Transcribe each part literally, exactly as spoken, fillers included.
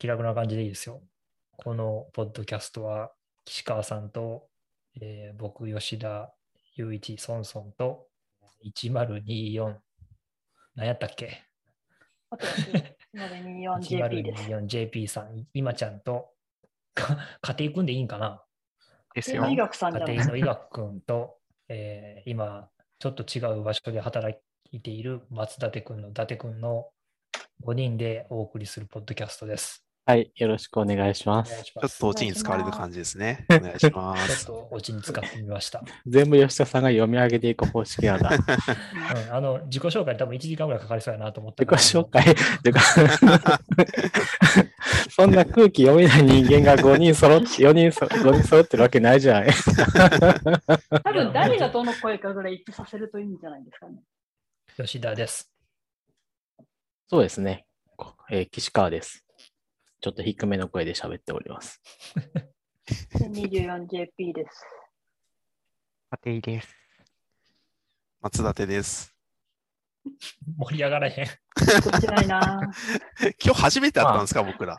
気楽な感じでいいですよ。このポッドキャストは、岸川さんと、えー僕、吉田雄一、孫孫と、いちまるによん、何やったっけあとは いちまるによんジェーピー です。 いちまるによんジェーピー さん、今ちゃんと、か家庭組んでいいんかなですよ。 家庭の医学さんじゃないですか。 家庭の医学君と、えー今、ちょっと違う場所で働いている松立君の伊達君のごにんでお送りするポッドキャストです。 はい、よろしくお願いしお願います。 ちょっします。 とオチに使われる感じですね。お願いしまちょっす。 とオチに使ってみました。 全部吉田さんが読み上げていく方式やだ。 うん、あの自己紹介多分いちじかんぐらいかかりそうやなと思った自己から。 紹介っていうかそんな空気読めない人間がごにん揃って、よにんそ、ごにん揃ってるわけないじゃない。 多分誰がどの声かぐらい一致させるといいんじゃないですかね。 吉田です。 そうですね。えー岸川です。ちょっと低めの声で喋っております。 にじゅうよんジェーピー です。 家庭です。松立です。 盛り上がらへん。 こちらいな。 今日初めて会ったんですか、僕ら。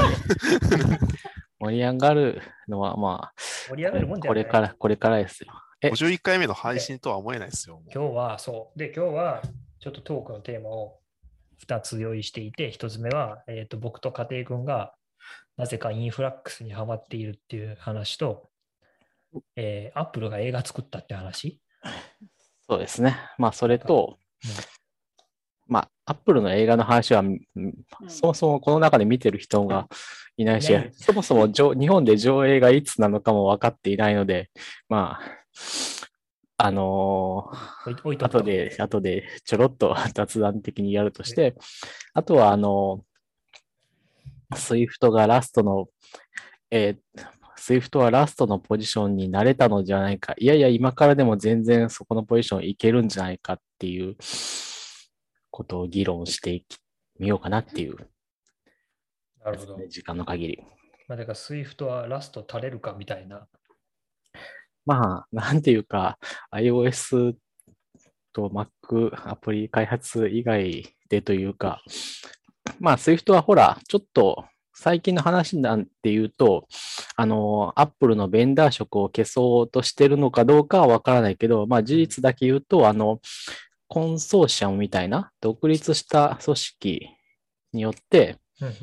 盛り上がるのはま盛り上がるもんあ、 じゃない。 これから、これからですよ。えごじゅういっかいめの配信とは思えないですよ。もう今日はそう。で、今日はちょっとトークのテーマをふたつ用意していて、ひとつめは、えーと僕と家庭君がなぜかインフラックスにハマっているっていう話と、えー、アップルが映画作ったって話。 そうですね。まあ、それと、 うんまあ、アップルの映画の話は、うんそもそもこの中で見てる人がいないし、 いないですそもそも上日本で上映がいつなのかも分かっていないので、まあ、あの置い置いー、 とくと後で、後でちょろっと雑談的にやるとして、あとは、あのー、スイフトがラストの、えー、スイフトはラストのポジションになれたのじゃないか。いやいや、今からでも全然そこのポジションいけるんじゃないかっていうことを議論していきみようかなっていう、 なるほど。 時間の限り。 まあ、だから Swift はラスト垂れるかみたいな。 まあ、なんていうか、iOS と Mac アプリ開発以外でというか、まあ、Swift はほら、ちょっと最近の話なんて言うと、あの、Apple のベンダー色を消そうとしてるのかどうかはわからないけど、まあ、事実だけ言うと、あの、コンソーシアムみたいな独立した組織によって、 うんうん、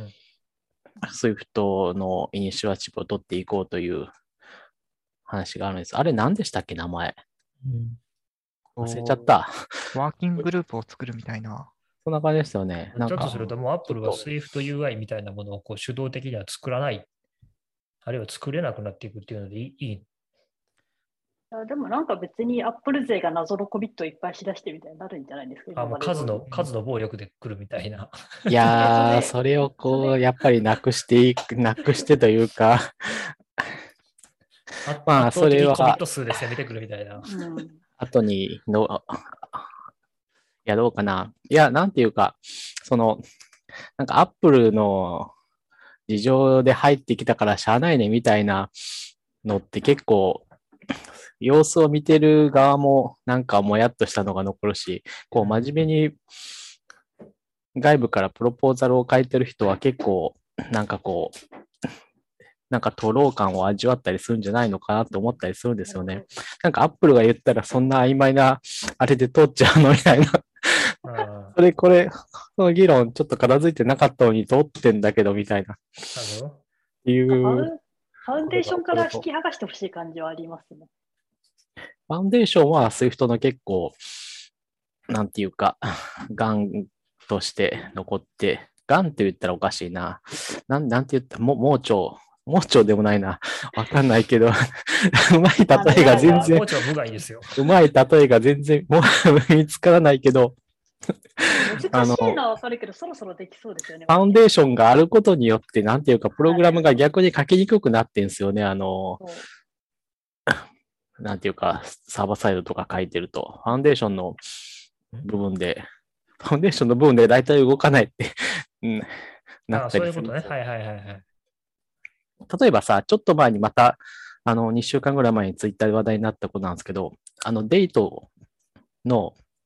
Swift のイニシアチブを取っていこうという話があるんです。あれ何でしたっけ、名前。 うん、 忘れちゃった。 ワーキンググループを作るみたいな。 そんな感じですよね。なんかちょっとするともう Apple はちょっと Swift ユーアイ みたいなものをこう主導的には作らない、あるいは作れなくなっていくっていうのでいい。いいでもなんか別にアップル勢が謎のコミットをいっぱいしだしてみたいになるんじゃないですか。 あもう数の数の暴力で来るみたいな。 いやー、それをこう、やっぱりなくしていく、なくしてというか、まあ、それは、 コミット数で攻めてくるみたいな。 うん、 後にの、やろうかな。いや、なんていうか、その、なんかアップルの事情で入ってきたからしゃあないねみたいなのって結構、様子を見てる側もなんかもやっとしたのが残るし、こう真面目に外部からプロポーザルを書いてる人は結構なんかこう、なんかトロー感を味わったりするんじゃないのかなと思ったりするんですよね。なんかアップルが言ったらそんな曖昧なあれで通っちゃうのみたいな。それこれ、その議論ちょっと片付いてなかったのに通ってんだけどみたいな。っていう。 ファウンデーションから引き剥がしてほしい感じはありますね。 ファウンデーションは Swift の結構、なんていうか、ガンとして残って、ガンって言ったらおかしいな。なん、なんて言った、も、盲腸、盲腸でもないな。わかんないけど、うまい例えが全然、 盲腸無害ですよ。 うまい例えが全然、もう見つからないけど、 難しいのはわかるけど、そろそろできそうですよね。 ファウンデーションがあることによって、なんていうか、プログラムが逆に書きにくくなってんですよね。あの、なんていうか、サーバーサイドとか書いてると、ファウンデーションの部分で、ファウンデーションの部分で大体動かないって、うん、なったりする。 そういうことね。はいはいはいはい。 例えばさ、ちょっと前にまた、あの、にしゅうかんぐらい前にツイッターで話題になったことなんですけど、あの、デートの、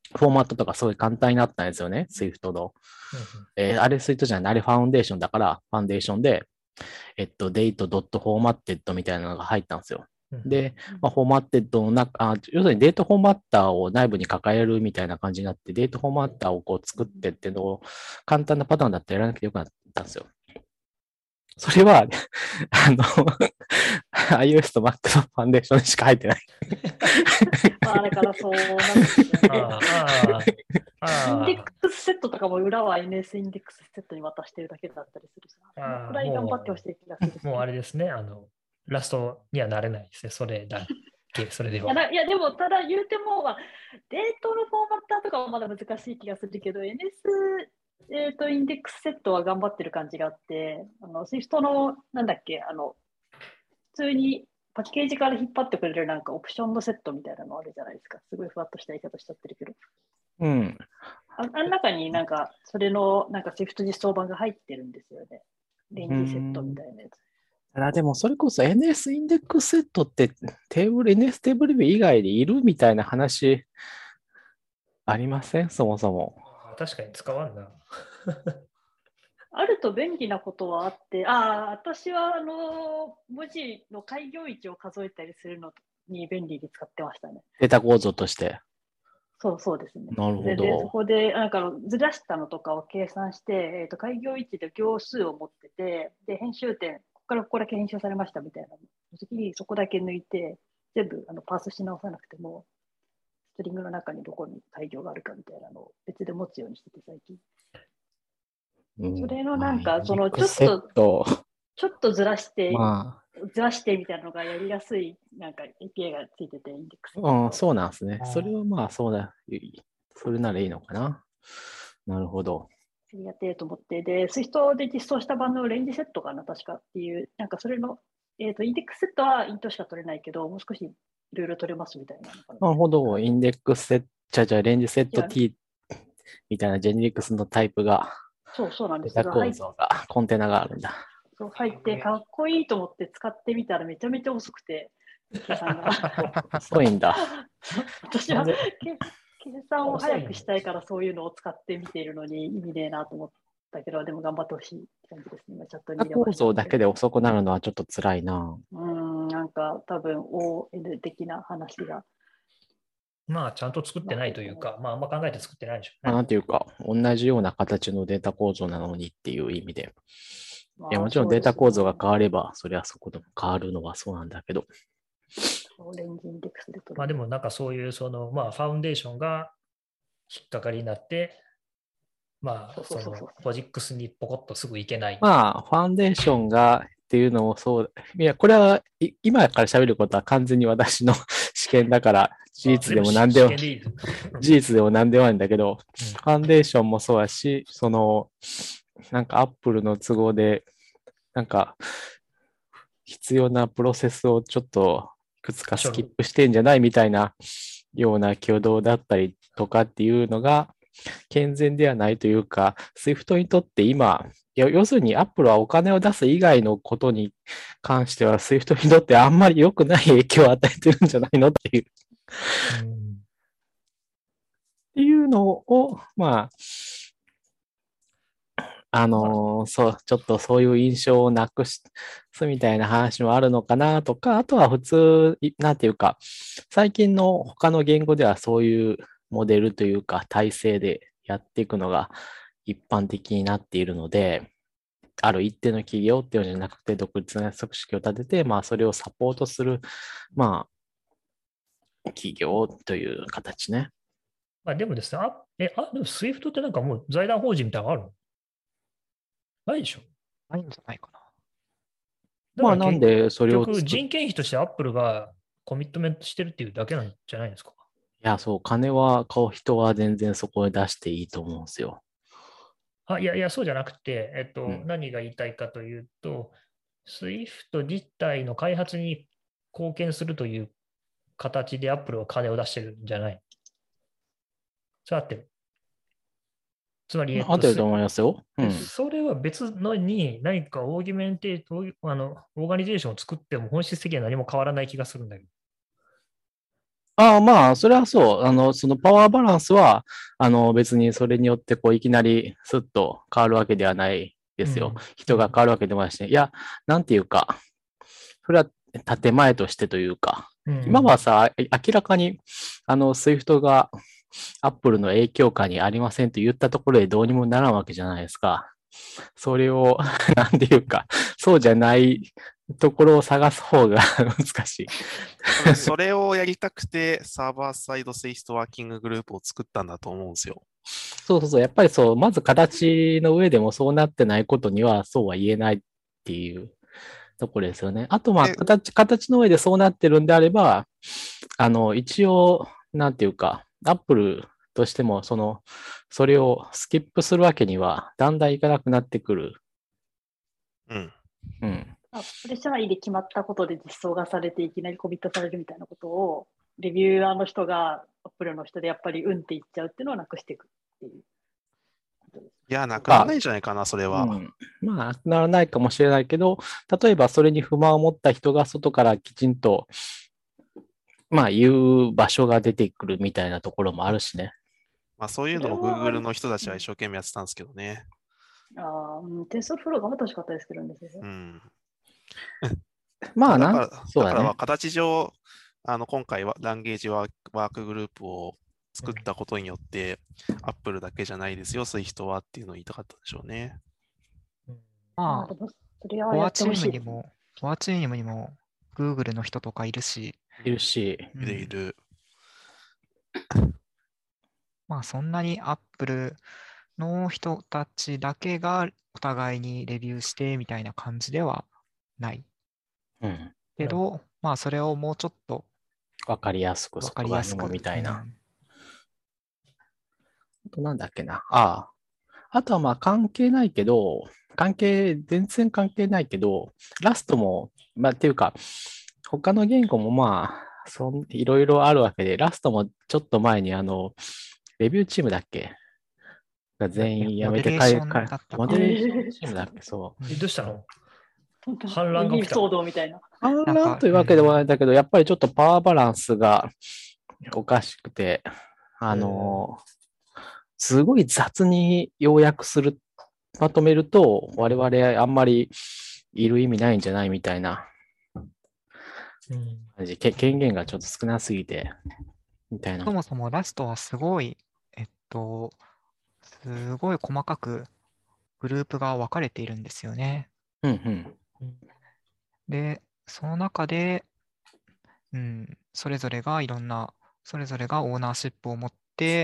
フォーマットとかすごい簡単になったんですよね、Swift の。えーあれ Swift じゃない、あれファウンデーションだから、ファウンデーションで、えっと、date.formatted みたいなのが入ったんですよ。 うんうん、 で、まあ、フォーマッテッドの中、あ要するにデートフォーマッターを内部に抱えるみたいな感じになって、デートフォーマッターをこう作ってっていうのを簡単なパターンだったらやらなくてよくなったんですよ。それは、あの、iOS と Mac のファンデーションしか入ってない。 まあだからそうなんですよね。 ああ、ああ、 インデックスセットとかも裏は エヌエス インデックスセットに渡してるだけだったりするし、そのくらい頑張ってほしい気がする。 もうあれですね、あの、ラストにはなれないですね、それだけ、それでは。 いやないやでも、ただ言うても、まあ、デートのフォーマッターとかはまだ難しい気がするけど、エヌエス、えー、とインデックスセットは頑張ってる感じがあって、あの Swift の、なんだっけ、あの、普通にパッケージから引っ張ってくれるなんかオプションのセットみたいなのあるじゃないですか。すごいふわっとした言い方しちゃってるけど。 うん。 ああの中になんか、それのなんか Swift 実装版が入ってるんですよね。レンジセットみたいなやつ。 ただでもそれこそ エヌエス インデックスセットってテーブル、エヌエス テーブルビュー以外でいるみたいな話ありませんそもそも。 確かに使わんな。 あると便利なことはあって、ああ、私はあの文字の開業位置を数えたりするのに便利に使ってましたね。 データ構造として。 そうそうですね。 なるほど。 で、でそこでなんかずらしたのとかを計算して、えー、と開業位置で行数を持ってて、で、編集点、ここからここだけ編集されましたみたいな時にそこだけ抜いて、全部あのパースし直さなくても、ストリングの中にどこに開業があるかみたいなのを別で持つようにしてて、最近。それのなんか、そのちょっと、ちょっとずらして、まあ、ずらしてみたいなのがやりやすい、なんか エーピーアイ がついてて、インデックス。 うん、そうなんですね。それはまあ、そうだ。それならいいのかな。なるほど。 やってると思って、で、Swift で実装した版のレンジセットかな、確かっていう、なんかそれの、えっ、ー、と、インデックスセットはイントしか取れないけど、もう少しいろいろ取れますみたいな。 なるほど。インデックスセット、じゃじゃレンジセット T みたいなジェネリクスのタイプが、 そうそうなんです。 データ構造が、コンテナがあるんだ。 そう入ってかっこいいと思って使ってみたらめちゃめちゃ遅くて、計算が。 遅いんだ。 私は計算を早くしたいからそういうのを使ってみているのに意味ねえなと思ったけど、でも頑張ってほしい感じですね。今チャットにデータ構造だけで遅くなるのはちょっと辛いな。 うん、なんか多分 オーエヌ 的な話が。 まあ、ちゃんと作ってないというか、まあ、あんま考えて作ってないでしょうね。 なんていうか、同じような形のデータ構造なのにっていう意味で。まあ、いや、もちろんデータ構造が変われば、それはそこでも変わるのはそうなんだけど。 レンジインデックスで取る。 まあ、でもなんかそういう、その、まあ、ファウンデーションが引っかかりになって、まあ、その、ポジックスにポコッとすぐいけない。 まあ、ファウンデーションがっていうのもそう、いや、これは今から喋ることは完全に私の試験だから、事実でも何でも、事実でも何でもないんだけど、うん、ファウンデーションもそうだし、その、なんかアップルの都合で、なんか、必要なプロセスをちょっといくつかスキップしてんじゃないみたいなような挙動だったりとかっていうのが健全ではないというか、Swift にとって今、要するに Apple はお金を出す以外のことに関しては Swift にとってあんまり良くない影響を与えてるんじゃないのっていう。うん、っていうのを、まあ、あのー、そう、ちょっとそういう印象をなくすみたいな話もあるのかなとか、あとは普通、なんていうか、最近の他の言語ではそういうモデルというか体制でやっていくのが一般的になっているので、ある一定の企業っていうのじゃなくて独立な組織を立てて、まあそれをサポートする、まあ、企業という形ね。 まあでもですね、あ、え、あ、でも Swift ってなんかもう財団法人みたいなのあるの？ないでしょ？ ないんじゃないかな。 まあなんでそれを結局人件費としてアップルがコミットメントしてるっていうだけなんじゃないですか？ いや、そう、金は買う人は全然そこへ出していいと思うんですよ。 あ、いやいや、そうじゃなくて、えっと、 うん、 何が言いたいかというと、Swift 自体の開発に貢献するという形でアップルは金を出してるんじゃない？それ合ってる。つまり、えっと、 合ってると思いますよ。うん、 それは別のに何かオーギュメンテーあのオーガニゼーションを作っても本質的には何も変わらない気がするんだけど。 ああ、まあ、それはそう。あの、そのパワーバランスは、あの、別にそれによって、こう、いきなりスッと変わるわけではないですよ。 うん人が変わるわけでもないしね。いや、なんていうか、それは建前としてというか、 うん今はさ、明らかに、あの、スイフトが Apple の影響下にありませんと言ったところでどうにもならんわけじゃないですか。それを、なんていうか、そうじゃないところを探す方が難しい。 多分それをやりたくて、サーバーサイドスイフトワーキンググループを作ったんだと思うんですよ。 そうそうそう。やっぱりそう、まず形の上でもそうなってないことにはそうは言えないっていうところですよね。あと、まあ、 で形、形の上でそうなってるんであれば、あの、一応、なんていうか、Apple としても、その、それをスキップするわけには、だんだんいかなくなってくる。 うん。 うん。 あプレッシャー内で決まったことで実装がされていきなりコミットされるみたいなことを、レビューアーの人が、アップルの人でやっぱりうんって言っちゃうっていうのをなくしていくっていうことです。 いや、なくならないんじゃないかな、それは。 うん、まあ、なくならないかもしれないけど、例えばそれに不満を持った人が外からきちんと、まあ、言う場所が出てくるみたいなところもあるしね。 まあ、そういうのをそれは Google の人たちは一生懸命やってたんですけどね。 あーうん、テンソルフロー頑張ってほしかったですけどね。先生うん。 まあ、なんだから、 そうだねだからは。形上、あの、今回はランゲージワークワークグループを作ったことによって、Apple だけじゃないですよ、Swift はっていうのを言いたかったんでしょうね。 まあ、 でもそれフはやっォアチーてほしいです。 ムにも、フォアチームにも Google の人とかいるし、 いるし、 うんいるいる。 まあそんなに Apple の人たちだけがお互いにレビューしてみたいな感じではないうん。 けど、まあそれをもうちょっとわかりやすく、 わか外側にりやすく。 もみたいな。 うんあとなんだっけな。ああ。あとはまあ関係ないけど、関係、全然関係ないけど、ラストも、まあっていうか、他の言語もまあ、そんいろいろあるわけで、ラストもちょっと前にあの、レビューチームだっけが全員辞めてモデレーションかだったかモデレーションチームだっけそう。 えどうしたの本当に反乱が起きた騒動みたいな。 反なんか乱というわけではないんだけど、やっぱりちょっとパワーバランスがおかしくて、あの、すごい雑に要約する、まとめると、我々あんまりいる意味ないんじゃないみたいなうん感じ。け権限がちょっと少なすぎて、みたいなそ。もそもラストはすごい、えっと、すごい細かくグループが分かれているんですよね。 うんうん。 で、その中で、うん、それぞれがいろんな、それぞれがオーナーシップを持って、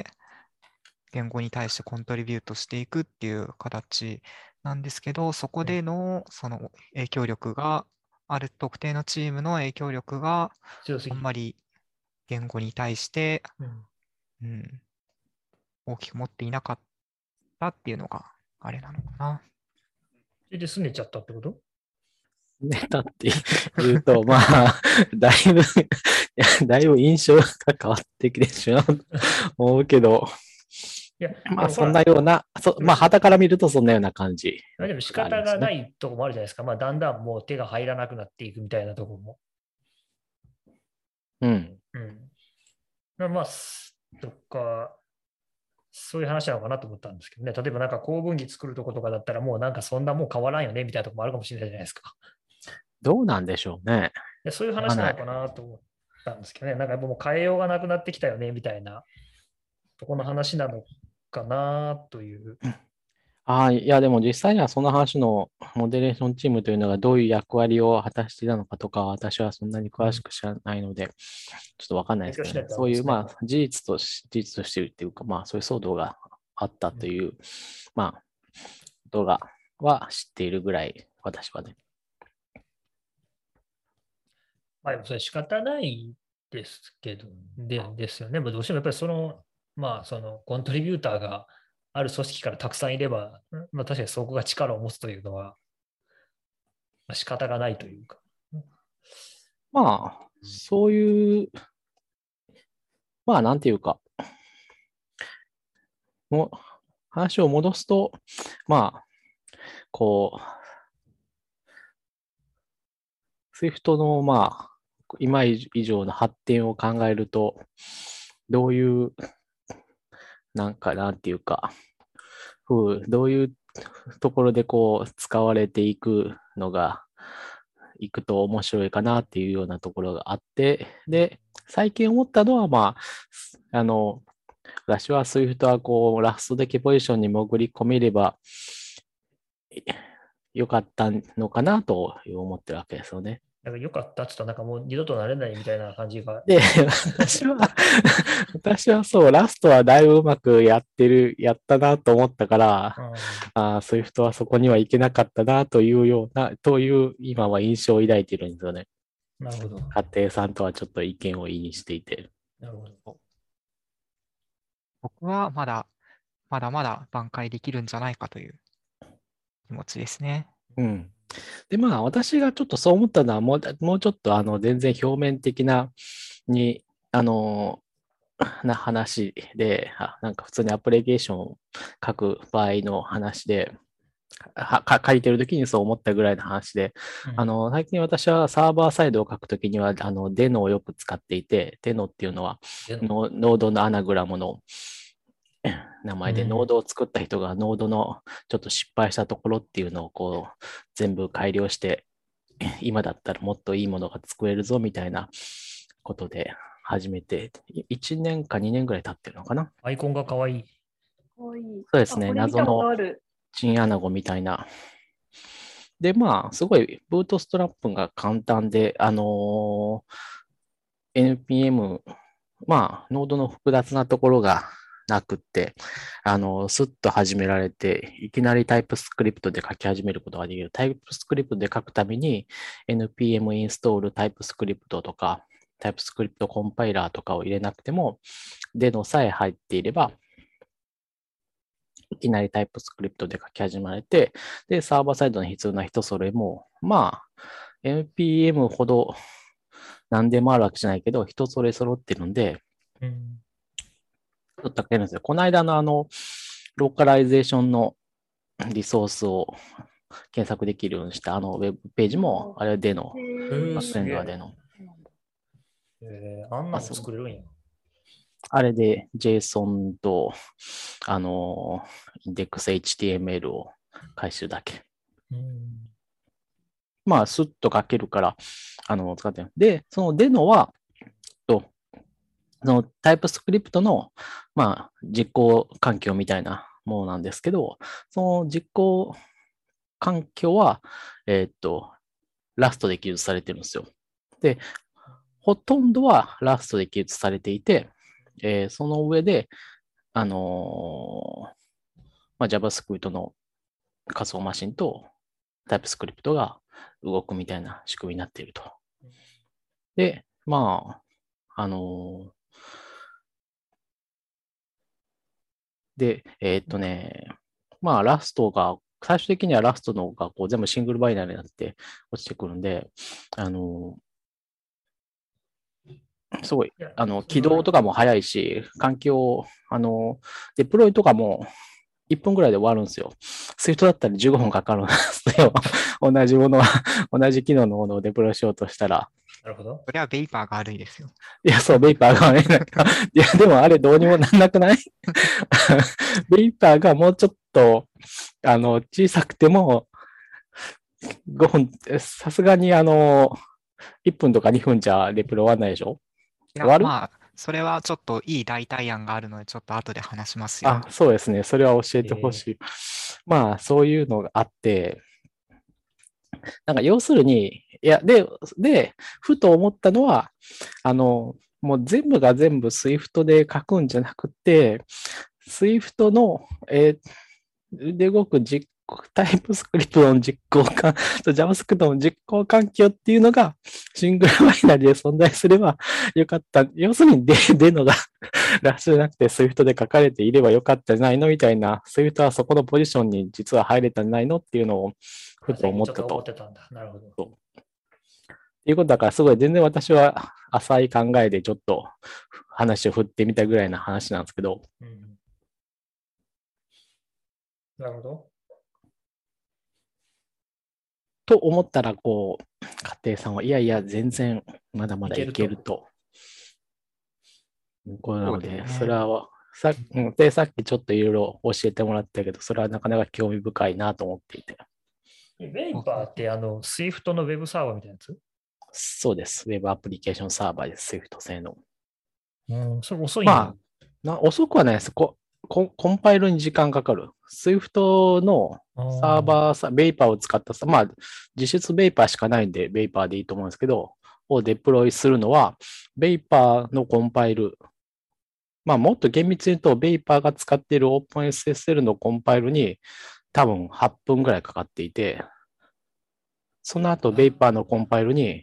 言語に対してコントリビュートしていくっていう形なんですけど、そこでのその影響力が、ある特定のチームの影響力が強すぎる。 あんまり言語に対して、 うんうん、大きく持っていなかったっていうのがあれなのかな。 それで拗ねちゃったってことネタって言うと、まあ、だいぶ、いやだいぶ印象が変わってきてしまうと思うけど、 いや、 まあ、 でもほらそんなような、そまあ、旗から見るとそんなような感じ。 でも仕方がないとこもあるじゃないですか。まあ、だんだんもう手が入らなくなっていくみたいなところも。 うん。 うん。まあまあ、そっか、そういう話なのかなと思ったんですけどね。例えばなんか公文儀作るとことかだったらもうなんかそんなもう変わらんよねみたいなとこもあるかもしれないじゃないですか。 どうなんでしょうね。 でそういう話なのかなと思ったんですけどね。なんかやっぱもう変えようがなくなってきたよねみたいなとこの話なのかなという。 ああ、いや、でも実際にはその話のモデレーションチームというのがどういう役割を果たしていたのかとかは私はそんなに詳しく知らないので、ちょっとわかんないですけどね。 勉強しないとそういう、 ダメですねまあ、事実とし、事実としてっていうか、まあ、そういう騒動があったという、まあ、ことが、は知っているぐらい、私はね。 まあでもそれ仕方ないですけど、でですよね。まあどうしてもやっぱりその、まあそのコントリビューターがある組織からたくさんいれば、まあ確かにそこが力を持つというのは、まあ、仕方がないというか。 まあ、そういう、まあ、なんていうか、もう、話を戻すと、まあ、こう、Swift の、まあ、 今以上の発展を考えると、どういう、なんかなんていうか、ふうどういうところでこう使われていくのが、いくと面白いかなっていうようなところがあって、で、最近思ったのは、まあ、あの、私は Swift はこう、ラスト的ポジションに潜り込めればよかったのかなと思ってるわけですよね。 なんか良かったって言ったら、なんかもう二度となれないみたいな感じが。 で、私は、私はそう、ラストはだいぶうまくやってる、やったなと思ったから、 うん、 ああ、Swift はそこにはいけなかったなというような、という今は印象を抱いているんですよね。 なるほど。 家庭さんとはちょっと意見を言いにしていて。 なるほど。 僕はまだ、まだまだ挽回できるんじゃないかという気持ちですね。 うん。で、まあ、私がちょっとそう思ったのは、もう、もうちょっと、あの、全然表面的な、に、あの、な話で、あなんか普通にアプリケーションを書く場合の話で、はか書いてるときにそう思ったぐらいの話で、 うんあの、最近私はサーバーサイドを書くときには、あの、デノをよく使っていて、デノっていうのは、 でノノードのアナグラムの名前で、 うんノードを作った人がノードのちょっと失敗したところっていうのをこう、全部改良して、今だったらもっといいものが作れるぞみたいなことで始めて、いちねんかにねんぐらい経ってるのかな。 アイコンが可愛い。 かわいい。 そうですね、 あこれ見たこと謎のある。 チンアナゴみたいな。で、まあ、すごい、ブートストラップが簡単で、あのー エヌピーエム、まあ、ノードの複雑なところがなくって、あの、スッと始められて、いきなりタイプスクリプトで書き始めることができる。タイプスクリプトで書くために、エヌピーエム インストールタイプスクリプトとか、タイプスクリプトコンパイラーとかを入れなくても、デノさえ入っていれば、いきなりタイプスクリプトで書き始められて、で、サーバーサイドの必要な人それも、まあ、エヌピーエム ほど何でもあるわけじゃないけど、人それ揃ってるんで、 うんちょっと書けるんですよ。この間のあの、ローカライゼーションのリソースを検索できるようにしたあのウェブページも、あれはデノ、 へーバックエンすげえドはデノ。 えー、あんなの作れるんや。 あれで JSON と、あの、インデックス エイチティーエムエル を回収だけ。 うんまあ、スッと書けるから、あの、使ってる。で、そのデノは、と、そのタイプスクリプトの、まあ、実行環境みたいなものなんですけど、その実行環境は、えーっと、ラストで記述されてるんですよ。で、ほとんどはラストで記述されていて、えーその上で、あのーまあ、JavaScript の仮想マシンと TypeScript が動くみたいな仕組みになっていると。で、まあ、あのーで、えーっとね、まあ、ラストが、最終的にはラストのがこう全部シングルバイナリになって落ちてくるんで、あのーすごい、 いやあの、 その起動とかも早いし、環境、あの、デプロイとかもいっぷんぐらいで終わるんですよ。スイフトだったらじゅうごふんかかるんですよ。同じものは、同じ機能のものをデプロイしようとしたら。 なるほど。 それはベイパーが悪いですよ。 いや、そう、ベイパーがね、なんか、いや、でもあれどうにもなんなくないベイパーがもうちょっと、あの、小さくても、ごふん、さすがにあの、いっぷんとかにふんじゃデプロ終わんないでしょいや、 終わるまあ、それはちょっといい代替案があるので、ちょっと後で話しますよ。 あ、そうですね。それは教えてほしい。まあ、そういうのがあって、なんか要するに、いや、で、で、ふと思ったのは、あの、もう全部が全部 Swift で書くんじゃなくて、Swift の、えーで動く実行、タイプスクリプトの実行環、JavaScript の実行環境っていうのがシングルバイナリで存在すればよかった。要するにで、でのがラッシュじゃなくて Swift で書かれていればよかったんじゃないのみたいな、Swift はそこのポジションに実は入れたんじゃないのっていうのをふと思ったちょっと思っと。 てたんだ。なるほど。 っていうことだから、すごい全然私は浅い考えでちょっと話を振ってみたぐらいな話なんですけど。 うん、なるほど。 と思ったら、こう、 家庭さんは、いやいや、全然まだまだいけると。これなので、 そうですねそれはさ、うんで、さっきちょっといろいろ教えてもらったけど、それはなかなか興味深いなと思っていて。 えベイパーってあの、Swift のウェブサーバーみたいなやつ？ そうです。ウェブアプリケーションサーバーです。Swift 製の。 うん、それ遅いんだ。 まあ、な遅くはないですこコ。コンパイルに時間かかる。Swift のサーバーさ、ベイパーを使ったさ、まあ、実質ベイパーしかないんで、ベイパーでいいと思うんですけど、をデプロイするのは、ベイパーのコンパイル、まあ、もっと厳密に言うと、ベイパーが使っている OpenSSL のコンパイルに多分はっぷんぐらいかかっていて、その後、ベイパーのコンパイルに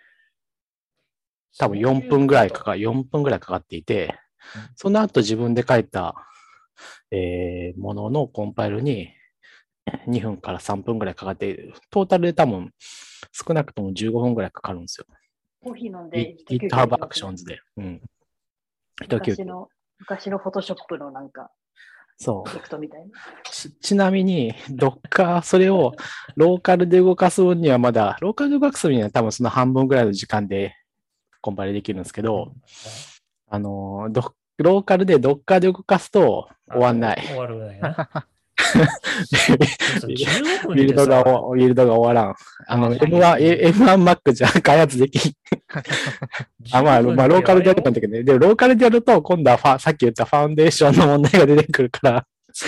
多分よんぷんぐらいかか、よんぷんぐらいかかっていて、その後自分で書いた、えー、もののコンパイルににふんからさんぷんぐらいかかっている。トータルで多分少なくともじゅうごふんぐらいかかるんですよ。 コーヒー飲んで、 GitHub Actions で。うん。 昔の、昔のフォトショップのなんか、 そう。 プロジェクトみたいな。 ち, ちなみに、Docker、それをローカルで動かす分にはまだ、ローカルで動かす分には多分その半分ぐらいの時間でコンパイルできるんですけど、あの、ドローカルで Docker で動かすと終わんない。 終わるないな。 ビルドが、ビルドが終わらん。あの、エムワン、エムワン Mac じゃ開発できん。あ、まあ、まあ、ローカルでやるんだけどね。でも、ローカルでやると、今度はファ、さっき言ったファウンデーションの問題が出てくるから。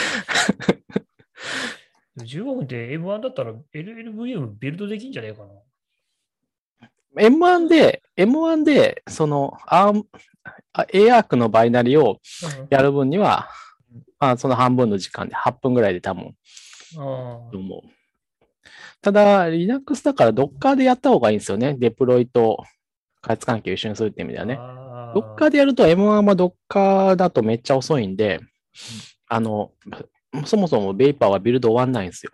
じゅうごふんで エムワン だったら エルエルブイエム ビルドできんじゃねえかな。 エムワン で、エムワン で、その、アーム、エーアーク のバイナリをやる分には、うん、まあ、その半分の時間ではっぷんぐらいで多分、思う。ただ、Linux だから Docker でやった方がいいんですよね。デプロイと開発環境を一緒にするって意味ではね。Docker でやると エムワン は Docker だとめっちゃ遅いんで、うん、あの、そもそも Vapor はビルド終わんないんですよ。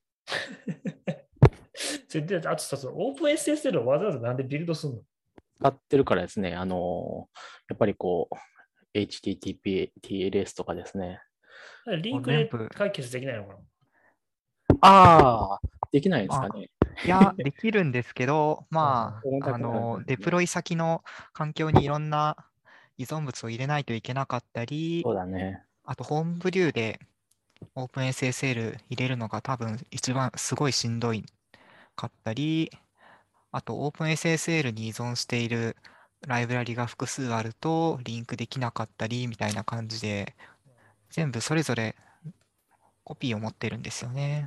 それで、あとさ、OpenSSL をわざわざなんでビルドするの？ 使ってるからですね、あの、やっぱりこう、エイチティーティーピー、ティーエルエス とかですね。 リンクで解決できないのかな？ ああ、できないんですかね。 いや、できるんですけど、まあ、あの、デプロイ先の環境にいろんな依存物を入れないといけなかったり、 そうだね。 あと、ホームブリューで OpenSSL 入れるのが多分一番すごいしんどいかったり、あと OpenSSL に依存しているライブラリが複数あるとリンクできなかったりみたいな感じで、全部それぞれコピーを持ってるんですよね。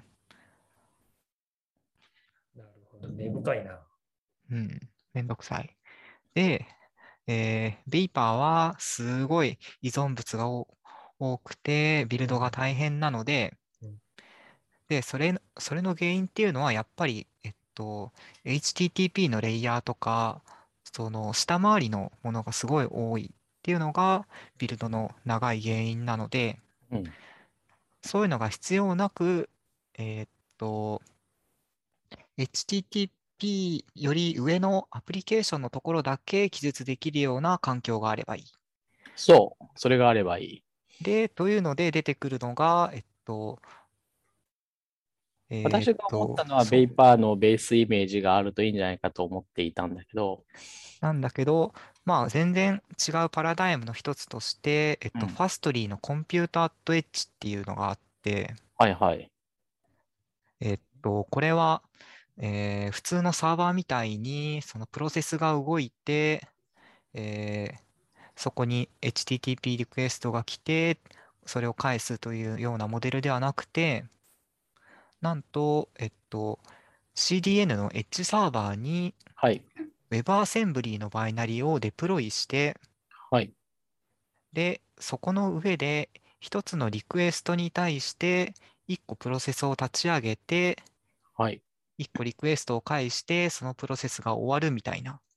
なるほど、根深いな。 うん、めんどくさい。で、えー、Vapor はすごい依存物が多くて、ビルドが大変なので、うん、で、それ、それの原因っていうのは、やっぱり、えっと、エイチティーティーピー のレイヤーとか、その下回りのものがすごい多いっていうのが、ビルドの長い原因なので、うん、そういうのが必要なく、えー、っと、エイチティーティーピー より上のアプリケーションのところだけ記述できるような環境があればいい。 そう、それがあればいい。 で、というので出てくるのが、えっと、 えー、私が思ったのは、ベイパーのベースイメージがあるといいんじゃないかと思っていたんだけど。 なんだけど、まあ、全然違うパラダイムの一つとして、えっと、うん、ファストリーのコンピューターアットエッジっていうのがあって、 はいはい。 えっと、これは、えー、普通のサーバーみたいに、そのプロセスが動いて、えー、そこに エイチティーティーピー リクエストが来て、それを返すというようなモデルではなくて、なんと、えっと、シーディーエヌ のエッジサーバーに、 はい、 WebAssembly のバイナリをデプロイして、 はい、 で、そこの上で一つのリクエストに対して一個プロセスを立ち上げて、 はい、 一個リクエストを返してそのプロセスが終わるみたいな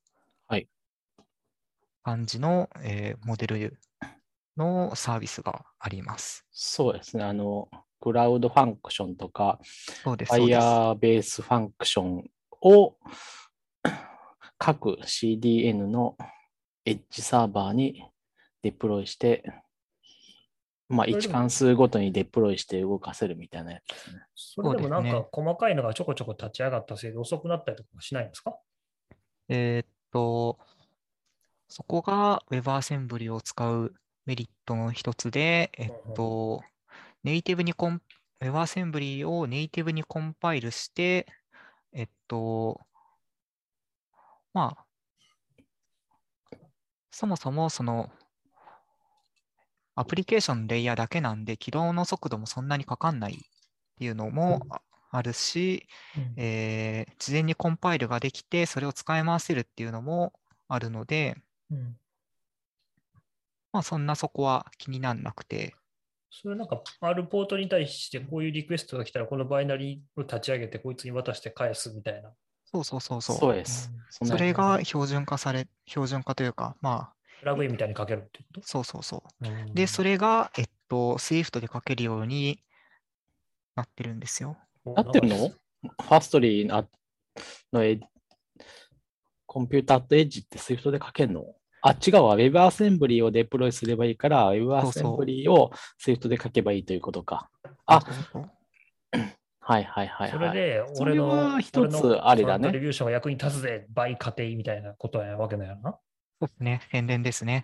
感じの、えー、モデルのサービスがあります。 そうですね。あの、クラウドファンクションとか、 そうです、そうです。 Firebase ファンクションを各 シーディーエヌ のエッジサーバーにデプロイして、まあ、いち関数ごとにデプロイして動かせるみたいなやつですね。 それでもなんか細かいのがちょこちょこ立ち上がったせいで遅くなったりとかしないんですか？ えーっと、そこが WebAssembly を使うメリットの一つで、えっと、ネイティブにコン、WebAssembly をネイティブにコンパイルして、えっと、まあ、そもそもそのアプリケーションのレイヤーだけなんで、起動の速度もそんなにかかんないっていうのもああるし、 うんえー事前にコンパイルができて、それを使い回せるっていうのもあるので、 うんまあそんなそこは気にならなくて、 それなんか、あるポートに対してこういうリクエストが来たら、このバイナリーを立ち上げて、こいつに渡して返すみたいな。 そうそうそうそう。 そうです。そんなそれが標準化され、標準化というか、まあ、 プラグインみたいに書けるってこそうそうそう。 とうんで、それが、えっと、Swift で書けるようになってるんですよ。 なってるのファストリーののエコンピューターとエッジって Swift で書けるの？あ、違うわ。WebAssembly をデプロイすればいいから、 そうそう WebAssembly を Swift で書けばいいということか。あ、 そうそうそうはいはいはいはい。 それで、 それ俺の、 は一つ俺のありだねコントリ。ビューションが役に立つぜ、倍家庭みたいなことやわけだよな。 そうですね。宣伝ですね。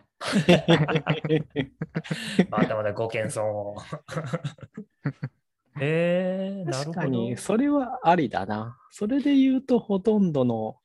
またまたご謙遜を。えー、なるほど。 確かに、それはありだな。それで言うと、ほとんどの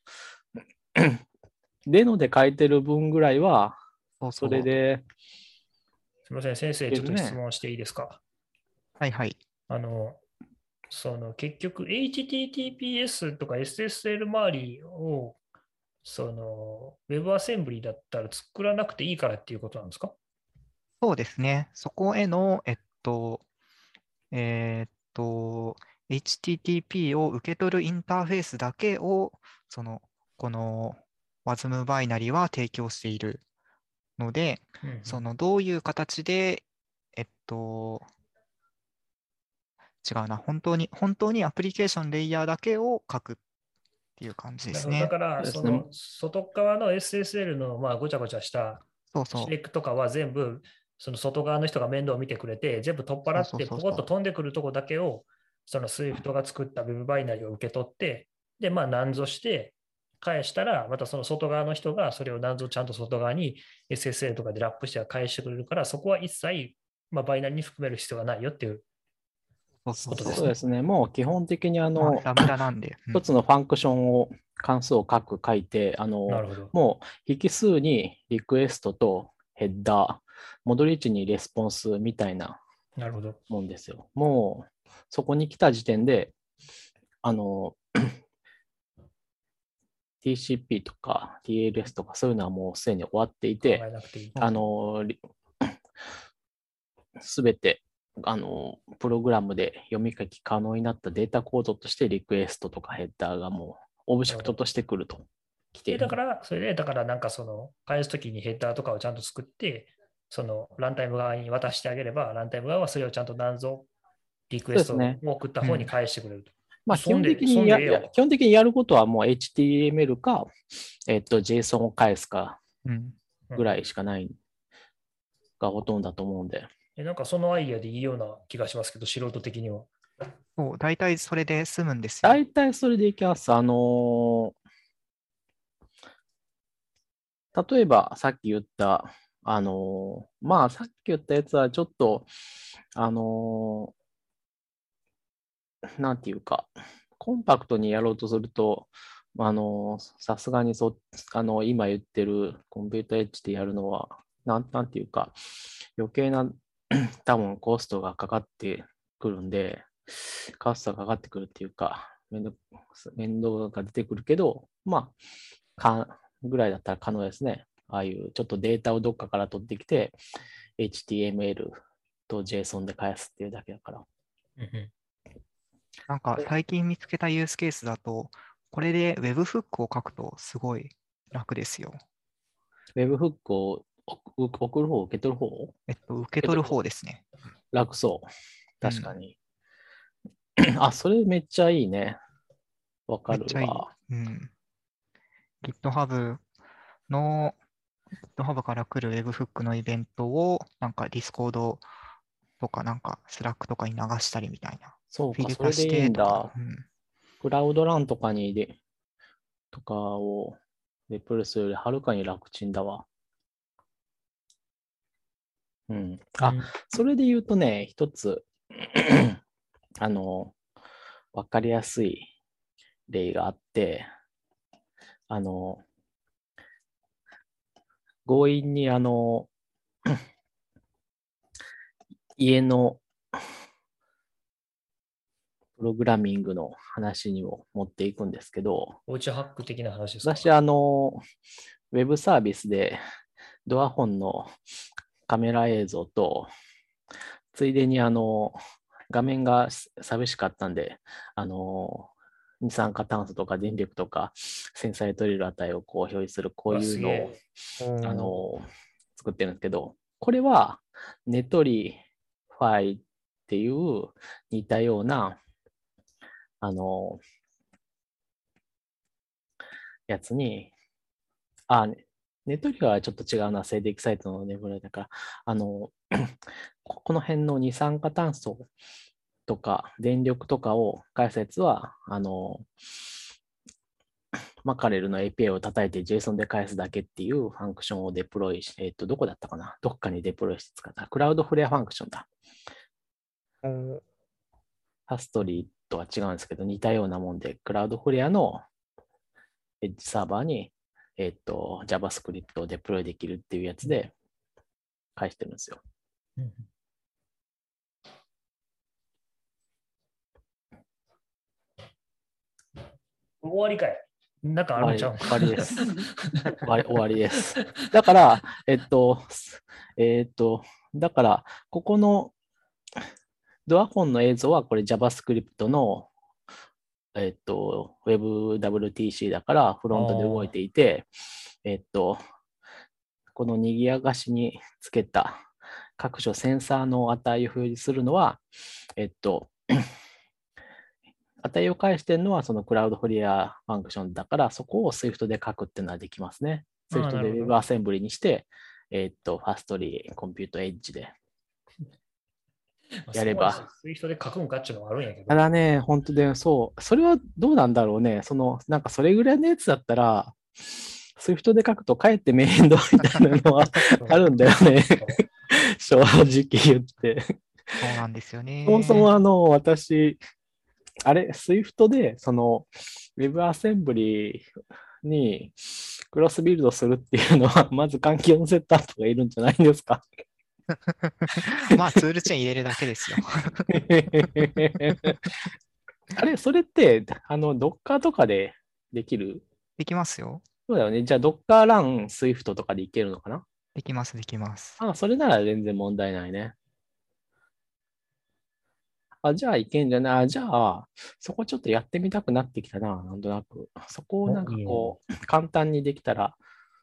デノで書いてる分ぐらいは、 そうそ。 そうれで、 すみません、先生、ちょっといけるね質問していいですか。 はいはい。 あの、その結局 エイチティーティーピーエス とか エスエスエル 周りをその WebAssembly だったら作らなくていいからっていうことなんですか？ そうですね。そこへの、えっと、えーっと、エイチティーティーピー を受け取るインターフェースだけを、その、この ワズム バイナリは提供しているので、 うんうんその、どういう形で、えっと、違うな、本当に、本当にアプリケーションレイヤーだけを書くっていう感じでなるほど。だすね。 から、 そうですねその外側の エスエスエル のまあごちゃごちゃしたそうそう。 スペックとかは全部、その外側の人が面倒を見てくれて、全部取っ払って、 そうそうそうそうポコッと飛んでくるとこだけを、その Swift が作った Web バイナリを受け取って、で、まあ、難度して返したら、またその外側の人がそれを難度ちゃんと外側に エスエスエル とかでラップして返してくれるから、そこは一切、まあ、バイナリに含める必要がないよっていうそうそうことですねそうですね。もう基本的にあまあの、 ラムダなんで。うん一つのファンクションを、関数を書く、書いて、あなのる、ほど。 もう引数にリクエストとヘッダー、戻り値にレスポンスみたいななるほど。 もんですよ。もう、そこに来た時点で、あの、ティーシーピー とか ティーエルエス とかそういうのはもうすでに終わってい考て、 えなくていい。 あの、すべて、あの、プログラムで読み書き可能になったデータコードとしてリクエストとかヘッダーがもうオブジェクトとしてくると来ていで、 る。 だから、それで、だからなんかその、返すときにヘッダーとかをちゃんと作って、そのランタイム側に渡してあげれば、ランタイム側はそれをちゃんと何ぞリクエストをそうですね送った方に返してくれると。 まあ、基本そんで的にやそんでええやんや基本的にやることはもう エイチティーエムエル か、えっと、JSON を返すかうん。 ぐらいしかないがほとんどだと思うんで。 えなんかそのアイディアでいいような気がしますけど、素人的には。 そう、大体それで済むんですよ。 大体それでいきます。あのー例えばさっき言った、あのーまあさっき言ったやつはちょっと、あのーなんていうか、コンパクトにやろうとすると、あのーさすがにそ、あの今言ってるコンピュータエッジでやるのは、なんなんていうか、余計な多分コストがかかってくるんで、コストがかかってくるっていうか、面倒面倒が出てくるけど、まあ、かぐらいだったら可能ですね。ああいうちょっとデータをどっかから取ってきて、エイチティーエムエル と JSON で返すっていうだけだから。 なんか最近見つけたユースケースだと、これで Webhook を書くとすごい楽ですよ。 Webhook を送る方、受け取る方えっと、受け取る方ですね。 楽そう。確かに。あ、それめっちゃいいね。わかるめっちゃいい。 わ。 うん。GitHub の、GitHub から来る Webhook のイベントを、なんか Discord とか、なんか Slack とかに流したりみたいな。 そうか、 フィルそれでいいタしてんだとか。。うん。 クラウドランとかにで、とかをデプロイするよりはるかに楽ちんだわ。うん。あ、 うんそれで言うとね、一つ、あの、わかりやすい例があって、あの、強引にあの、家のプログラミングの話にも持っていくんですけど、 おうちハック的な話ですか？ 私、あの、ウェブサービスでドアホンのカメラ映像と、ついでにあの、画面が寂しかったんで、あの、二酸化炭素とか電力とか、繊細取れる値をこう表示する、こういうのを、あの、作ってるんですけど、これは、ネトリファイっていう似たような、あの、やつに、あ、ネトリはちょっと違うな、静電気サイトのネブラだから、あの、この辺の二酸化炭素とか電力とかを返すやつは、あの、マカレルの エーピーアイ を叩いて JSON で返すだけっていうファンクションをデプロイし、えっと、どこだったかな、どっかにデプロイして使った。クラウドフレアファンクションだ。 おハストリーとは違うんですけど、似たようなもんで、クラウドフレアのエッジサーバーに、えっと、JavaScript をデプロイできるっていうやつで返してるんですよ。 うん終わりかい。なんかあるんちゃう？ 終わり終わりです。終わり終わりです。だから、えっと、えっと、だから、ここのドアフォンの映像はこれ JavaScript の、えっと、WebWTC だからフロントで動いていて、えっと、この賑やかしにつけた各種センサーの値を表示するのは、えっと、値を返してるのはそのクラウドフレアファンクションだから、そこを Swift で書くっていうのはできますね。 あー Swift でなるほど WebAssembly にして、えーっと、Fastly、Compute Edge で。やればそこまでそういう人で書くんかっていうのもあるんやけど。 ただね、本当で、そう、それはどうなんだろうね。その、なんかそれぐらいのやつだったら、Swift で書くとかえって面倒みたいなのはあるんだよね。正直言って。 そうなんですよね。 そもそもあの、私、あれ、Swift で、その、WebAssembly にクロスビルドするっていうのは、まず環境のセットアップがいるんじゃないんですか？ まあ、ツールチェーン入れるだけですよ。 あれ、それって、あの、Docker とかでできる？ できますよ。 そうだよね。じゃあ、Docker ラン Swift とかでいけるのかな？ できます、できます。 あ、それなら全然問題ないね。あ、じゃあいけんじゃない。あ、じゃあ、そこちょっとやってみたくなってきたな、なんとなく。そこをなんかこう、簡単にできたら、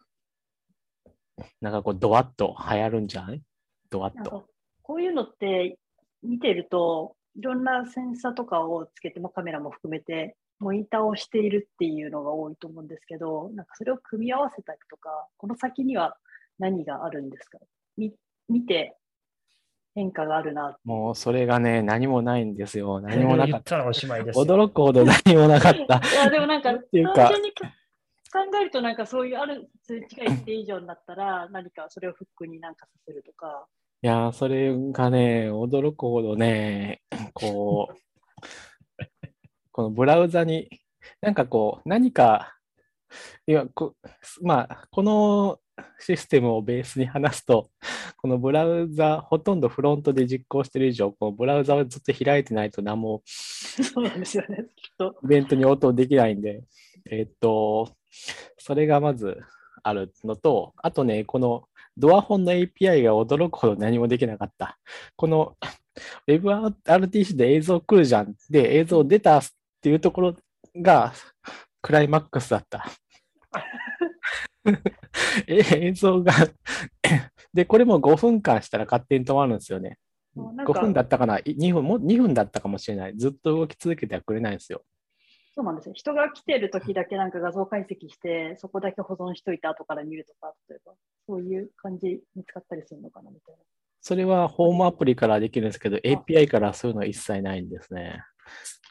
なんかこう、ドワッと流行るんじゃない？ドワッと。 なんかこういうのって見てると、いろんなセンサーとかをつけてもカメラも含めて、モニターをしているっていうのが多いと思うんですけど、なんかそれを組み合わせたりとか、この先には何があるんですか？み見て変化があるな。 もうそれがね、何もないんですよ。何もなかっ。 言ったたらおしまいですよ。 驚くほど何もなかった。 いや、でもなんか、 っていうか単純に考えると、なんかそういうある数値が一定以上になったら、何かそれをフックになんかさせるとか。 いやー、それがね、驚くほどね、こう、このブラウザに、なんかこう、何か、いや、こまあ、このシステムをベースに話すと、このブラウザ、ほとんどフロントで実行している以上、このブラウザをずっと開いてないと何もそうなんですよね、きっと。 イベントに応答できないんで、えっと、それがまずあるのと、あとね、このドアホンの エーピーアイ が驚くほど何もできなかった。この WebRTC で映像来るじゃん。で、映像出たっていうところがクライマックスだった。映像がで、これもごふんかんしたら勝手に止まるんですよね。ごふんだったかな ?に 分も、にふんだったかもしれない。ずっと動き続けてはくれないんですよ。 そうなんですよ。人が来てるときだけなんか画像解析して、そこだけ保存しといて後から見るとか、例えば、そういう感じ見つかったりするのかなみたいな。 それはホームアプリからできるんですけど、エーピーアイ からそういうのは一切ないんですね。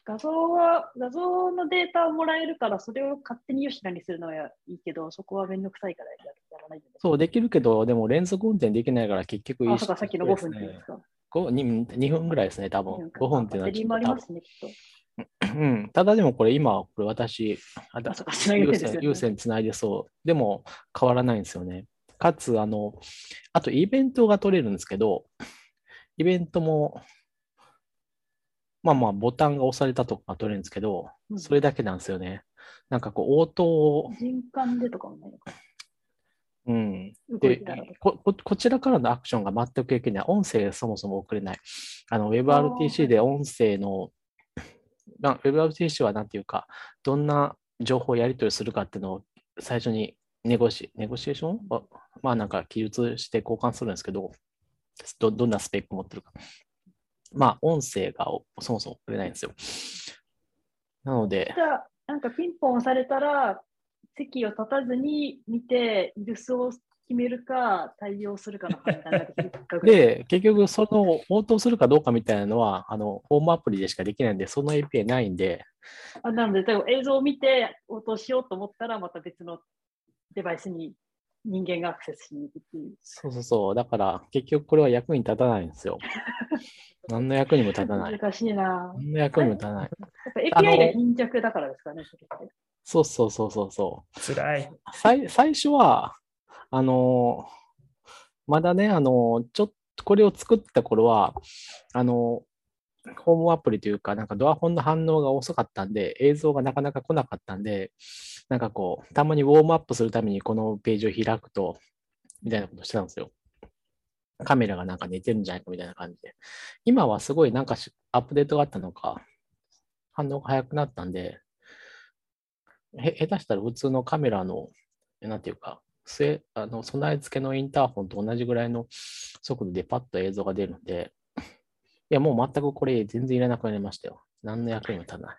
画像は、画像のデータをもらえるから、それを勝手に吉田にするのはいいけど、そこはめんどくさいからややらないよね。 そう、できるけど、でも連続運転できないから結局あ、そうか、さっきのごふんっていうんですか。 ご に, にふんぐらいですね、多分。ごふんっていうのはちょっとバッテリーもありますね、きっと。 うん、ただでもこれ今、これ私、ああ、そうか、つなげ有てですよね。 線、有線つないでそう。でも変わらないんですよね。かつ、あの、あとイベントが取れるんですけど、イベントも、まあまあ、ボタンが押されたとか取れるんですけど、 うんそれだけなんですよね。なんかこう、応答、 人感でとかもないのか。 うん。 動いでてたらとか。 こ、ここちらからのアクションが全くできない。音声そもそも送れない。あの、 あー WebRTC で音声の、まあ WebRTC はなんていうか、どんな情報をやり取りするかっていうのを最初にネゴシ、ネゴシエーションはまあなんか記述して交換するんですけど、ど、どんなスペック持ってるか。まあ音声がそもそも送れないんですよ。なので、 じゃあ、なんかピンポン押されたら、席を立たずに見て、留守を決めるか、対応するかの判断ができるかぐらい。 で、結局その応答するかどうかみたいなのは、あの、ホームアプリでしかできないんで、その エーピーアイ ないんで、 あなので、例えば映像を見て応答しようと思ったら、また別のデバイスに人間がアクセスしに行くっていう。 そうそうそう。だから、結局これは役に立たないんですよ。何の役にも立たない。 難しいな。 何の役にも立たない。 やっぱ エーピーアイ が貧弱だからですかね、それって。 そうそうそうそうそう。 辛い。 最最初は、あのーまだね、あのーちょっとこれを作った頃は、あのーホームアプリというか、なんかドアホンの反応が遅かったんで、映像がなかなか来なかったんで、なんかこう、たまにウォームアップするためにこのページを開くと、みたいなことしてたんですよ。カメラがなんか寝てるんじゃないかみたいな感じで。今はすごいなんかしアップデートがあったのか、反応が早くなったんで、へ下手したら普通のカメラの、なんていうか、据えあの備え付けのインターホンと同じぐらいの速度でパッと映像が出るんで、いや、もう全くこれ全然いらなくなりましたよ。何の役にも立たない。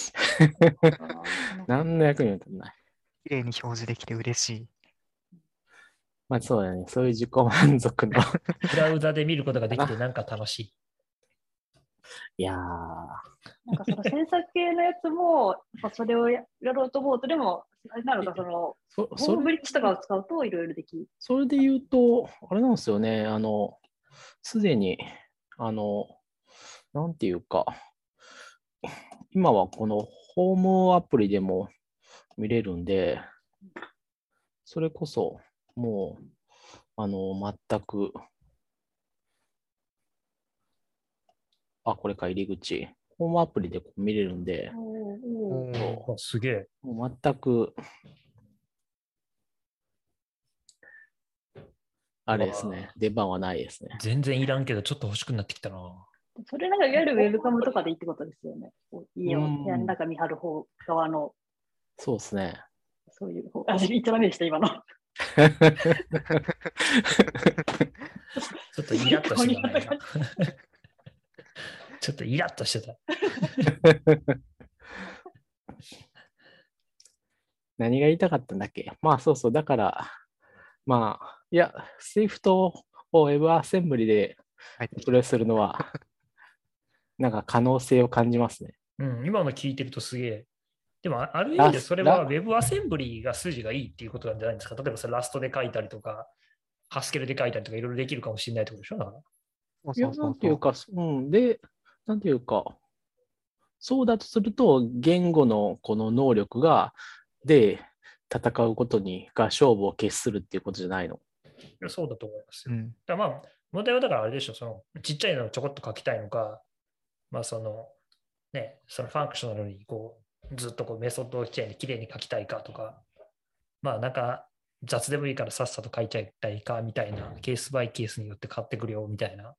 何の役にも立たない。 綺麗に表示できて嬉しい。 まあそうだね。そういう自己満足の。 ブラウザで見ることができてなんか楽しい。 いやー、 なんかそのセンサー系のやつも、まあ、それをややろうと思うと、でも、あれなのか、その、 そホーそれムブリッジとかを使うといろいろできる。 それで言うと、あれなんですよね。あの、すでに、あの、なんていうか、今はこのホームアプリでも見れるんで、それこそ、もう、あの、全く、あ、これか、入り口。ホームアプリでこう見れるんで、 おーおーそあすげえ。 うもう全く、あれですね、出番はないですね。 全然いらんけど、ちょっと欲しくなってきたな。 それなんかいわゆるウェブカムとかでいいってことですよね。こう家をうん部屋の中見張る方側の、 そうですね。 そういう方。あ、言っちゃダメでした、今の。 ちょっとイラッとしてたな。今ちょっとイラッとしてた。 何が言いたかったんだっけ。まあそうそう。だから、まあ、いや、Swift を WebAssembly ではいプレイするのは、なんか可能性を感じますね。 うん、今の聞いてるとすげえ。でも、あある意味でそれは WebAssembly が筋がいいっていうことなんじゃないですか。例えばそれラストで書いたりとか、ハスケルで書いたりとかいろいろできるかもしれないってことでしょ。だからそういや、なそうそうんそう。 ていうか、うん。で、なんていうか、そうだとすると、言語のこの能力が、で、戦うことに、が勝負を決するっていうことじゃないの。 いやそうだと思いますよ。 うん。 だからまあ、問題はだからあれでしょ、そのちっちゃいのをちょこっと書きたいのか、まあその、ね、そのファンクショナルにこう、ずっとこうメソッドをきれいにきれいに書きたいかとか、まあなんか雑でもいいからさっさと書いちゃいたいかみたいな、ケースバイケースによって変わってくるよみたいな。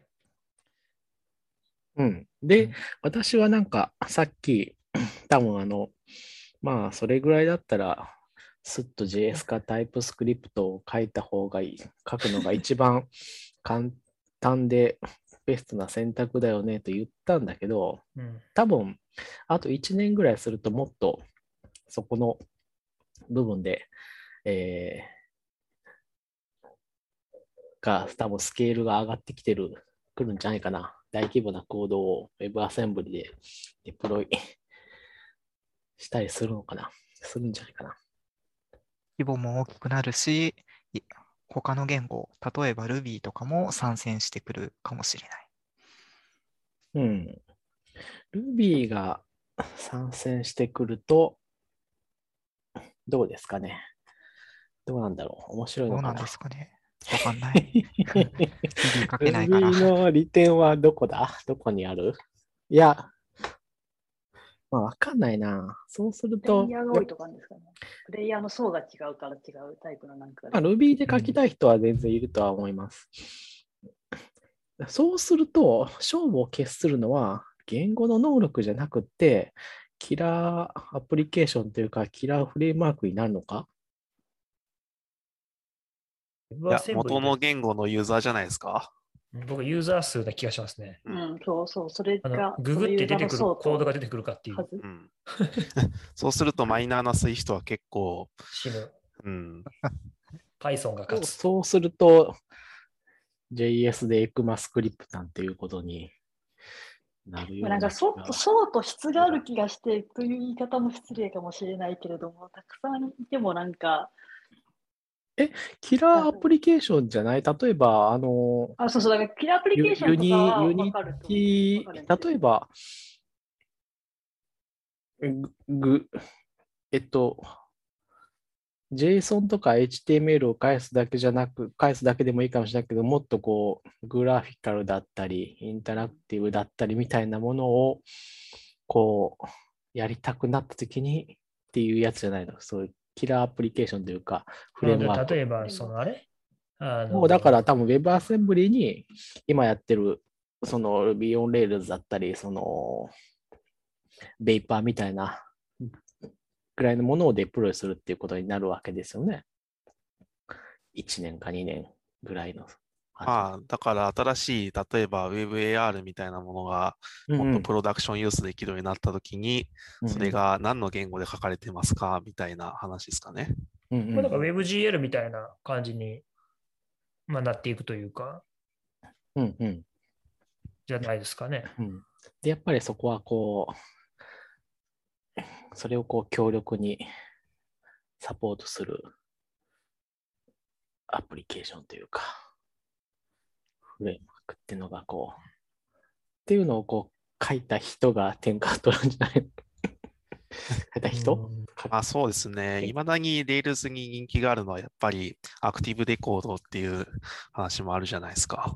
うん。で、 うん私はなんか、さっき、多分あの、まあ、それぐらいだったら、すっと ジェイエス か TypeScript を書いた方がいい、書くのが一番簡単でベストな選択だよねと言ったんだけど、 うん多分、あといちねんぐらいするともっとそこの部分で、えーが多分スケールが上がってきてる、くるんじゃないかな。 大規模なコードを WebAssembly でデプロイしたりするのかな。するんじゃないかな。 規模も大きくなるし、い他の言語、例えば Ruby とかも参戦してくるかもしれない。 うん。Ruby が参戦してくると、どうですかね。どうなんだろう。面白いどうなんのかな。 ですかね。わかんない。Ruby 書けないから。 Ruby の利点はどこだどこにあるいや、まあわかんないな。そうするプレと、 イヤーが多いとかあるんですかね。プレイヤーの層が違うから違うタイプのなんかで。 まあ、Ruby で書きたい人は全然いるとは思います。そうすると、勝負を決するのは、言語の能力じゃなくて、キラーアプリケーションというか、キラーフレームワークになるのかいや、元の言語のユーザーじゃないですか。 僕、ユーザー数な気がしますね。 うん、そうそう、それあのが、 ググって出てくるコードが出てくるかっていう。 はず。 うん、そうするとマイナーなスイフトは結構、 死ぬ。 うん、 Python が勝つ。 そうすると、ジェイエス で ECMAScript なんていうことになるような。 なんかそうと、そうと質がある気がしてという言い方も失礼かもしれないけれども、たくさんいてもなんか、 キラーアプリケーションじゃない例えば、あの、 あ、そうそう、だからキラーアプリケーションとかは分かると思う。 ユニティ、例えば、ぐ、ぐえっと、JSON とか エイチティーエムエル を返すだけじゃなく、返すだけでもいいかもしれないけど、もっとこう、グラフィカルだったり、インタラクティブだったりみたいなものを、こう、やりたくなった時にっていうやつじゃないの。そういうキラーアプリケーションというか、フレームワーク。 例えば、そのあれあのもうだから多分 WebAssembly に今やってる、その Ruby on Rails だったり、その Vapor みたいなぐらいのものをデプロイするっていうことになるわけですよね。いちねんかにねんぐらいの。 まあ、だから新しい、例えば WebAR みたいなものがもっとプロダクションユースできるようになったときに、 うんうん、 それが何の言語で書かれてますかみたいな話ですかね。 うんうん、 まあ、だから WebGL みたいな感じに、まあ、なっていくというか、 うんうん、 じゃないですかね。 うん。で、やっぱりそこはこう、それをこう強力にサポートするアプリケーションというか、フレームワークっていうのがこう、っていうのをこう書いた人が天下を取るんじゃないの書いた人、 まあそうですね。いまだに Rails に人気があるのはやっぱりアクティブデコードっていう話もあるじゃないですか。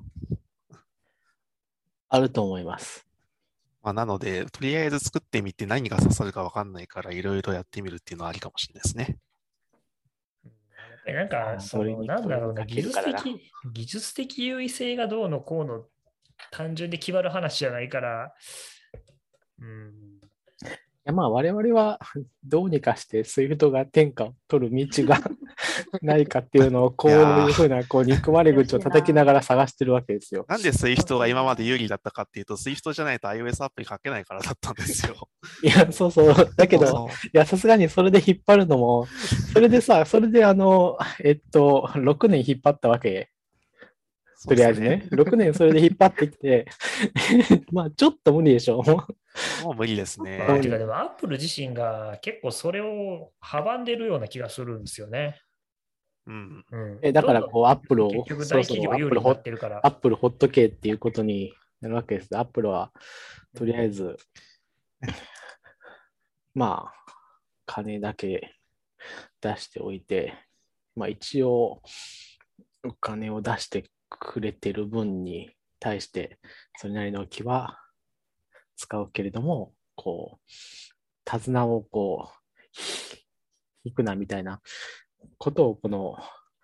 あると思います。 まあ、なので、とりあえず作ってみて何が刺さるか分かんないからいろいろやってみるっていうのはありかもしれないですね。 なんか、その、なんだろうな、技術的、技術的優位性がどうのこうの単純で決まる話じゃないから、うん。 いやまあ我々はどうにかして Swift が天下を取る道がないかっていうのをこういうふうなこう憎まれ口を叩きながら探してるわけですよ。 なんで Swift が今まで有利だったかっていうと Swift じゃないと iOS アプリ書けないからだったんですよ。 いや、そうそう。だけど、 そうそういや、さすがにそれで引っ張るのも、それでさ、それであの、えっと、ろくねん引っ張ったわけ。とりあえずね、ろくねんそれで引っ張ってきて、まあちょっと無理でしょ。 もう無理ですね。 てかでも、アップル自身が結構それを阻んでるような気がするんですよね。 うん。 うん、 えだからこう、アップルを、 結局大企業有利になってるから。 アップルほっとけっていうことになるわけです。アップルは、とりあえず、まあ、金だけ出しておいて、まあ一応、お金を出してくれてる分に対して、それなりの気は使うけれども、こう、手綱をこう、引くなみたいなことを、この、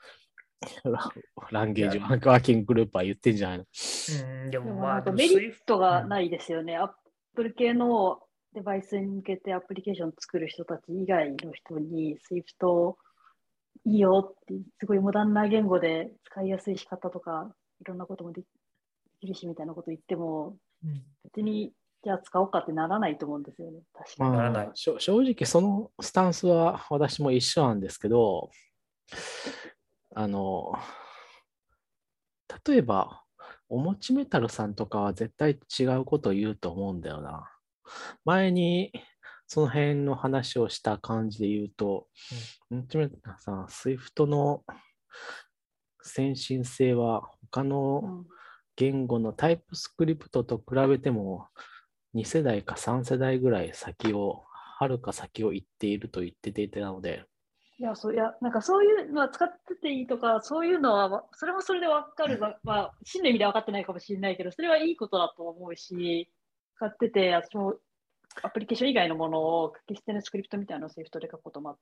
ランゲージワーキンググループは言ってんじゃないの。 うん、ででもまあ、 もなんかメリットがないですよね。アップル系のデバイスに向けてアプリケーションを作る人たち以外の人に Swift いいよって、すごいモダンな言語で使いやすい仕方とか、いろんなこともできるしみたいなこと言っても、別にじゃあ使おうかってならないと思うんですよね。確かに。 ならない。 正直そのスタンスは私も一緒なんですけど、あの、例えばおもちメタルさんとかは絶対違うことを言うと思うんだよな。前にその辺の話をした感じで言うと、おもちメタルさん、Swift の先進性は他うのん言語のタイプスクリプトと比べてもに世代かさん世代ぐらい先を、はるか先を行っていると言っていたので、 いや、そういや、なんかそういうのは使ってていいとか、そういうのは、それもそれで分かる、ままあ、真の意味では分かってないかもしれないけど、それはいいことだと思うし、使ってて、私もアプリケーション以外のものを書き捨てのスクリプトみたいなのを Swift で書くこともあって、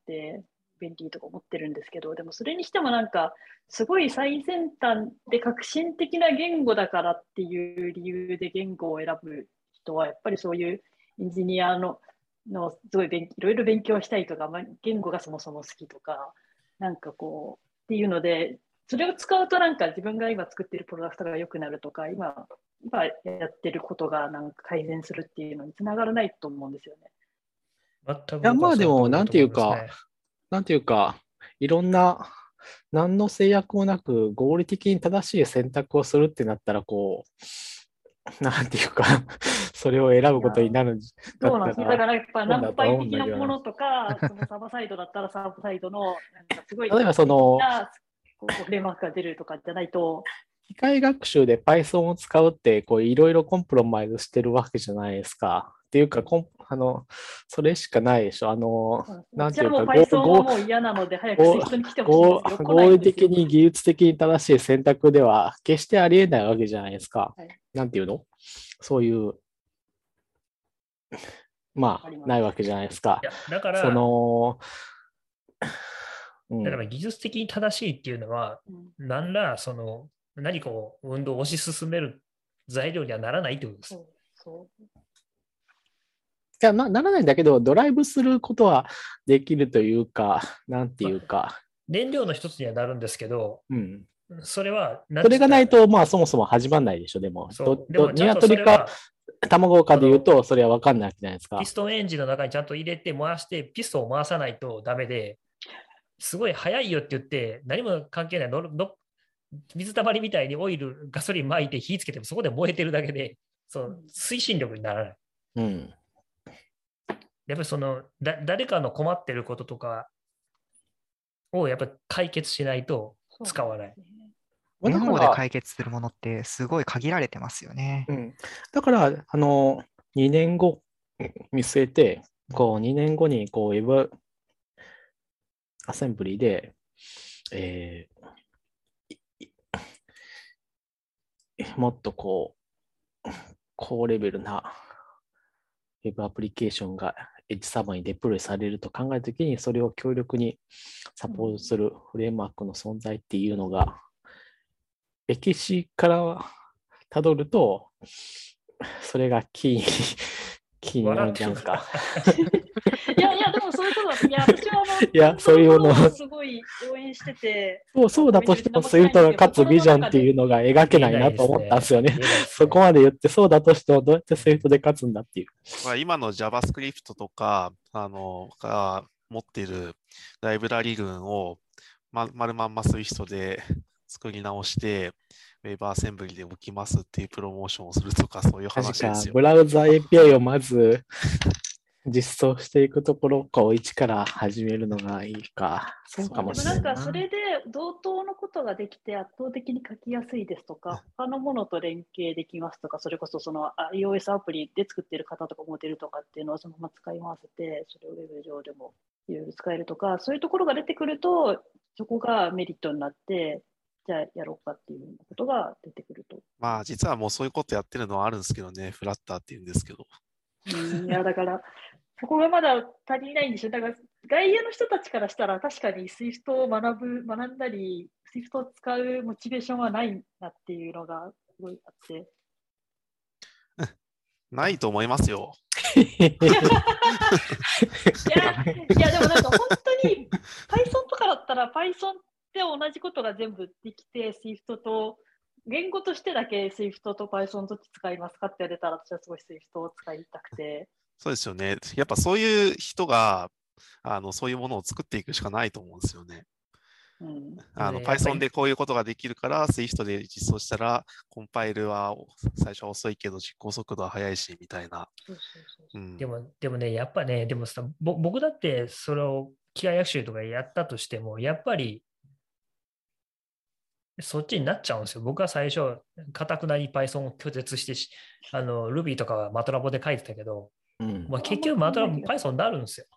便利とか思ってるんですけど、でもそれにしてもなんか、すごい最先端で革新的な言語だからっていう理由で言語を選ぶ人は、やっぱりそういうエンジニアののすごい勉いろいろ勉強したいとか、まあ、言語がそもそも好きとか、なんかこう、っていうので、それを使うとなんか自分が今作ってるプロダクトが良くなるとか、今、今やってることがなんか改善するっていうのにつながらないと思うんですよね。 全くいや、まあでも、なんていうか、 僕はその通りだと思いますねなんていうか、いろんな、何の制約もなく合理的に正しい選択をするってなったら、こう、なんていうか、それを選ぶことになるんだそうなんです。だったら、 からやっぱそうだとナンパイ思うんだけどな的なものとか、そのサーバーサイドだったらサーバーサイドのなんかすごい例えばそのなこうフレームワークが出るとかじゃないと、 機械学習で Python を使うって、こう、いろいろコンプロマイズしてるわけじゃないですか。っていうか、コンあの、それしかないでしょ。あの、なんていうか、 私はもう Python はもう嫌なので、早く Swift に来てほしいんですけど、来ない合理んですよ的に技術的に正しい選択では決してありえないわけじゃないですか。 はいなんていうのそういう、まあありま、すないわけじゃないですかい。やだから、 その、うんだから技術的に正しいっていうのは、 うん何らその何かを運動を推し進める材料にはならないってことです。 そうそういや、まあ、ならないんだけど、ドライブすることはできるというか、なんていうか、 燃料の一つにはなるんですけど、 うん。 それは何それがないと、 と、まあ、そもそも始まんないでしょ、でも。 そうでどどもちゃんとそれ鶏かは卵かで言うと、それは分かんないじゃないですかピ。ストンエンジンの中にちゃんと入れて回して、ピストンを回さないとダメで、すごい速いよって言って、何も関係ないのの水たまりみたいにオイル、ガソリン撒いて火つけてもそこで燃えてるだけで、その推進力にならない。 うん。 やっぱりそのだ誰かの困ってることとかをやっぱり解決しないと使わない。 まあだ言語でから、 解決するものってすごい限られてますよね。 うん、だから、あの、にねんご見据えて、こう、にねんごに、こう、Web アセンブリで、えーもっとこう、高レベルな Web アプリケーションがエッジサーバーにデプロイされると考えたときに、それを強力にサポートするフレームワークの存在っていうのが、歴史からたどると、それがキー、キーになるんじゃないですか。 いやいや、でもそういうことだ。いや、私はもう、 いやそういうのをすごい応援してて、 そうそうだとしても、スイートが勝つビジョンっていうのが描けないなと思ったんですよね。そこまで言って、そうだとしても、どうやってスイートで勝つんだっていう。 まあ、今の JavaScript とか、あの、が持っているライブラリ群を、ま、丸まんま Swift で作り直して、WebAssembly で置きますっていうプロモーションをするとか、そういう確か話です、よ。 ブラウザ エーピーアイ をまず実装していくところを一から始めるのがいいか。そうかもしれないな。 でもなんかそれで同等のことができて圧倒的に書きやすいですとか、他のものと連携できますとか、それこそその iOS アプリで作っている方とかモデルとかっていうのをそのまま使い回せて、それをウェブ上でもいろいろ使えるとか、そういうところが出てくると、そこがメリットになって、じゃあやろうかっていうことが出てくると。 まあ、実はもうそういうことやってるのはあるんですけどね、フラッターっていうんですけど。 うん、いや、だから、そこがまだ足りないんでしょ。だから、外野の人たちからしたら、確かに Swift を学ぶ、学んだり、Swift を使うモチベーションはないなっていうのがすごいあって。 ないと思いますよ。 いや、いやでもなんか本当に Python とかだったら Python で同じことが全部できて Swift と言語としてだけ Swift と Python どっち使いますかって言われたら私はすごい Swift を使いたくて。 そうですよね。やっぱそういう人が、あの、そういうものを作っていくしかないと思うんですよね。 うんあのでやっぱり Python でこういうことができるから、Swift で実装したら、コンパイルは最初は遅いけど実行速度は速いし、みたいな。 そうそうそうそう。 うんでも、でもね、やっぱね、でもさ、ぼ僕だってそれを機械学習とかやったとしても、やっぱりそっちになっちゃうんですよ。僕は最初、かたくなに Python を拒絶してし、あの Ruby とかはマトラボで書いてたけど、 うん。 まあ、結局マトラボ Python になるんですよ。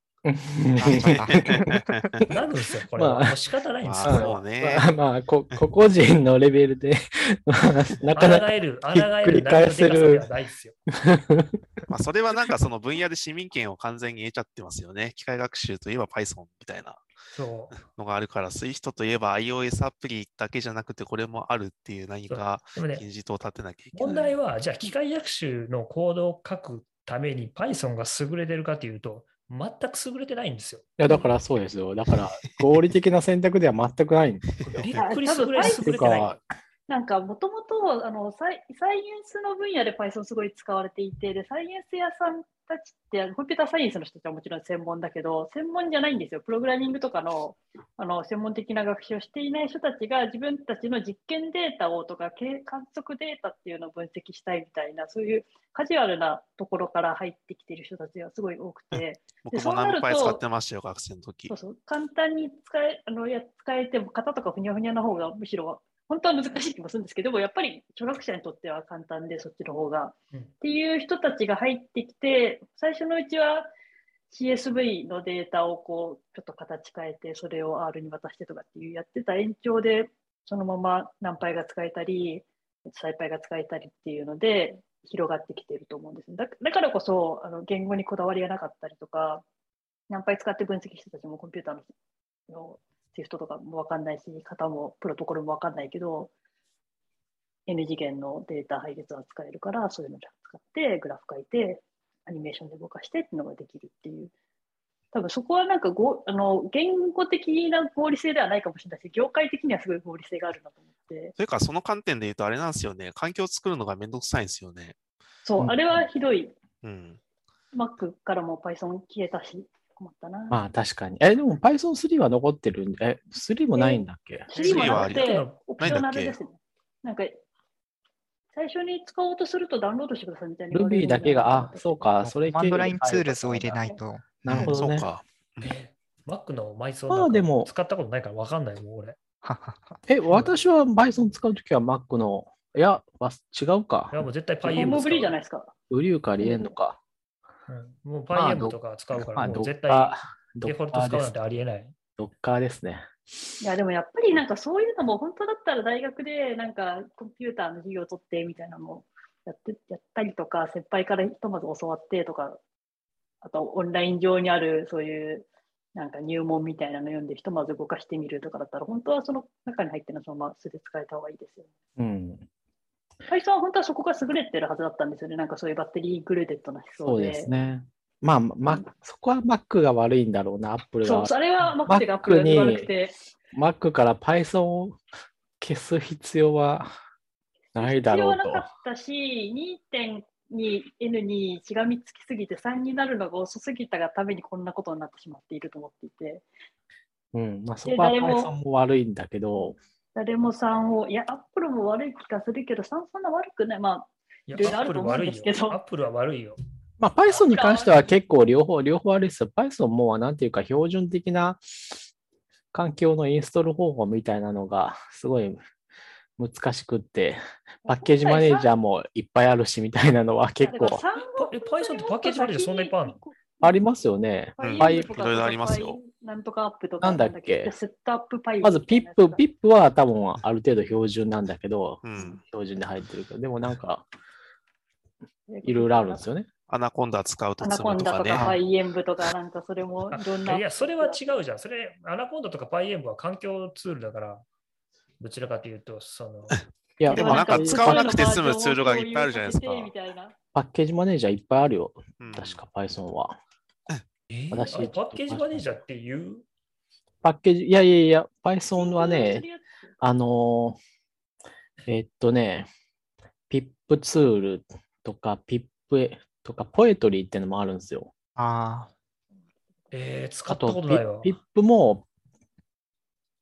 なるんですよ、これは。 まあもう仕方ないんですまあよ。 そうね。 まあまあ、こ個々人のレベルで、まあ、なかなか抗える、抗ひっくりえる波の返せるでかさではないですよ。 まあそれはなんかその分野で市民権を完全に得ちゃってますよね。機械学習といえば Python みたいなそう。 のがあるから、Swift といえば iOS アプリだけじゃなくてこれもあるっていう何かでもね、 金字塔を立てなきゃいけない。 問題は、じゃあ機械学習のコードを書くために Python が優れてるかというと、全く優れてないんですよ。 いや、だからそうですよ。だから、合理的な選択では全くないんですよ。 びっくりあ多分優れっていう優れてない。 か、 なんか、もともと、あの、サイ、サイエンスの分野で Python すごい使われていて、で、サイエンス屋さんたちって、コンピューターサイエンスの人たちはもちろん専門だけど、専門じゃないんですよ。プログラミングとかの、あの、専門的な学習をしていない人たちが自分たちの実験データをとか、け観測データっていうのを分析したいみたいな、そういうカジュアルなところから入ってきている人たちがすごい多くて、 僕もそうなると何倍使ってましたよ、学生の時そう。そう簡単に使えあのや使えても、型とかふにゃふにゃの方がむしろ本当は難しい気もするんですけど、でもやっぱり初学者にとっては簡単で、そっちの方が。 うんっていう人たちが入ってきて、最初のうちは シーエスブイ のデータをこうちょっと形変えて、それを R に渡してとかっていうやってた延長で、そのまま何倍が使えたり、サイパイが使えたりっていうので、広がってきていると思うんですね。だだからこそあの言語にこだわりがなかったりとか、何倍使って分析してた人たちもコンピューターののシフトとかも分かんないし、型もプロトコルも分かんないけど、N 次元のデータ配列は使えるから、そういうのを使って、グラフ書いて、アニメーションで動かしてっていうのができるっていう。多分そこはなんかごあの言語的な合理性ではないかもしれないし、業界的にはすごい合理性があるなと思って。 それからその観点で言うとあれなんですよね。環境を作るのがめんどくさいんですよね。 そう、 うんあれはひどい。 うん。 Mac からも Python 消えたし、困ったな。 まあ確かに。え、でも パイソンスリー は残ってるんで、え、スリーもないんだっけ？ スリーもなくスリーてはあり、 オプショナルですね。なんか、最初に使おうとするとダウンロードしてくださいみたいに言われる Ruby だけが、あ、そうか、それコマンドラインツー経由でルズを入れないと。 なるほどね。 そうか。 え Mac の埋葬まあなんかでも使ったことないから分かんないもん、俺。 え、私は Python 使うときは Mac の、いや、わ違うかい。や、もう絶対ホーム PyEm ブリーじゃ使う。 ないですか。 ウリューかありえんのか。 うん、もうまあ PyEm とか使うから、 まあ、 もう絶ドッカ対ー、ドッデフォルトカーです使うなんて。ありえない。 ドッカーですね。 いや、でもやっぱりなんかそういうのも本当だったら大学でなんかコンピューターの授業を取ってみたいなのもやってやったりとか、先輩からひとまず教わってとか、あとオンライン上にあるそういうなんか入門みたいなの読んでひとまず動かしてみるとかだったら、本当はその中に入ってるのそのまま素で使えた方がいいですよね。 うん。 Python は本当はそこが優れてるはずだったんですよね。なんかそういうバッテリーインクルーデッドな思想で。 そうですね。まあ、ま、そこは Mac が悪いんだろうな、Apple が。 そう、それは Mac が Apple が悪くて。 Mac から Python を消す必要はないだろうと。 必要なかったし、にてんにエヌ にしがみつきすぎてさんになるのが遅すぎたがためにこんなことになってしまっていると思っていて。 うん、まあそこは Python も悪いんだけど。 誰もさんを、いや、Apple も悪い気がするけど、さんそんな悪くない。まあ、 いや、 いろいろあると思うんですけど。 Apple は悪いよ。 まあ Python に関しては結構両方、両方悪いですよ。Python もなんていうか標準的な環境のインストール方法みたいなのがすごい難しくって、パッケージマネージャーもいっぱいあるしみたいなのは結構。 え、Python ってパッケージマネージャーそんないっぱいあるの？ ありますよね。 うんパイいろいろありますよ。 なんとかアップとか。 なんだっけセットアップパイまず ピップ、ピップは多分ある程度標準なんだけど、 うん。 標準で入ってるけど、でもなんかいろいろあるんですよね。 アナコンダ使うとアナ積むとかねコンダとか。パイエンブとか、なんかそれもいろんな。 いや、それは違うじゃん。それ、アナコンダとか PyEm は環境ツールだから、どちらかというと、その、 いや、 でもなんか使わなくて済む複数ツールがいっぱいあるじゃないですかのバージョンを共有させてみたいなパッケージマネージャーいっぱいあるよ。 うん確か Python は。 えー私あれパッケージマネージャーっていうパッケージ、いやいやいや、Python はね、あのー、えっとね、ピップツールとか、ピップとか、ポエトリーってのもあるんですよ。 あえー、使あったことないわ。 ピ、ピップも、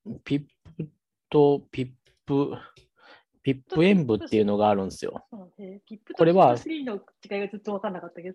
ピップとピップ、ピップ演舞っていうのがあるんですよ。 そうえーピップとこれはピップスリーの違いがずっと分かんなかったけど。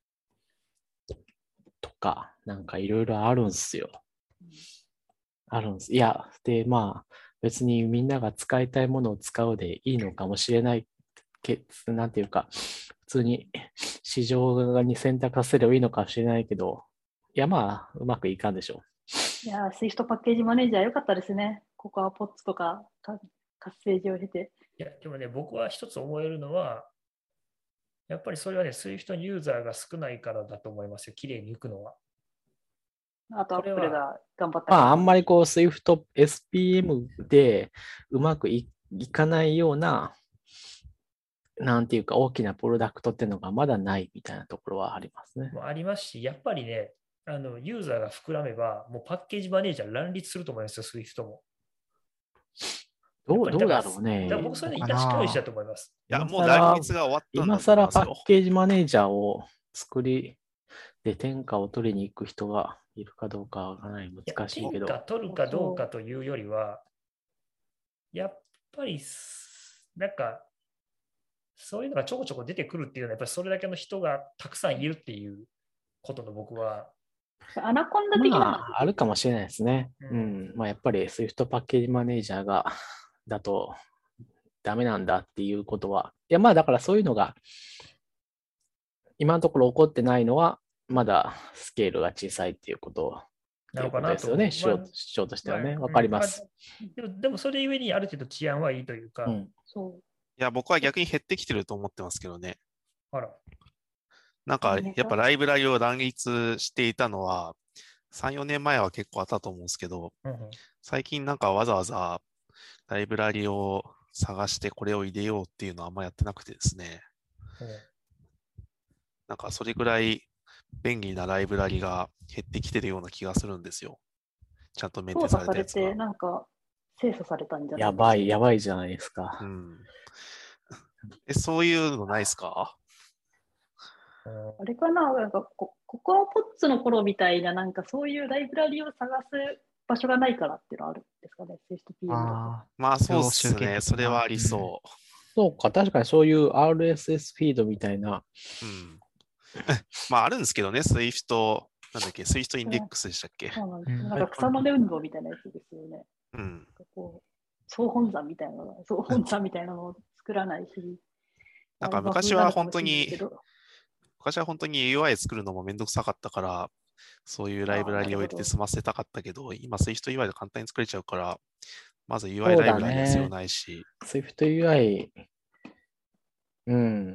とか、なんかいろいろあるんですよ。あるんです。いや、で、まあ、別にみんなが使いたいものを使うでいいのかもしれないけ、なんていうか、普通に市場に選択させればいいのかもしれないけど、いや、まあ、うまくいかんでしょいやー、スイフトパッケージマネージャー良かったですね。ココアポッツとかか活性時を経て。 いや、でもね、僕は一つ思えるのは、やっぱりそれはね、Swift のユーザーが少ないからだと思いますよ、綺麗にいくのは。 あと、アこれはップルが頑張っう。まあ、 たから。 あんまりこう、Swift エスピーエム でうまくいいかないような、なんていうか、大きなプロダクトっていうのがまだないみたいなところはありますね。 もありますし、やっぱりね、あのユーザーが膨らめば、もうパッケージマネージャー乱立すると思いますよ、Swift も。 どうやっぱりどうだろうねだから僕、それで致し返しだと思います。 いや、 今もう更乱立が終わったんだ今と思いますよ。 更パッケージマネージャーを作りで天下を取りに行く人がいるかどうかはかなりいや難しいけど。 天下取るかどうかというよりは、やっぱり、なんか、そういうのがちょこちょこ出てくるっていうのは、やっぱりそれだけの人がたくさんいるっていうことの僕は、 アナコンダ的なのまあ、あるかもしれないですね。 ううんん。まあ、やっぱり Swift パッケージマネージャーが、だとダメなんだっていうことは、いや、まあ、だからそういうのが、今のところ起こってないのは、まだスケールが小さいっていうことなのかなとですよね、主張まあ主張としてはね。 まあわかります。 うんまあでも、でもそれゆえにある程度治安はいいというか、 うん。 そう。 いや、僕は逆に減ってきてると思ってますけどね。 あら、 なんか何が、 やっぱライブラリを乱立していたのは、さん、よねんまえは結構あったと思うんですけど、 うんうん最近なんかわざわざライブラリを探してこれを入れようっていうのはあんまやってなくてですね。 うんなんかそれぐらい便利なライブラリが減ってきてるような気がするんですよ。ちゃんとメンテ操されたやつが作されて、。なんか、精査されたんじゃないやばい、やばいじゃないですか。 うん。え、そういうのないですか？ うんあれかな、なんかコココアポッツの頃みたいな、なんかそういうライブラリを探す場所がないからっていうのはあるんですかね、スイフトピーエム だと。 あまあそうっすね。 集計的なそれはありそそうか、確かにそういう アールエスエス フィードみたいな、 う。うん。まああるんですけどね、Swift、なんだっけ、Swift インデックスでしたっけ。 そうなんです。 うんなんか草の根運動みたいなやつですよね。 うん。 なんかこう総本山みたいなの、総本山みたいなのを作らないし。 なんかあれ昔は風なのかも本当にしれないけど昔は本当に ユーアイ 作るのもめんどくさかったから、そういうライブラリを入れて済ませたかったけど、今 Swift ユーアイ で簡単に作れちゃうから、まず ユーアイそうだねライブラリは必要ないし、 Swift ユーアイ、うん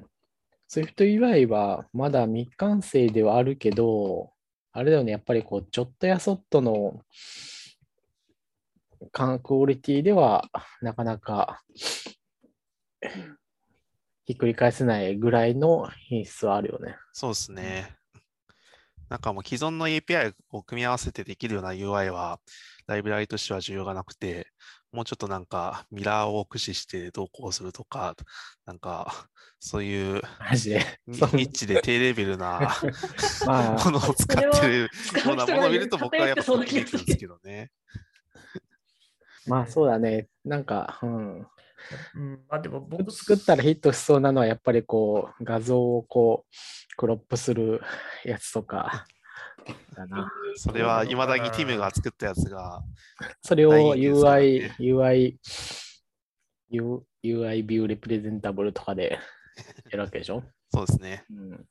。Swift ユーアイ はまだ未完成ではあるけど、あれだよね、やっぱりこう、ちょっとやそっとのクオリティではなかなかひっくり返せないぐらいの品質はあるよね。 そうですね。なんかもう既存の エーピーアイ を組み合わせてできるような ユーアイ は、ライブラリとしては需要がなくて、もうちょっとなんかミラーを駆使してどうこうするとか、なんかそういうマジで。 ニそんニッチで低レベルなまあものを使ってるようなものを見ると使う人が僕はやっぱと偏ってきめくんですけどね。 まあそうだね。なんか、うん。 うんまあ、でも僕作ったらヒットしそうなのはやっぱりこう画像をこうクロップするやつとかだな。 それは未だにティムが作ったやつが、 それをないんですけどねユーアイ、ユーアイ、ユーアイ ビューレプレゼンタブルとかでやるわけでしょ、 そうですね。 うん、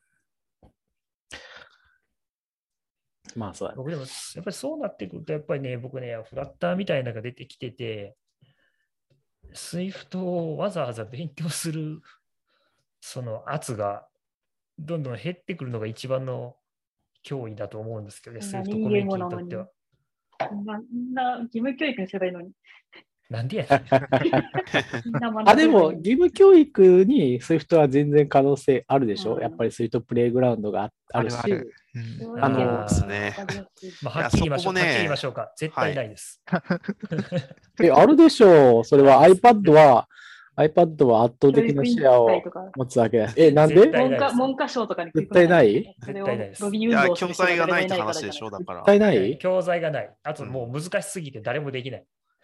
まあそうだね。 僕でも、やっぱりそうなってくると、やっぱりね、僕ね、フラッターみたいなのが出てきてて、Swift をわざわざ勉強する、その圧がどんどん減ってくるのが一番の脅威だと思うんですけどね、 そんな Swift 人コミュニティ間もなのににとっては。 みんな、みんな義務教育にすればいいのに。 なんでやねんみんな学べばいいあ、でも、義務教育に Swift は全然可能性あるでしょ、 うんやっぱり Swift プレイグラウンドがああるし、 あるある。うんあのそうですね。 まあ、はっきり言いましょう。 いやそこねはっきり言いましょうか。絶対ないです。 え、あるでしょう。それは iPad は、iPad は圧倒的なシェアをとか持つわけです。え、なんで絶対文科文科省とかに絶対ないそれを絶対ないですロビーいや、 運動をする人教材がないって誰も話でしょ、だから。 絶対ない教材がない。あともう難しすぎて誰もできない。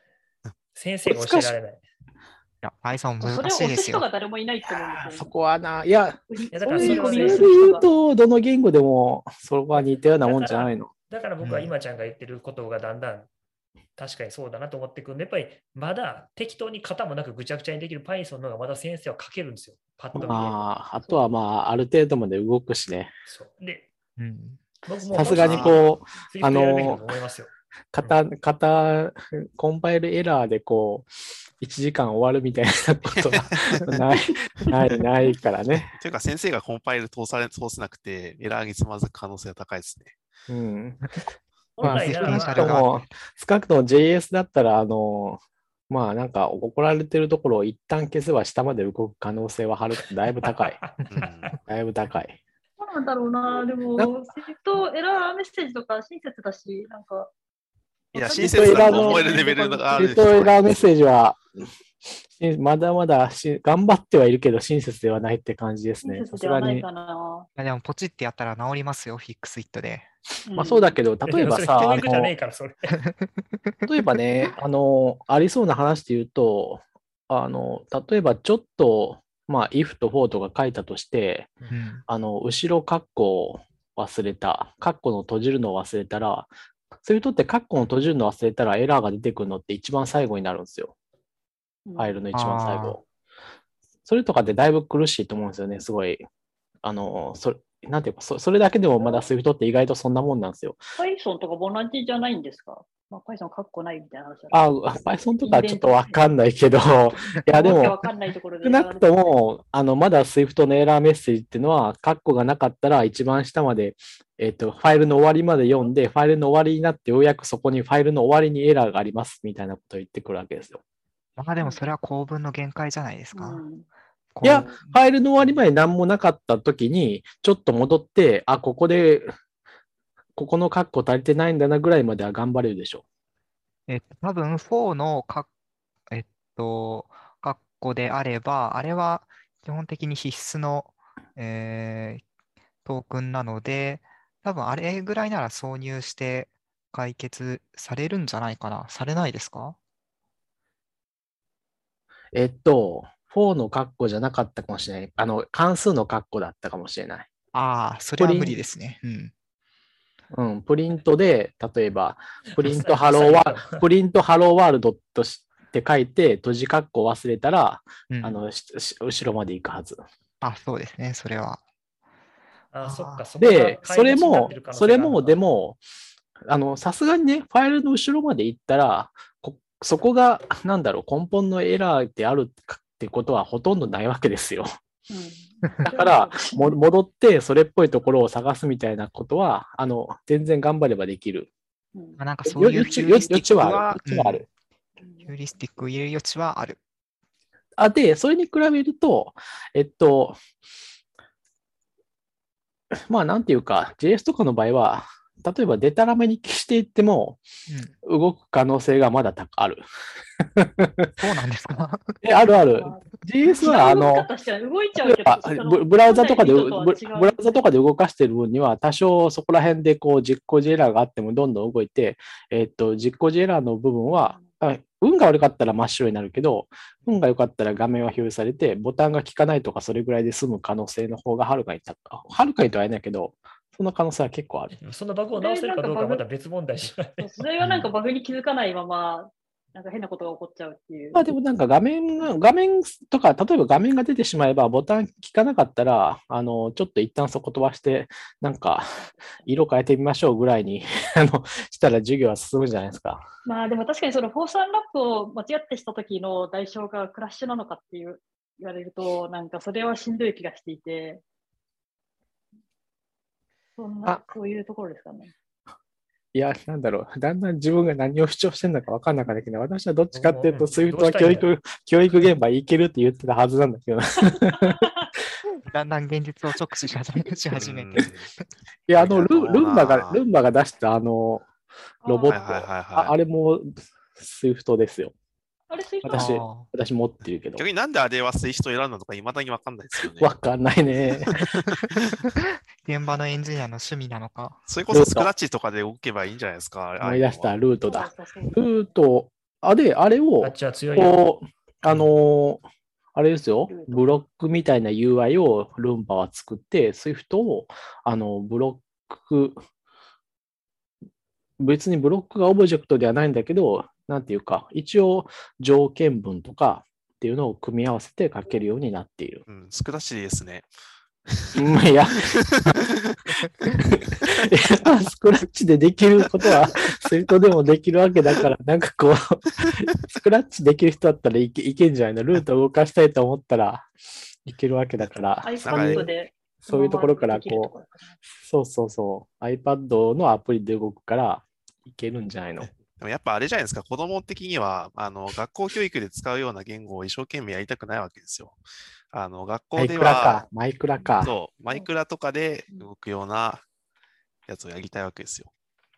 先生が教えられない。 いや、Python それを難しいですよ。 押す人が誰もいないと思うんですよ。 そこはな、いや、 振りいやだからそういうそれはね理由で言うと、どの言語でもそれは似たようなもんじゃないの。 だから僕は今ちゃんが言ってることがだんだん確かにそうだなと思ってくるんで、やっぱりまだ適当に型もなくぐちゃぐちゃにできる Python の方がまだ先生は書けるんですよ。パッと見で。 まあ、あとはまあ、ある程度まで動くしね。 そうで、 うん。 僕もさすがにこう、 Swift やるべきだと思いますよ。 型、型、コンパイルエラーでこう、いちじかん終わるみたいなことはない、ない、ないからね。 というか、先生がコンパイル通され、通せなくて、エラーにつまずく可能性が高いですね。 うん。 本まあ、少来ならばなくとも、少なくとも ジェイエス だったら、あの、まあなんか怒られてるところを一旦消せば下まで動く可能性ははるだいぶ高い。 うんだいぶ高い。 そうなんだろうな。でも、 なセリフとエラーメッセージとか親切だし、なんか。 いや、 親親切だと思えるレベルがあるえっと、エラーメッセージは、しまだまだし頑張ってはいるけど親切ではないって感じですね。 親切さすがに。 ではないかな。 いやでも、ポチってやったら治りますよ、フィックスイットで。 まあそうだけど、 いや例えばさ、あそれ教育じゃねえの、 から、それ。 例えばね、あの、ありそうな話で言うと、あの、例えばちょっと、まあ、if と for とか書いたとして、 うん。 あの、後ろカッコを忘れた、カッコの閉じるのを忘れたら、そういうとってカッコの閉じるのを忘れたらエラーが出てくるのって一番最後になるんですよ。 うんファイルの一番最あー後。それとかってだいぶ苦しいと思うんですよね、すごい。あの、それ、なんていうか、そそれだけでもまだ Swift って意外とそんなもんなんですよ。 Python とかも同じじゃないんですか？まあ、Python カッコないみたいな話だあ、Python とかはちょっとわかんないけど、いやでも、 わけわかんないところで少なくとも、あの、まだ Swift のエラーメッセージっていうのは、カッコがなかったら一番下まで、えっと、ファイルの終わりまで読んで、ファイルの終わりになって、ようやくそこにファイルの終わりにエラーがありますみたいなことを言ってくるわけですよ。 まあでも、それは構文の限界じゃないですか。 うんこういや、ファイルの終わりまで何もなかったときに、ちょっと戻って、あ、ここで、ここのカッコ足りてないんだなぐらいまでは頑張れるでしょえっと、多分、for のか、えっと、括弧であれば、あれは基本的に必須の、えートークンなので、多分あれぐらいなら挿入して解決されるんじゃないかな。されないですか？ えっと、for のカッコじゃなかったかもしれない。あの、関数のカッコだったかもしれない。 ああ、それはプリン無理ですね。うん。 うん、プリントで、例えば、プリントまさハローワまさにプリントハローワールドとして書いて、閉じカッコ忘れたら、 うんあの、しし後ろまで行くはず。 あ、そうですね。それは。 あ、そっか、 あーそこがで、それも買いがちになってる、可能それも、 性があるのかでも、あの、さすがにね、ファイルの後ろまで行ったら、こそこが、なんだろう、根本のエラーであるってことはほとんどないわけですよ。 うんだから、も戻って、それっぽいところを探すみたいなことは、あの、全然頑張ればできる。 うんまあ、なんかそういうよヒューリスティック余地はあはる。余地はある。 うんヒューリスティックを入れる余地はある。 あ、で、それに比べると、えっと、まあ、なんていうか、ジェイエス とかの場合は、例えばデタラメに消していっても、 うん。 動く可能性がまだたある。 そうなんですか？ え、あるある。ジェイエス は、あの、 動き方してない動いちゃうけど例えばブブラウザとかで、ブ本来の意図とは違うブラウザとかで動かしている分には、多少そこら辺でこう実行時エラーがあってもどんどん動いて、えっと、実行時エラーの部分は、あ運が悪かったら真っ白になるけど、運が良かったら画面は表示されて、ボタンが効かないとかそれぐらいで済む可能性の方がはるかに高い。はるかにとは言えないけど、そんな可能性は結構ある。 そのバグを直せるかどうかはまた別問題じゃない。 それがなんかバグに気づかないまま、なんか変なことが起こっちゃうっていう。 まあでもなんか画面が、画面とか、例えば画面が出てしまえば、ボタン効かなかったら、あの、ちょっと一旦そこ飛ばして、なんか、色変えてみましょうぐらいに、あの、したら授業は進むじゃないですか。 まあでも確かにそのフォーサンラップを間違ってした時の代償がクラッシュなのかっていう言われると、なんかそれはしんどい気がしていて、そんなあ、 そういうところですかね。 いや、なんだろう。だんだん自分が何を主張してるのか分かんなかったけど、私はどっちかっていうと、 うんスイフトどうしたいんだは教育、教育現場行けるって言ってたはずなんだけど。いだんだん現実を直視し始めし始めて。 や、あの、ルどうなルンバが、ルンバが出したあの、ロボット、 はいはいはいはいああれもスイフトですよ。 あれ、スイフト私あ私持ってるけど。 逆になんであれはスイフトを選んだのかいまだにわかんないですよね。 わかんないね。 現場のエンジニアの趣味なのか。 それこそスクラッチとかで動けばいいんじゃないですか。 思い出したルートだ。 そうそうそうルート、 あ、で、あれをあっ、ちは強いよ。 こう、あのーあれですよルー、トブロックみたいな ユーアイ をルンバは作って、Swift を、あの、ブロック、別にブロックがオブジェクトではないんだけど、なんていうか、一応条件文とかっていうのを組み合わせて書けるようになっている。 うん、スクラッチでいいですね。 うんいや、スクラッチでできることは、スイートでもできるわけだから、なんかこう、スクラッチできる人だったらいけいけんじゃないの？ルートを動かしたいと思ったらいけるわけだから、そうい iPad うでそういうところからそのままできるとこう、 ころかなそうそうそう、iPad のアプリで動くからいけるんじゃないの？ でもやっぱあれじゃないですか、子供的には、あの、学校教育で使うような言語を一生懸命やりたくないわけですよ。あの、学校でマイクラかは、、 マイクラか。 そう、マイクラとかで動くようなやつをやりたいわけですよ。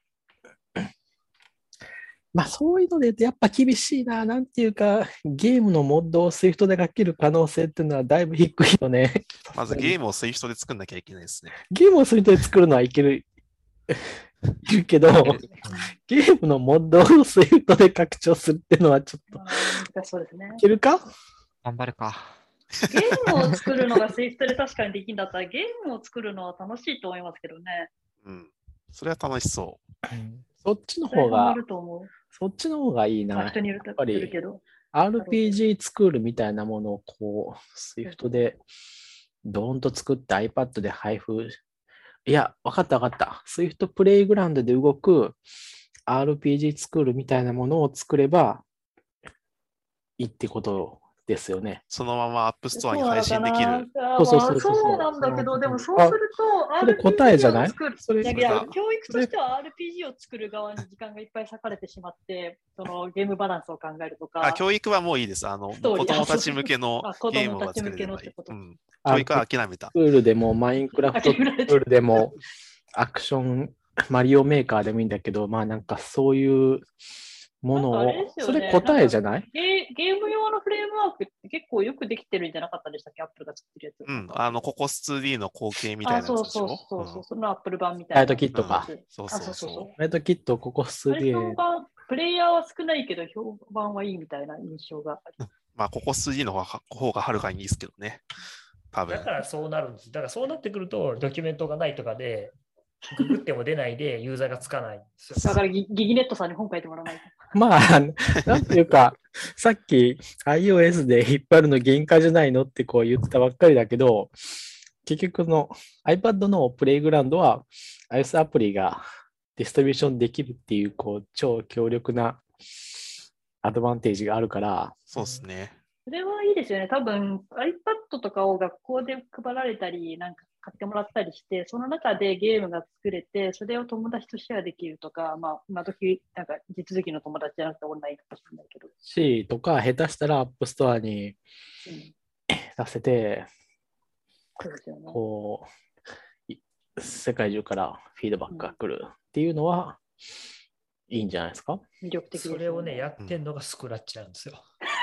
まあそういうので言うとやっぱ厳しいな。なんていうか、ゲームのモッドを Swift で書ける可能性っていうのはだいぶ低いよね。 まずゲームを Swift で作んなきゃいけないですね。 ゲームを Swift で作るのはいける、いるけど、ゲームのモッドを Swift で拡張するっていうのはちょっとあー難しそうですねい。けるか？ 頑張るか。 ゲームを作るのが Swift で確かにできるんだったら、ゲームを作るのは楽しいと思いますけどね。 うん。それは楽しそうんそっちのそれハマ方が、 ると思う。 そっちの方がいいまあ、 な。 人によるとやっぱりするけど。 アールピージー スクールみたいなものをこう、Swift でドーンと作って iPad で配布。いや、わかったわかった。Swift プレイグラウンドで動く アールピージー スクールみたいなものを作ればいいってことですよね。 う。そのまま App Store に配信できる。 そうそうそうそうそうなんだけど、でもそうすると、 それ答えじゃないアールピージー を作るそれいやいやそれだ教育としては アールピージー を作る側に時間がいっぱい割かれてしまって、そのゲームバランスを考えるとか、 あ、教育はもういいです。あの、 ストーリー子供たち向けのあ子ゲーム供たちを作れれ向けのってこ。とばいいうん。教育は諦めたス。クールでも、マインクラフトスクールでも、アクション、マリオメーカーでもいいんだけど、まあなんかそういうものをなんかあれです、よそねれ答えじゃない？ ゲーゲーム用のフレームワークって結構よくできてるんじゃなかったでしたっけ、アップルが作ってるやつ。 うん。あの、ココス ツーディー の後継みたいあ、 なやそうそうつでしょそうそう、 うんそのアップル版みたいな。 ライトキットか。 うんそうあそうそうそうそそうライトキット、ここう。 すげえあれ評。判、プレイヤーは少ないけど、評判はいいみたいな印象があります。 まあ、ココス ツーディー の方が方がはるかにいいですけどね。多分だ。からそうなるんです。だからそうなってくると、ドキュメントがないとかで、ググっても出ないで、ユーザーがつかないんですよ。 だからギギギネットさんに本書いてもらわないと。 まあ、なんていうか、さっき iOS で引っ張るの原価じゃないのってこう言ったばっかりだけど、結局の iPad のプレイグラウンドは iOS アプリがディストリビューションできるっていう、こう、超強力なアドバンテージがあるから、 そうですね。 それはいいですよね。多分 iPad とかを学校で配られたり、なんか買ってもらったりして、その中でゲームが作れて、それを友達とシェアできるとか、まあ、今時、なんか地続きの友達じゃなくてオンラインかもしれないけど。 C とか、下手したら App Store にうん、 させて、 そうですよね。 こう、い世界中からフィードバックが来るっていうのは、いいんじゃないですか？ 魅力的ですよそれをね、やってんのがスクラッチなんですよ。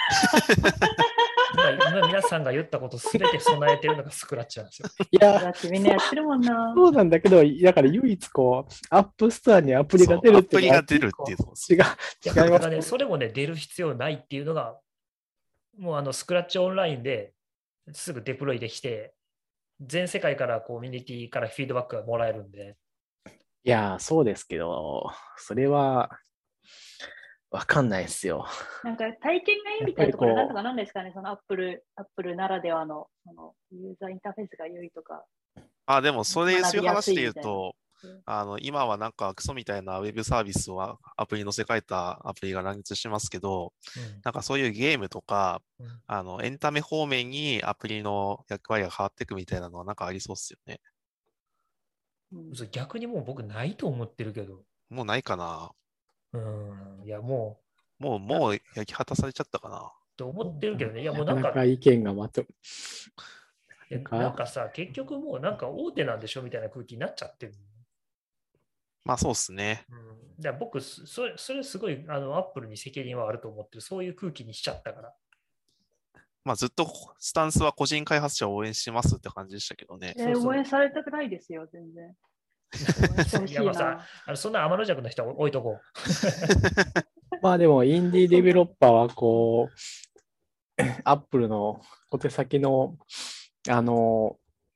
今今皆さんが言ったことすべて備えてるのがスクラッチなんですよ。 いや、 だってみんなやってるもんな。 そうなんだけど、だから唯一こう、アップストアにアプリが出るっていうのはそうアプリが出るっていうとこ違う、 いや違います。 だからね、それもね、出る必要ないっていうのが、もうあのスクラッチオンラインですぐデプロイできて、全世界からコミュニティからフィードバックがもらえるんで。 いや、そうですけど、それは、わかんないですよ。 なんか体験がいいみたいなところ、 やっぱりこうなんとかなんですかね、そのアップル、アップルならではの、そのユーザーインターフェースが良いとか。 あ、でも、それ、そういう話で言う学とびやすいみたいな、 あの、今はなんかクソみたいなウェブサービスをアプリに載せ替えたアプリが乱立してますけど、 うんなんかそういうゲームとか、 うんあの、エンタメ方面にアプリの役割が変わっていくみたいなのはなんかありそうっすよね。 うんそれ逆にもう僕ないと思ってるけど。 もうないかな。 うん、いやももう、もう焼き果たされちゃったかな。 う、と思ってるけどね。いやもうなんかなかなか、意見がまと、 えなんかさ、結局もうなんか大手なんでしょみたいな空気になっちゃってる。 まあそうっすね。 うん、だから僕そ、それそれすごいあのアップルに責任はあると思ってる。そういう空気にしちゃったから。 まあずっとスタンスは個人開発者を応援しますって感じでしたけどね。 えーそうそう応援されたくないですよ、全然。応援してほしいいやまあさな。 あのそんな天の弱の人は置いとこう。 まあでも、インディーデベロッパーはこう、アップルの小手先の、あの、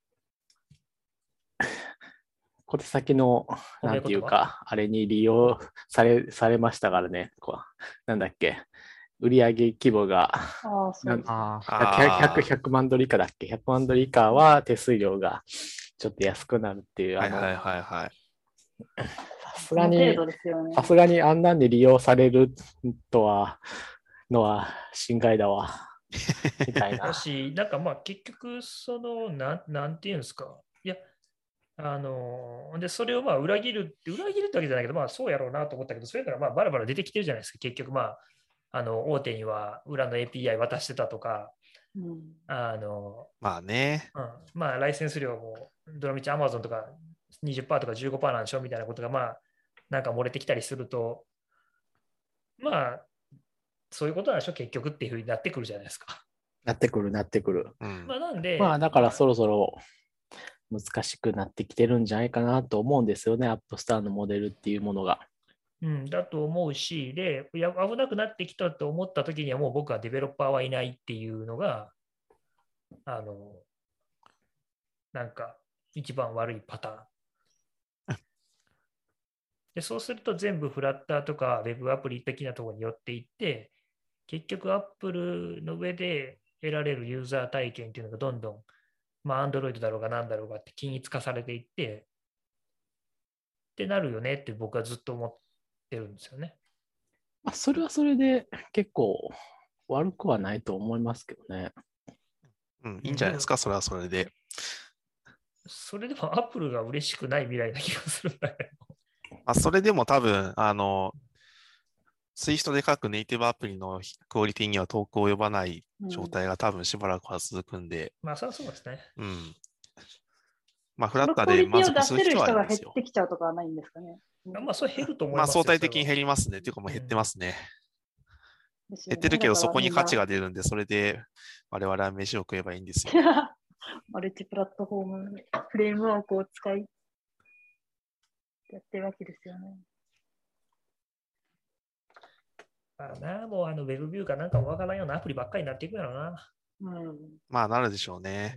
小手先の、なんていうか、あれに利用され、されましたからね。こうなんだっけ。売上規模がああ、そうですね。 ああ、 あひゃく、ひゃく万ドル以下だっけ ?ひゃく 万ドル以下は手数料がちょっと安くなるっていう、 あ、 あの、 はいはいはいはい。 さすその程がに、 度ですよね。 さすがにあんなんで利用されるとは、のは心外だわ。みたいな。 だし、なんかまあ結局、その、なん、なんていうんですか。いや、あの、で、それをまあ裏切るって、裏切るってわけじゃないけど、まあそうやろうなと思ったけど、それからまあバラバラ出てきてるじゃないですか。結局まあ、あの、大手には裏の エーピーアイ 渡してたとか、 うん、 あの、 まあね。 うん、まあライセンス料も、どのみち Amazon とかにじゅっパーセントとかじゅうごパーセントなんでしょみたいなことがまあ、なんか漏れてきたりすると、まあ、そういうことなんでしょ、結局っていうふうになってくるじゃないですか。 なってくる、なってくる。 うんまあ、なんで、 まあ、だからそまろそろ難しくなってきてるんじゃないかなと思うんですよね、アップスターのモデルっていうものが。 あうん、だと思うし、で、いや危なくなってきたと思った時にはもう僕はデベロッパーはいないっていうのが、あの、なんか一番悪いパターン。で、そうすると全部フラッターとか Web アプリ的なところに寄っていって、結局 Apple の上で得られるユーザー体験っていうのがどんどん、まあ Android だろうが何だろうがって均一化されていって、ってなるよねって僕はずっと思ってるんですよね。 まあ、それはそれで結構悪くはないと思いますけどね。 うん、いいんじゃないですか、それはそれで。 それでも Apple が嬉しくない未来な気がするんだけど。 まあ、それでも多分、あの、Swift で書くネイティブアプリのクオリティには遠く及ばない状態が多分しばらくは続くんで、 まあ、そりゃそうですね。 うん。まあ、フそラッターでのクオリティを満足する出せる人人はいるんですよ。 が減ってきちゃうとかはないんですかね。 まあ、それ減ると思いまあ、 ますよ。 相対的に減りりますね。っていうかもう減ってますね。 ですよね。 減ってるけど、 だからそこに価値みんなが出るんで、それで我々は飯を食えばいいんですよ。 マルチプラットフォームフレームワークを使いやってるわけですよね。 まあな、もうあの Web ビューかなんかもわからんようなアプリばっかりになっていくやろうな。 うん、 まあ、なるでしょうね。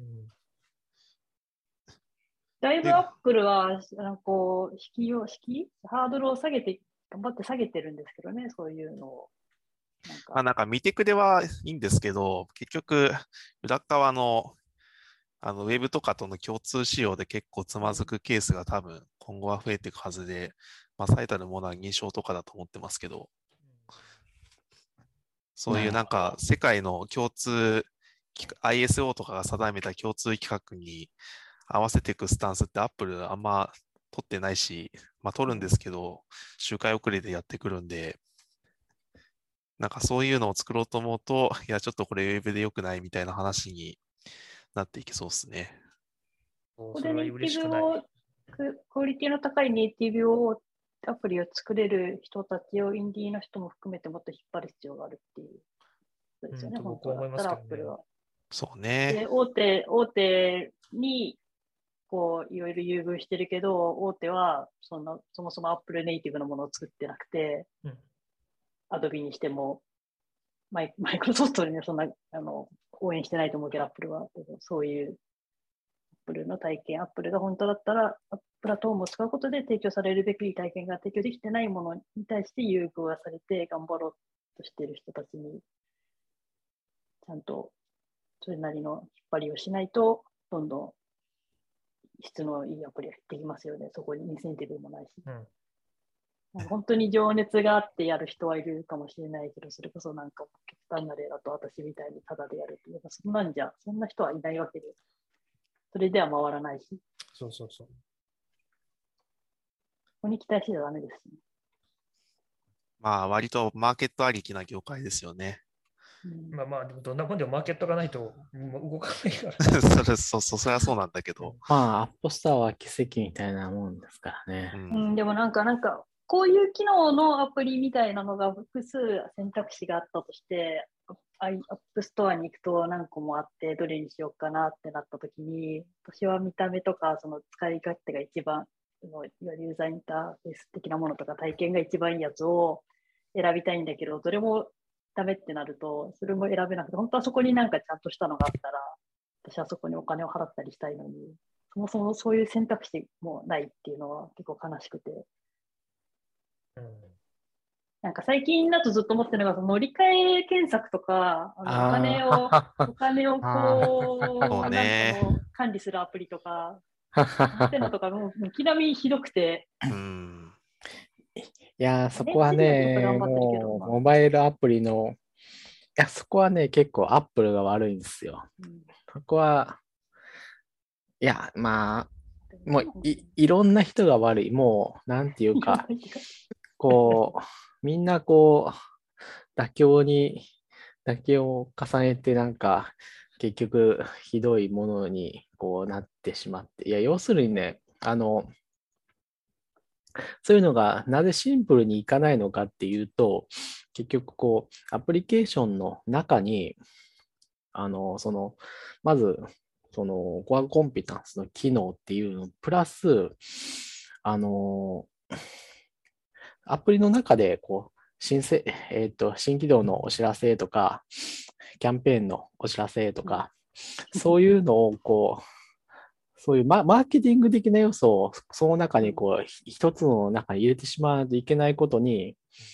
だいぶアップルは、あのこう、引きを、引きハードルを下げて、頑張って下げてるんですけどね、そういうのを。なんかまあ、なんか見てくれはいいんですけど、結局、裏側のあのウェブとかとの共通仕様で結構つまずくケースが多分今後は増えていくはずで、まあ、最たるものは認証とかだと思ってますけど、そういうなんか世界の共通、アイエスオー とかが定めた共通規格に合わせていくスタンスって Apple あんま取ってないし、まあ取るんですけど、周回遅れでやってくるんで、なんかそういうのを作ろうと思うと、いや、ちょっとこれウェブで良くないみたいな話になっていけそうですね。 こここでネイティブを、クオリティの高いネイティブをアプリを作れる人たちをインディーの人も含めてもっと引っ張る必要があるっていうことですよね、 うん、 本当だったらアップルは。 そうね。 で、大手、大手にこういろいろ優遇してるけど、大手はそのそもそもアップルネイティブのものを作ってなくて、 うん、 アドビにしても、マイマイクロソフトにはそんなあの応援してないと思うけど、アップルは。そういうアップルの体験、アップルが本当だったら、プラットフォームを使うことで提供されるべき体験が提供できてないものに対して優遇がされて頑張ろうとしている人たちに、ちゃんとそれなりの引っ張りをしないと、どんどん質のいいアプリが減ってきますよね。そこにインセンティブもないし。うん、本当に情熱があってやる人はいるかもしれないけど、それこそなんか極端な例だと私みたいにタダでやるっていうか、そんなんじゃ、そんな人はいないわけで、それでは回らないし。 そうそうそう。 ここに期待してちゃダメですね。 まあ、割とマーケットありきな業界ですよね。 うん、 まあまあ、でもどんなもんでもマーケットがないと動かないから。 それ、そうそう、それはそうなんだけど。 まあ、アップスターは奇跡みたいなもんですからね。 うんうん、でもなんか、なんか、こういう機能のアプリみたいなのが複数選択肢があったとして、アップストアに行くと何個もあって、どれにしようかなってなったときに、私は見た目とか、その使い勝手が一番、いわゆるユーザーインターフェース的なものとか体験が一番いいやつを選びたいんだけど、どれもダメってなると、それも選べなくて、本当はそこになんかちゃんとしたのがあったら、私はそこにお金を払ったりしたいのに、そもそもそういう選択肢もないっていうのは結構悲しくて。 うん、 なんか最近だとずっと思ってるのが、その乗り換え検索とか、あのお金を、 あお金をこう、 そうなんねかの管理するアプリとか、なんていうのとか、もう軒並みひどくて、 うん。 いやー、そネこはットではちょっとね、 頑張ってるけど、 もう、 まあ、 モバイルアプリの、いや、そこはね、結構アップルが悪いんですよ。 うん、 そこは、いや、まあ、もうい、 いいろんな人が悪い。もう、なんていうろんなか、 人がこう、みんなこう、妥協に、妥協を重ねて、なんか、結局、ひどいものにこうなってしまって。いや、要するにね、あの、そういうのがなぜシンプルにいかないのかっていうと、結局こう、アプリケーションの中に、あの、その、まず、その、コアコンピタンスの機能っていうの、プラス、あの、アプリの中で、こう、新せ、えっと、新起動のお知らせとか、キャンペーンのお知らせとか、そういうのを、こう、そういうママーケティング的な要素をその中にこう、ひ一つの中に入れてしまわないといけないことに、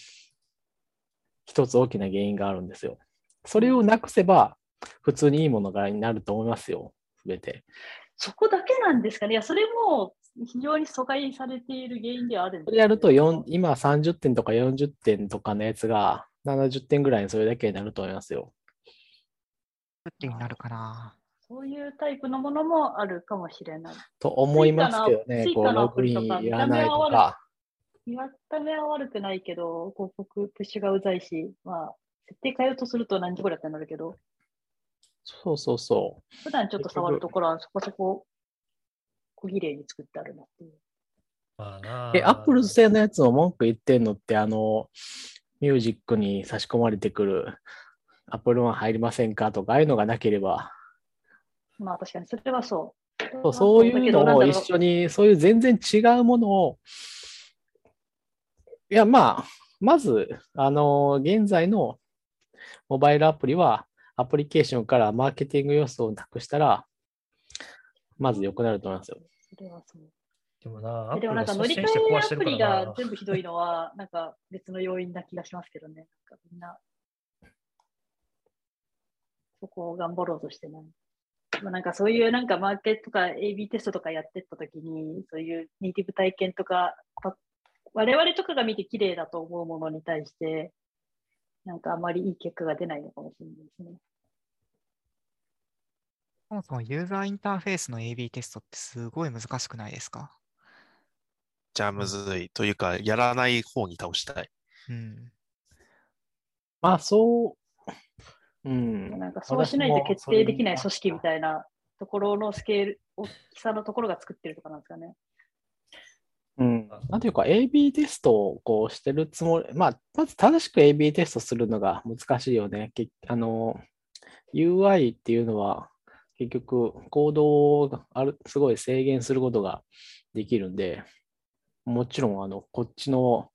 一つ大きな原因があるんですよ。それをなくせば、普通にいいものがになると思いますよ、すべて。 そこだけなんですかね。いや、それも非常に阻害されている原因ではあるんですそれやるとよんよ。 今さんじゅってんとかよんじゅってんとかのやつがななじゅってんぐらいにそれだけになると思いますよ。 気になるかな。 そういうタイプのものもあるかもしれない。 と思いますけどね、こう、 スイカのアログイプリとか、見たンいらない目は悪とか。 見た目は悪くないけど、広告プッシュがうざいし、まあ、設定変えようとすると何時ぐらいってなるけど、 そうそうそう。 普段ちょっと触るところはそこそこ小綺麗に作ってあるなっていう。 まあなえ、アップル製のやつを文句言ってんのって、あの、ミュージックに差し込まれてくる、アップルワン入りませんかとか、ああいうのがなければ、 まあ確かにそれはそう。 そうそういうのを一緒緒に、そういう全然違うものを、いや、まあ、まず、あの、現在のモバイルアプリは、アプリケーションからマーケティング要素をなくしたら、まず良くなると思いますよ。 それはそう。 でもな、アップでもなんか乗り換ルが率先して壊えアプリしてるからなが。全部ひどいのは、なんか別の要因な気がしますけどね。なんかみんな、そこを頑張ろうとしてない。まあ、なんかそういうなんかマーケットとか エービー テストとかやってったときに、そういうネイティブ体験とか、我々とかが見て綺麗だと思うものに対して、なんかあまりいい結果が出ないのかもしれないですね。 そもそもユーザーインターフェースの エービー テストってすごい難しくないですか？ じゃあむずい。というか、やらない方に倒したい。 うん。 まあ、そう、うん。 なんかそうしないと決定できない組織みいたいなところのスケール、大きさのところが作ってるとかなんですかね。 うん。なんていうか、エービー テストをこうしてるつもり、まあ、まず正しく エービー テストするのが難しいよね。けあの、ユーアイ っていうのは、結局、コードがある、すごい制限することができるんで、もちろん、あの、こっちの、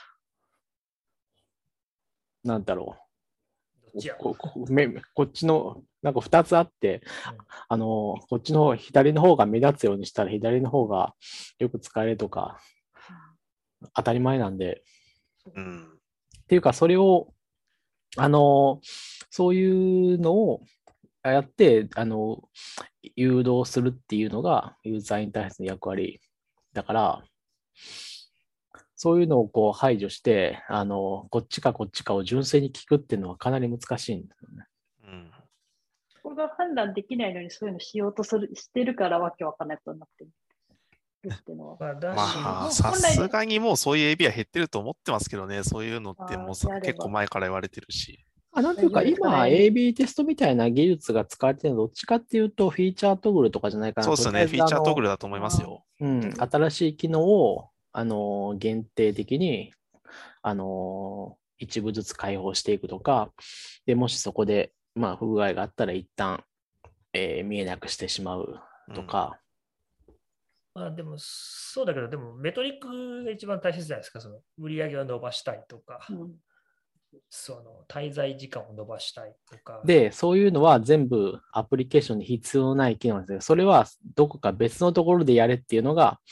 なんだろう。ここめこっちの、なんかふたつあって、 うんあの、こっちの左の方が目立つようにしたら左の方がよく使えるとか、当たり前なんで。 うん。 っていうか、それを、あの、そういうのをやって、あの、誘導するっていうのがユーザーインターフェースの役割だから、そういうのをこう排除して、あの、こっちかこっちかを純正に聞くっていうのはかなり難しいんですよね。 うん。 そこが判断できないのにそういうのしようとするしてるからわけわかんないことになってるっていうのは。 まあ、だし、 まあ、さすがにもうそういう エービー は減ってると思ってますけどね。そういうのってもうさあー結構前から言われてるし。 あなんていうか、 大丈夫ですか今、 ねエービー テストみたいな技術が使われてるのはどっちかっていうと、フィーチャートグルとかじゃないかな。 そうですよね。 とりあえずフィーチャートグルあだと思いますよ。 の、うん、新しい機能を、あの、限定的に、あの、一部ずつ開放していくとか、で、もしそこで、まあ、不具合があったら一旦、えー見えなくしてしまうとか、 まあでも、そうだけど、でもメトリックが一番大切じゃないですか。その売り上げを伸ばしたいとか、 うんその滞在時間を伸ばしたいとか。 で、そういうのは全部アプリケーションに必要ない機能なんですけど、それはどこか別のところでやれっていうのが、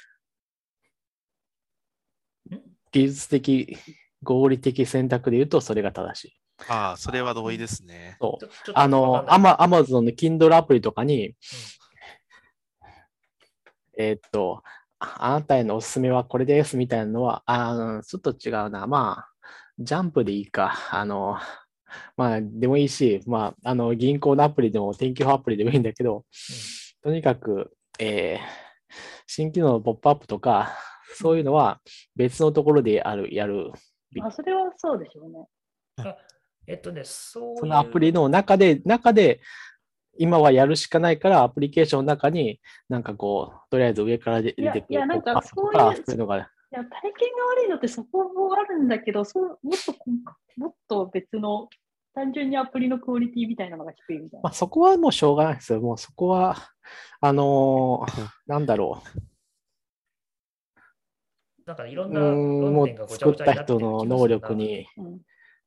技術的、合理的選択で言うとそれが正しい。 ああ、それは同意ですね。 そうちょちょっとあの、 わかんないアマ、アマゾンの Kindle アプリとかに、 うんえーっと、ああなたへのおすすめはこれですみたいなのは、あーちょっと違うな。まあ、ジャンプでいいか。あの、まあ、でもいいし、まあ、あの、銀行のアプリでも、天気予報アプリでもいいんだけど、とにかく、えー新機能のポップアップとか、そういうのは別のところでやる、やる。 あ、それはそうでしょうね。 あえっとね、そういう。 そのアプリの中で、中で、今はやるしかないから、アプリケーションの中に、なんかこう、とりあえず上から出てくいやいやるなんかポップアップとそういうかそういうのが、 いや、体験が悪いのってそこもあるんだけど、そうもっとこん、もっと別の、単純にアプリのクオリティみたいなのが低いみたいな。 まあ、そこはもうしょうがないですよ。もうそこは、あのーなんだろう。 なんかいろんなうーん、 論もう点がごちゃごちゃ作ったになってる気人の能がするな。 力に、 うん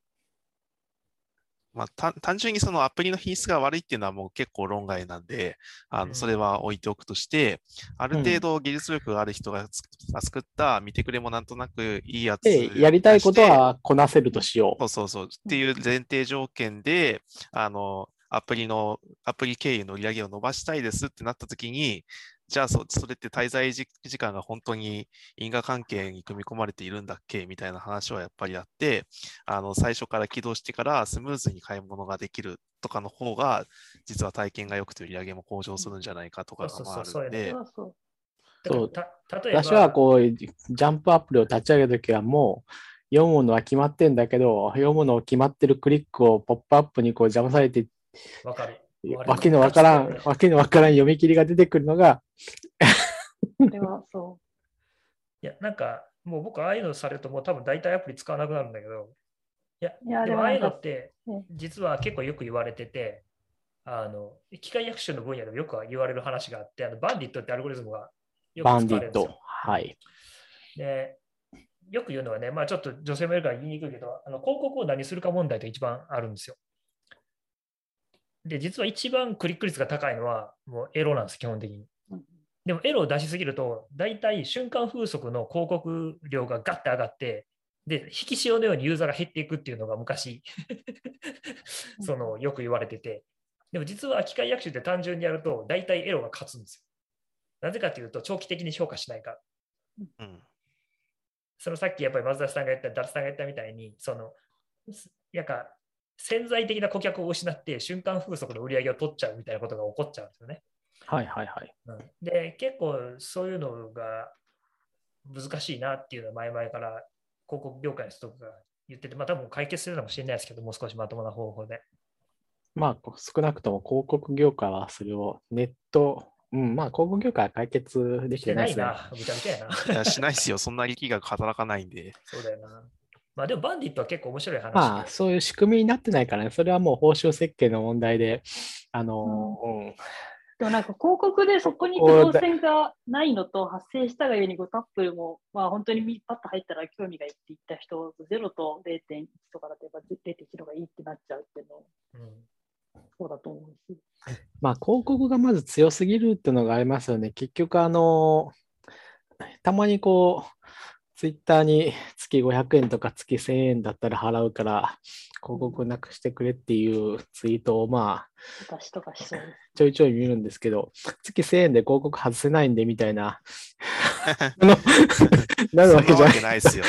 まあ、た単純にそのアプリの品質が悪いっていうのはもう結構論外なんで、あうんのそれは置いておくとして、ある程うん度技術力がある人がつ作った見てくれもなんとなくいいやつで、やりたいこと出して、 はこなせるとしよそうそうそうっていう前提条件で、あの、アプリの、アプリ経由の売り上げを伸ばしたいですってなったときに、じゃあそ、それって滞在時時間が本当に因果関係に組み込まれているんだっけみたいな話はやっぱりあって、あの、最初から起動してからスムーズに買い物ができるとかの方が、実は体験が良くて売り上げも向上するんじゃないかとかそうがそうそう、そういうの。 まああるんで、 そうそう。 そうだからたう。 例えば、 私はこう、ジャンプアプリを立ち上げるときはもう、読むのは決まってんだけど、読むのを決まってるクリックをポップアップにこう邪魔されて、 わかる。 わけのわからん、わけのわからん読み切りが出てくるのが、 それはそいや、なんか、もう僕、ああいうのされると、もう多分大体アプリ使わなくなるんだけど、いや、 いやでもああいうのでもなんかってね、 実は結構よく言われてて、あの、機械学習の分野でもよく言われる話があって、あのバンディットってアルゴリズムがよくバ使ンディット。 われるんですよ。 はい。 で、よく言うのはね、まあちょっと女性もいるから言いにくいけど、あの広告を何するか問題と一番あるんですよ。で、実は一番クリック率が高いのはもうエロなんです、基本的に。 う。うんでもエロを出しすぎると、大体瞬間風速の広告量がガッて上がって、で、引き潮のようにユーザーが減っていくっていうのが昔そのよく言われてて、でも実は機械学習って単純にやると、大体エロが勝つんですよ。なぜかというと、長期的に評価しないから。 うん。 そのさっきやっぱり松田さんが言った、ダルさんが言ったみたいに、その、やか潜在的な顧客を失って瞬間風速の売り上げを取っちゃうみたいなことが起こっちゃうんですよね。 はいはいはい。 うん、で、結構そういうのが難しいなっていうのは前々から広告業界の人が言ってて、まあ多分解決するのかもしれないですけど、もう少しまともな方法で。 まあ、少なくとも広告業界はそれをネット、うん、まあ、広告業界は解決できしててなですね。 ないいな、ぐちゃぐちゃやな。 いや、しないですよ。そんな力学働かないんで。 そうだよな。まあでもバンディットは結構面白い話で。 まあ、そういう仕組みになってないからね、それはもう報酬設計の問題で、あの、うんでもなんか広告でそこに不動線がないのと発生したがゆえにごタップルも、まあ本当にパッと入ったら興味がいって言った人、ゼロと れいてんいち とかだとやっぱ れいてんいち の方がいいってなっちゃうっていうの、 うん、 そうだと思うし。 まあ、広告がまず強すぎるっていうのがありますよね。結局、あの、たまにこう、ツイッターに月ごひゃくえんとか月せんえんだったら払うから、広告なくしてくれっていうツイートをまあ、 私とかしそうです。 ちょいちょい見るんですけど、月せんえんで広告外せないんでみたいな、あのなるわけじゃない。 そんなわけないですよね。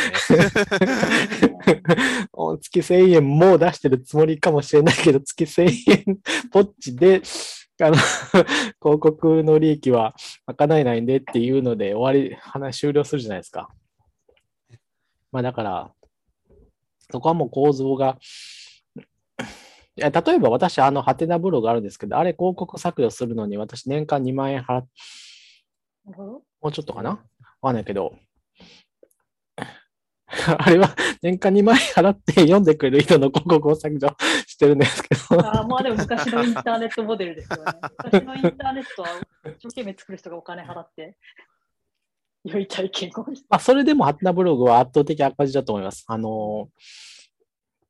月せんえんもう出してるつもりかもしれないけど、月せんえんポッチで、あの広告の利益は賄えないんでっていうので終わり、話終了するじゃないですか。まあだから、そこはもう構造が、いや例えば私、あの、ハテナブログあるんですけど、あれ広告削除するのに私年間にまんえん払っ、もうちょっとかなわかんないけど、あれは年間にまんえん払って読んでくれる人の広告を削除してるんですけど。 ああ、まあでも昔のインターネットモデルですよね。昔のインターネットは一生懸命作る人がお金払って、良い体験をして。 まあ、それでもハテナブログは圧倒的赤字だと思います。あの、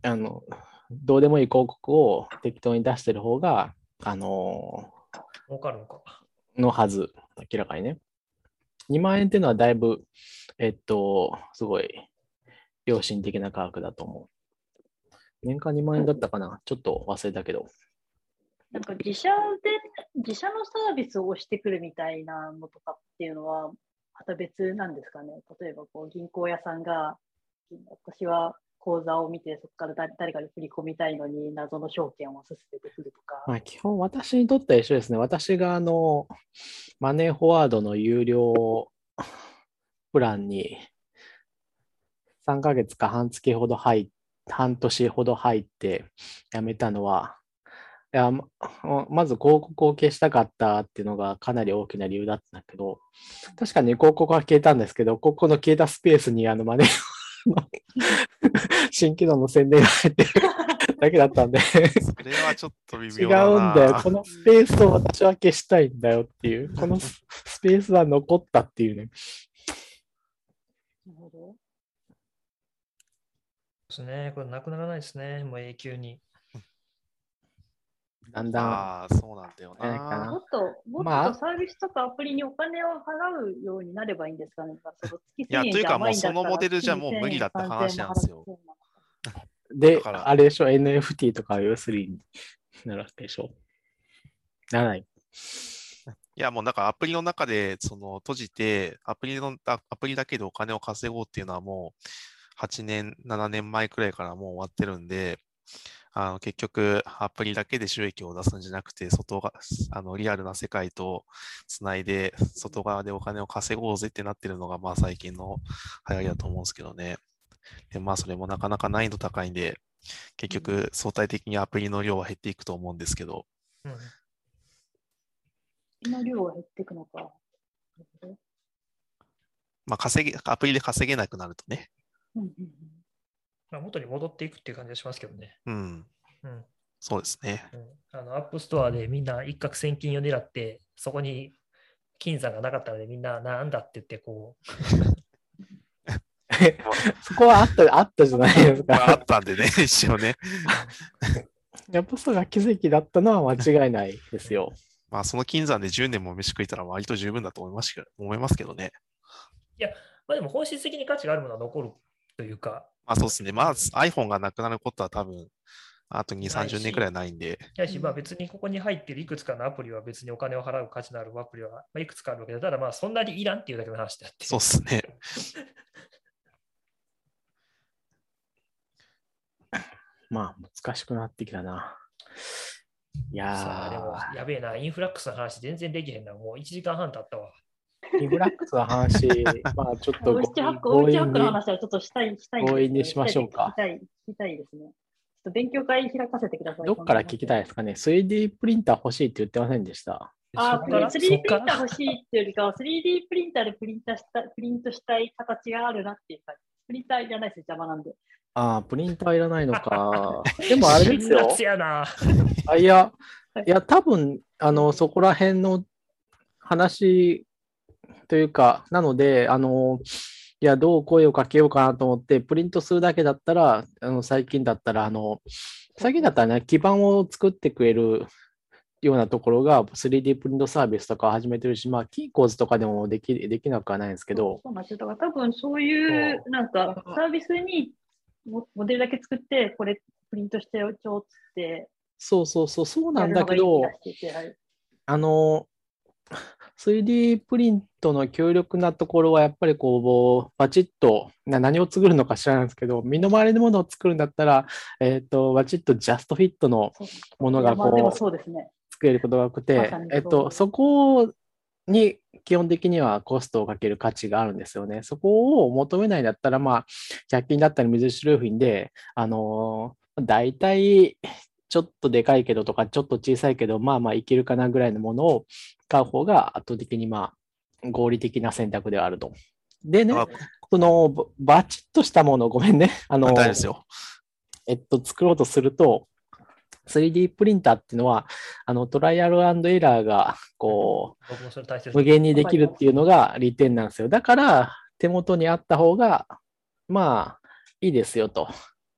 あの、どうでもいい広告を適当に出してる方が、あの儲かるのか。 ーのはず、明らかにね。にまん円っていうのはだいぶ、えっと、すごい良心的な価格だと思う。年間にまん円だったかな、ちょっと忘れたけど。 なんか自社で、自社のサービスを押してくるみたいなのとかっていうのは、また別なんですかね。例えばこう銀行屋さんが、私は口座を見て、そこから誰誰かに振り込みたいのに、謎の証券を進めてくるとか。 まあ、基本、私にとっては一緒ですね。私があの、マネーフォワードの有料プランにさんかげつか半月ほど入っ半年ほど入ってやめたのは、いやままず広告を消したかったっていうのがかなり大きな理由だったんだけど、確かに広告は消えたんですけど、ここの消えたスペースにあのマネーの新機能の宣伝が入ってるだけだったんでそれはちょっと微違妙だな。 うんだよ。このスペースを私は消したいんだよっていう、このススペースは残ったっていうね。 なるほど。 ですね。これなくならないですね。もう永久に。 だんだん、 ああ、そうなんだよ早いかなな。 もっと、もっまあとサービスとかアプリにお金を払うようになればいいんですかね。その月いや 1000円じゃというかもう甘いんだったらそのモデルじゃもう月に無理だって話なんですよさんぜんえんも払ってでだか、らあれでしょ、エヌエフティー とか要するになるわけでしょ。ならない。 いや、もうなんかアプリの中でその閉じて、アプリの、あアプリだけでお金を稼ごうっていうのはもうはちねん、ななねんまえくらいからもう終わってるんで、あの結局アプリだけで収益を出すんじゃなくて、外が、あのリアルな世界とつないで、外側でお金を稼ごうぜってなってるのが、まあ最近の流行りだと思うんですけどね。で、まあそれもなかなか難易度高いんで、結局相対的にアプリの量は減っていくと思うんですけど、 うん。 の量が減っていくのか。なるほど。 まあ稼げ、アプリで稼げなくなるとね。 うんうんうんまあ、元に戻っていくっていう感じがしますけどね。 うん、 うん。 そうですね。 うん、あの、アップストアでみんな一攫千金を狙って、そこに金さんがなかったのでみんななんだって言ってこそこはあった、あったじゃないですまあ、あか。 ったんでね、一応ね。 やっぱそれが奇跡だったのは間違いないですよ。 まあその金山でじゅうねんも飯食いたら割と十分だと思いますけど、思いますけどね。 う、いや、まあでも本質的に価値があるものは残るというか、 まあそうですね。まあ iPhone がなくなることは多分、あとに、 ないしさんじゅうねんくらいないんで、 やし、まあ別にここに入っているいくつかのアプリは別にお金を払う価値のあるアプリはまあいくつかあるわけで、ただまあそんなにいらんっていうだけの話であって。 そうですね。 まあ、難しくなってきたな。いやさあでもやべえな、インフラックスの話全然できへんな。もういちじかんはん経ったわ。 ー、インフラックスの話、まあちょっとおうちハック、お強うちハッ引に、 クの話はちょっとしたい、したいんです強引にしましょうか聞きたい、聞きたいですね。ちょっと勉強会開かせてください。 どっから聞きたいいですかね。スリーディー プリンター欲しいって言ってませんでした。 あそっからー、スリーディー プリンターそっ欲しいっていうよりかは、スリーディー プリンターでプリンターしたプリントしたい形があるなっていう感じ。プリンターじゃないです、邪魔なんで。 ああ、プリンターいらないのか。でもあれですよ。 辛辣やな。 あいや、いや、多分、あの、そこら辺の話というか、なので、あの、いや、どう声をかけようかなと思って、プリントするだけだったら、あの最近だったら、あの、最近だったらね、基盤を作ってくれるようなところが スリーディー プリントサービスとかを始めてるし、まあ、キーコーズとかでもできできなくはないんですけど、 そうなんですよ。だから多分そういうそなんかサービスにモモデルだけ作って、これプリントしてよちょっつってそうそうそう、そうなやんだけるのがいい気どが、してて、はい。 あの、スリーディー プリントの強力なところは、やっぱりこう、バチッと、な何を作るのか知らないんですけど、身の回りのものを作るんだったら、えっと、バチッとジャストフィットのそうものがまあでもこう、 そうですね。 作れることが多くてまさに、そうえっと、そこに基本的にはコストをかける価値があるんですよね。そこを求めないんだったら、まあ、ひゃく均だったり水種類品で、あのー、大体、ちょっとでかいけどとか、ちょっと小さいけど、まあまあいけるかなぐらいのものを買う方が圧倒的にまあ合理的な選択ではあると。でね、 あそのババチッとしたもの、ごめんね、あの大丈夫ですよ。 えっと、作ろうとすると、スリーディー プリンターっていうのは、あのトライアル&エラーがこ僕もそれ大切う無限にできるっていうのが利点なんですよ。だから、手元にあった方が、まあ、いいですよと。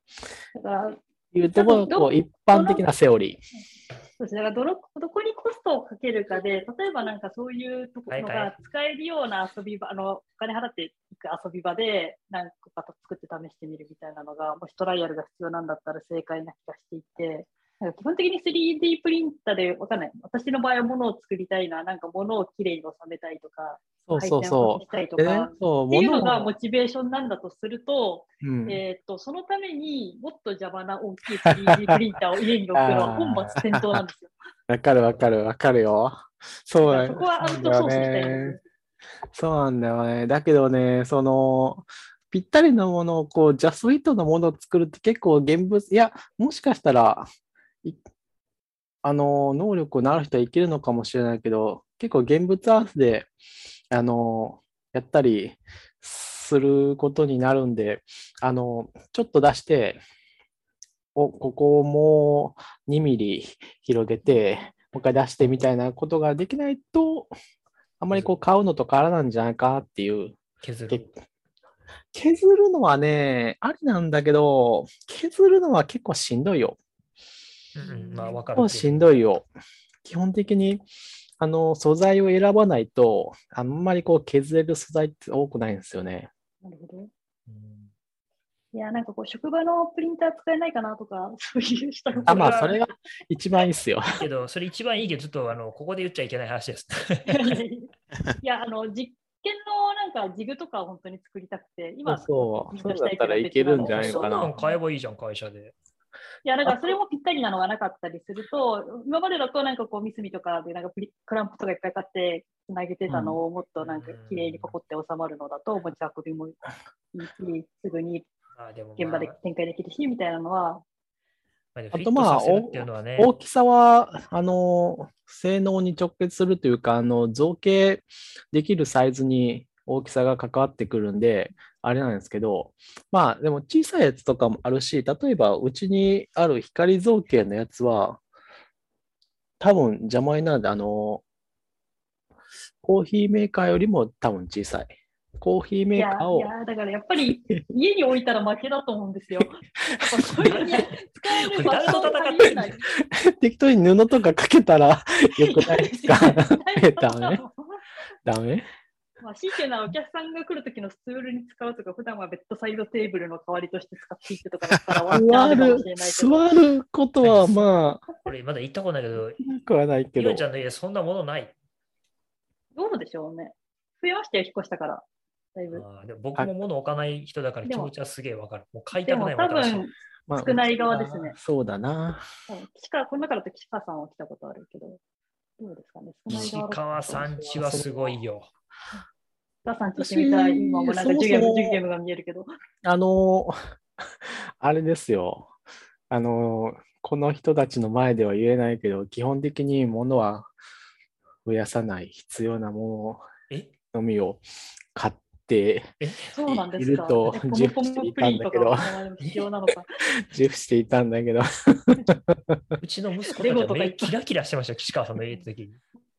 だからいうところこう一般的なセオリー。 そうですね。だからどのどこにコストをかけるかで、例えばなんかそういうところが使えるような遊び場、あのお金払っていく遊び場で何個か作って試してみるみたいなのが、もしトライアルが必要なんだったら正解な気がしていて、なんか基本的に スリーディー プリンターでわかんない。私の場合は物を作りたいな、なんか物をきれいに収めたいとか、 そうそうそう。 したいとか、 でね、そうっていうのが物をモチベーションなんだとすると、 うんえー、とそのためにもっと邪魔な大きい スリーディー プリンターを家に置くのは本末転倒なんですよ。 わかるわかるわかるよ。そうだよだからそこはアウトソースしたいんですよ。 そうなんだよね。だけどね、その、ぴったりのものを、こう、ジャストフィットのものを作るって結構現物、いや、もしかしたら、いあの、能力のある人はいけるのかもしれないけど、結構現物アースで、あの、やったりすることになるんで、あの、ちょっと出して、お、ここをもうにミリ広げて、もう一回出してみたいなことができないと、あんまりこう買うのと変わらないんじゃないかっていう。 削る。 け削るのはね、ありなんだけど、削るのは結構しんどいよ。 うんうん、まあわかる。 結構しんどいよ。基本的に、あの、素材を選ばないと、あんまりこう削れる素材って多くないんですよね。 なるほど。 うんいや、なんかこう、職場のプリンター使えないかなとか、そういう人のあ、まあ、それが一番いいっすよ。 けど、それ一番いいけど、ちょっとあのここで言っちゃいけない話です。 いや、あの、実験のなんかジグとかを本当に作りたくて、今そうそう、そうだったらいけるんじゃないそんなかな。 の買えばいいじゃん、会社で。 いや、だからそれもぴったりなのがなかったりすると、今までだとなんかこう、ミスミとかでなんかプリクランプとかいっぱい買ってつなげてたのをもっとなんか綺麗にポコって収まるのだと持ち運びもいいし、すぐにあでも、まあ、 現場で展開できるし、みたいなのは。 まあ、 あとまあ、 ね、 大きさは、あの、性能に直結するというか、あの、造形できるサイズに大きさが関わってくるんで、あれなんですけど、まあ、でも小さいやつとかもあるし、例えば、うちにある光造形のやつは、多分邪魔になるんで、あの、コーヒーメーカーよりも多分小さい。コーヒーメーカーを。 いや、いやだからやっぱり家に置いたら負けだと思うんですよ。やっぱそういうに使える場所が足りない。 適当に布とかかけたらよくないですか？ダメダメまあ、強いてなお客さんが来るときのスツールに使うとか、普段はベッドサイドテーブルの代わりとして使っていくとかだったらワンチャンあるかもしれないけど。 座ることはまあ。 これまだ言ったことないけど、 なくはないけど。 ゆうちゃんの家そんなものない。 どうでしょうね。増えましたよ、引っ越したから。だいぶあでも僕も物置かない人だから気持ちはすげえわかる。もう買いたくないもん。でも多分少ない側ですね。 まあ、そうだな。 岸川、この中だと岸川さんは来たことあるけど、どうですかね。 岸川さんちはすごいよ。 岸川さんちしてみたい。今もなんか授業授業が見えるけど。 あの、あれですよ。あの、この人たちの前では言えないけど、基本的に物は増やさない必要なもののみを買っていると自負していたんだけど、自負していたんだけど、 うちの息子たちは目キラキラしてました、岸川さんの家の時に。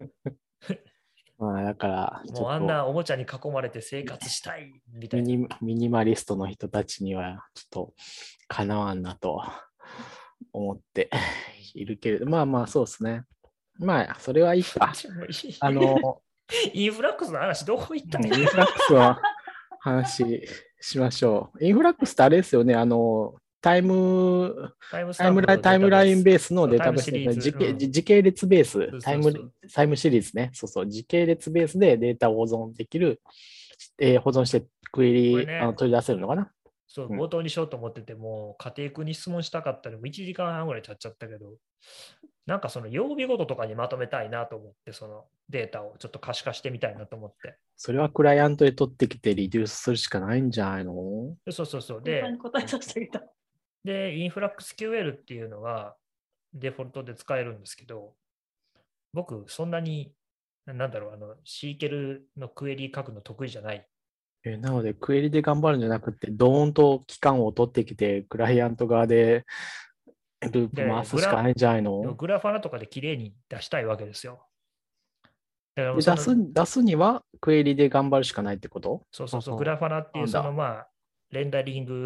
まあだから、 もうあんなおもちゃに囲まれて生活したいみたいな。 ミニ、ミニマリストの人たちにはちょっとかなわんなと思っているけれど、まあまあそうですね。まあ、それはいいか。あの、 インフラックスの話どこ行ったの？ インフラックスの話しましょう。インフラックスってあれですよね、あの、タイム、タイムタイムライン、タイムラインベースのデータベース、ね、時系、うん、時系列ベース、タイム、タイムシリーズね。そうそう、時系列ベースでデータを保存できる、えー、保存してクエリ、ね、あの取り出せるのかな。 そう、冒頭にしようと思ってても、家庭君に質問したかったらもういちじかんはんぐらい経っちゃったけど、なんかその曜日ごととかにまとめたいなと思って、そのデータをちょっと可視化してみたいなと思って。 それはクライアントで取ってきてリデュースするしかないんじゃないの？ そうそうそう。で、 答えさせてあげた。 で、インフラックス キューエル っていうのがデフォルトで使えるんですけど、僕、そんなに、なんだろう、あの、シーケルのクエリ書くの得意じゃない。 えなので、クエリで頑張るんじゃなくて、ドーンと期間を取ってきて、クライアント側でループ回すしかないんじゃないの？ グラファナとかできれいに出したいわけですよ。 だから出す、出すにはクエリで頑張るしかないってこと？ そうそうそう、グラファナっていうそのまあ、レンダリング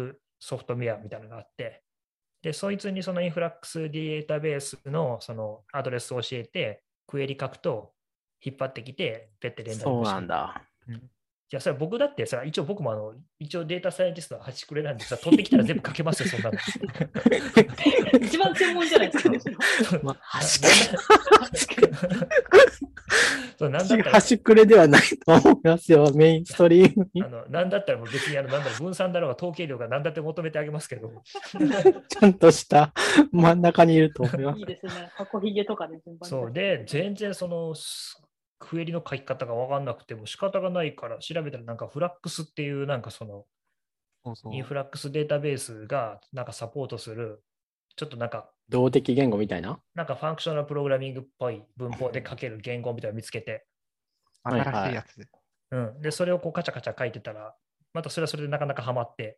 ソフトウェアみたいなのがあって、で、そいつにそのインフラックスデータベースのそのアドレスを教えて、クエリ書くと引っ張ってきて、ペッて連打そうなんだ。 うんじゃあそれ僕だってさ、一応僕もあの、一応データサイエンティストの端くれなんでさ、取ってきたら全部書けますよ、そんなの。 一番専門じゃないですか。 まあ、端くれ。 そうなんだったら端くれではないと思いますよ、メインストリームにあ。のなんだったらもう別にあのなんだろう分散だろうが統計量が何だって求めてあげますけど。 ちゃんとした真ん中にいると思います。 いいですね。箱ひげとかで順番にそうで、全然そのクエリの書き方が分かんなくても仕方がないから調べたらなんかフラックスっていうなんかそのそうそうインフラックスデータベースがなんかサポートするちょっとなんか動的言語みたいな。 なんかファンクショナルプログラミングっぽい文法で書ける言語みたいなのを見つけて、 はいはい新しいやつ。 うん、でそれをこうカチャカチャ書いてたらまたそれはそれでなかなかハマって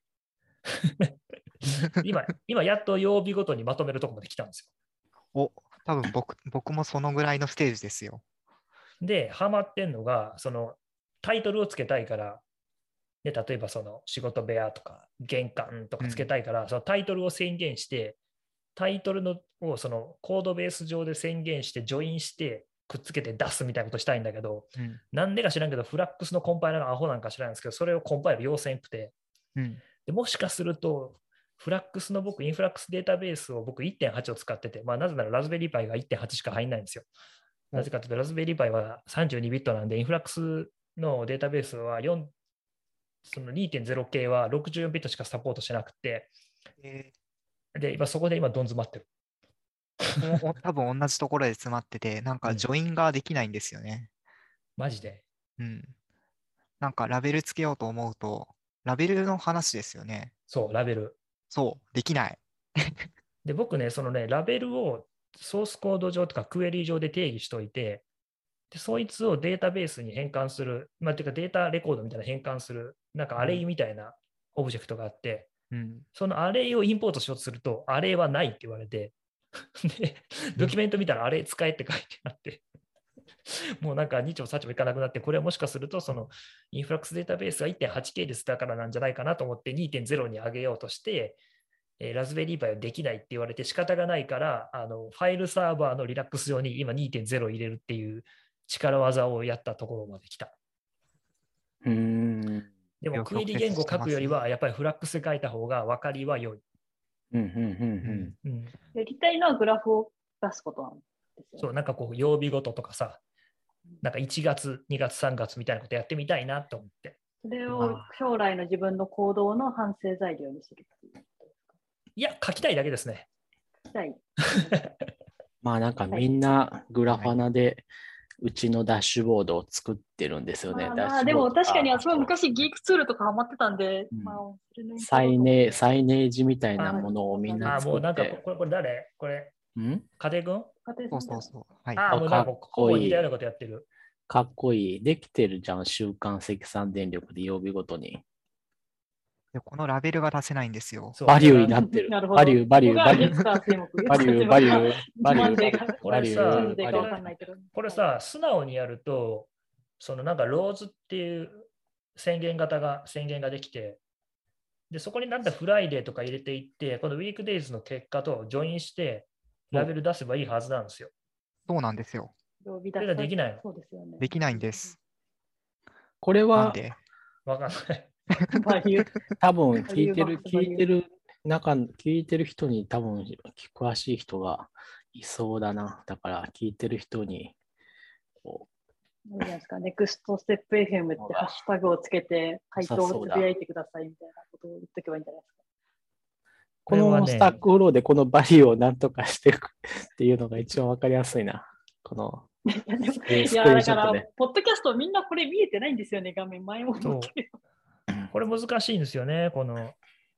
今今やっと曜日ごとにまとめるところまで来たんですお、多分僕僕もそのぐらいのステージですよ。 よ。で、ハマってんのがそのタイトルをつけたいから、で例えばその仕事部屋とか玄関とかつけたいから、うん、そのタイトルを宣言してタイトルのをそのコードベース上で宣言してジョインしてくっつけて出すみたいなことしたいんだけど、うん、なんでか知らんけどフラックスのコンパイラーがアホなんか知らないんですけど、それをコンパイル要せんくて、うん、でもしかするとフラックスの僕インフラックスデータベースを僕 いってんはち を使ってて、まあ、なぜならラズベリーパイが いってんはち しか入んないんですよ。なぜかというとラズベリーパイはさんじゅうにビットなんでインフラックスのデータベースはよんその にてんゼロ 系はろくじゅうよんビットしかサポートしなくて、えー、で今そこで今どん詰まってる。 もう多分同じところで詰まってて、なんかジョインができないんですよね。 うん、マジで。 うん。なんかラベルつけようと思うと、ラベルの話ですよね。 そう、ラベル。 そう、できない。 で、僕ね、そのね、ラベルをソースコード上とかクエリ上で定義しといて、でそいつをデータベースに変換する、まあ、ていうかデータレコードみたいな変換する、なんかアレイみたいなオブジェクトがあって、うん、そのアレイをインポートしようとすると、アレイはないって言われて、で、ドキュメント見たらアレイ使えって書いてあって、もうなんかにちょさんちょいかなくなって、これはもしかすると、そのインフラックスデータベースが いってんはちケー ですだからなんじゃないかなと思って にてんゼロ に上げようとして、えー、ラズベリーパイはできないって言われて仕方がないから、あのファイルサーバーのリラックス上に今 にてんゼロ 入れるっていう力技をやったところまで来た。 うーんでもクエリ言語書くよりはやっぱりフラックスで書いた方が分かりは良い。 うんうんうんうん。 やりたいのはグラフを出すことなんですよ、ね。 そう、なんかこう曜日ごととかさ、なんかいちがつ、にがつ、さんがつみたいなことやってみたいなと思って。 それを将来の自分の行動の反省材料にするっていうことですか？ いや、書きたいだけですね。 書きたい。 まあなんかみんなグラファナでうちのダッシュボードを作ってるんですよね。 まあ、まあでも確かに私も昔ギークツールとかハマってたんで、 うんまあ、 サイネサイネージみたいなものをみんなあ、 作って。 もうなんかこれ、これ誰これ、 ん家庭君そうそうそう。はい、 あ、もうなんかほぼ似たようなことやってる。 かっこいい。できてるじゃん、週間積算電力で曜日ごとに。 でこのラベルが出せないんですよ。 バリューになってる。バリュー、バリュー、バリュー。バリュー、バリュー、バリュー、バリュー。 これさ、これさ、素直にやると、そのなんかローズっていう宣言型が、宣言ができて、で、そこになんだフライデーとか入れていって、このウィークデイズの結果とジョインして、ラベル出せばいいはずなんですよ。 そうなんですよ。 それができないの。 そうですよね。 できないんです。 これは、 わかんない。 多分聞いてる、聞いてる中、聞いてる人に多分詳しい人がいそうだな。だから聞いてる人に。 どうじゃないですか。ネクストステップ エフエム ってハッシュタグをつけて、回答をつぶやいてくださいみたいなことを言っとけばいいんじゃないですか。 このスタックフローでこのバリューをなんとかしていくっていうのが一番わかりやすいな。このいや、だから、ポッドキャストみんなこれ見えてないんですよね、画面。前も言ってる。 これ難しいんですよね、この。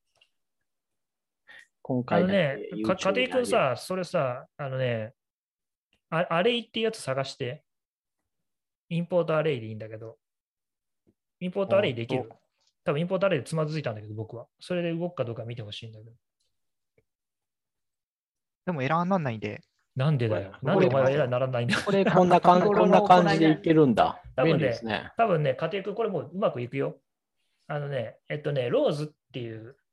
今回あのね、家庭君さ、それさ、あのね、あアレイっていうやつ探して、インポートアレイでいいんだけど、インポートアレイできる。多分インポートアレイでつまずいたんだけど、僕は。それで動くかどうか見てほしいんだけど。 でもエラーにならないんで。 なんでだよ。なんでお前はエラーにならないんだよ。 これこんな感じ、こんな感じでいけるんだ。 多分ね、 ね、 多分ね、家庭君これもううまくいくよ。あのね、えっとね、ローズっていう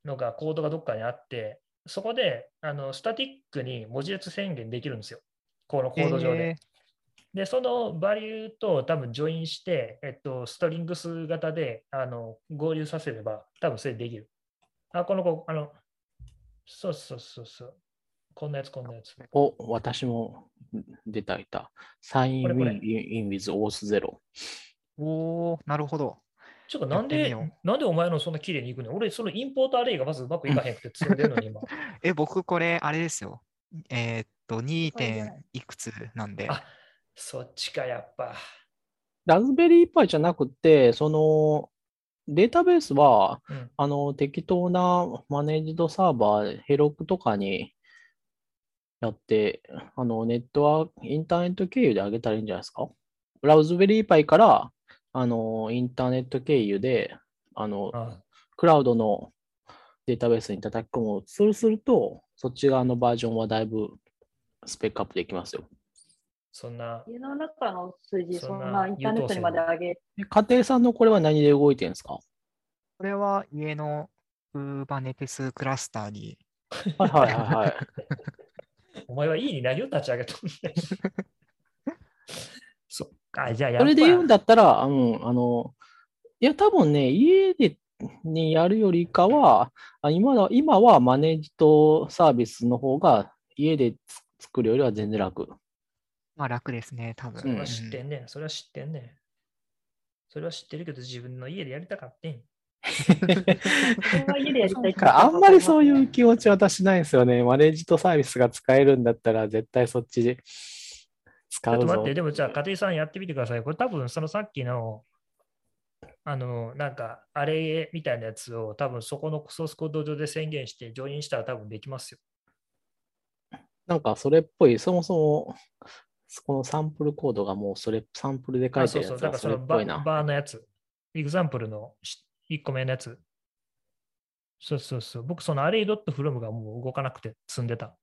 のがコードがどっかにあって、そこであのスタティックに文字列宣言できるんですよ。このコード上で。 えで、そのバリューと多分ジョインして、えっと、ストリングス型であの合流させれば、多分それできる。あ、この子、あの、そうそうそうそう。こんなやつ、こんなやつ。 お、私も出たいた。サインウこれこれィン in with オースゼロ。 ー、おー、なるほど。 ちょっとなんでやってみよう、 なんでお前のそんな綺麗にいくの？俺、そのインポートアレイがまずうまくいかへんくて積んでるのに今。 え、僕これ、あれですよ。えーっと、に. そうじゃない点いくつなんで。 あ、そっちか、やっぱ。 ラズベリーパイじゃなくて、そのデータベースは、 うん。 あの適当なマネージドサーバー、ヘロクとかにやって、あのネットワーク、インターネット経由で上げたらいいんじゃないですか。ラズベリーパイからあのインターネット経由であのあクラウドのデータベースに叩き込む。そうすると、そっち側のバージョンはだいぶスペックアップできますよ。 そんな、 家の中の数字、 そんなそんなインターネットにまで上げ、 で家庭さんのこれは何で動いてるんですか？ これは家の Kubernetes クラスターに。 はいはいはいはい。 お前はいいに何を立ち上げとんねん。そっか、じゃあやっぱそれで言うんだったら、うん、あの、いや、多分ね、家でにやるよりかは、あ今だ今はマネージドサービスの方が家でつ作るよりは全然楽。 まあ楽ですね、多分。 それは知ってんねん。それは知ってんねん。それは知ってるけど、自分の家でやりたかってん。 それは家でやりたいってあんまりそういう気持ち私ないんですよね。マネージドサービスが使えるんだったら絶対そっちで使うぞ。 ちょっと待って、でもじゃあ、家庭さんやってみてください。これ多分、そのさっきの、あの、なんか、あれみたいなやつを多分そこのソースコード上で宣言して、ジョインしたら多分できますよ。 なんかそれっぽい、そもそもこのサンプルコードがもうそれ、サンプルで書あ、 いてるそうそう。だからやつがそれっそのバぽいな。 バーのやつ。エグザンプルのいっこめのやつ。そうそうそう。僕、そのアレイドットフロムがもう動かなくて積んでた。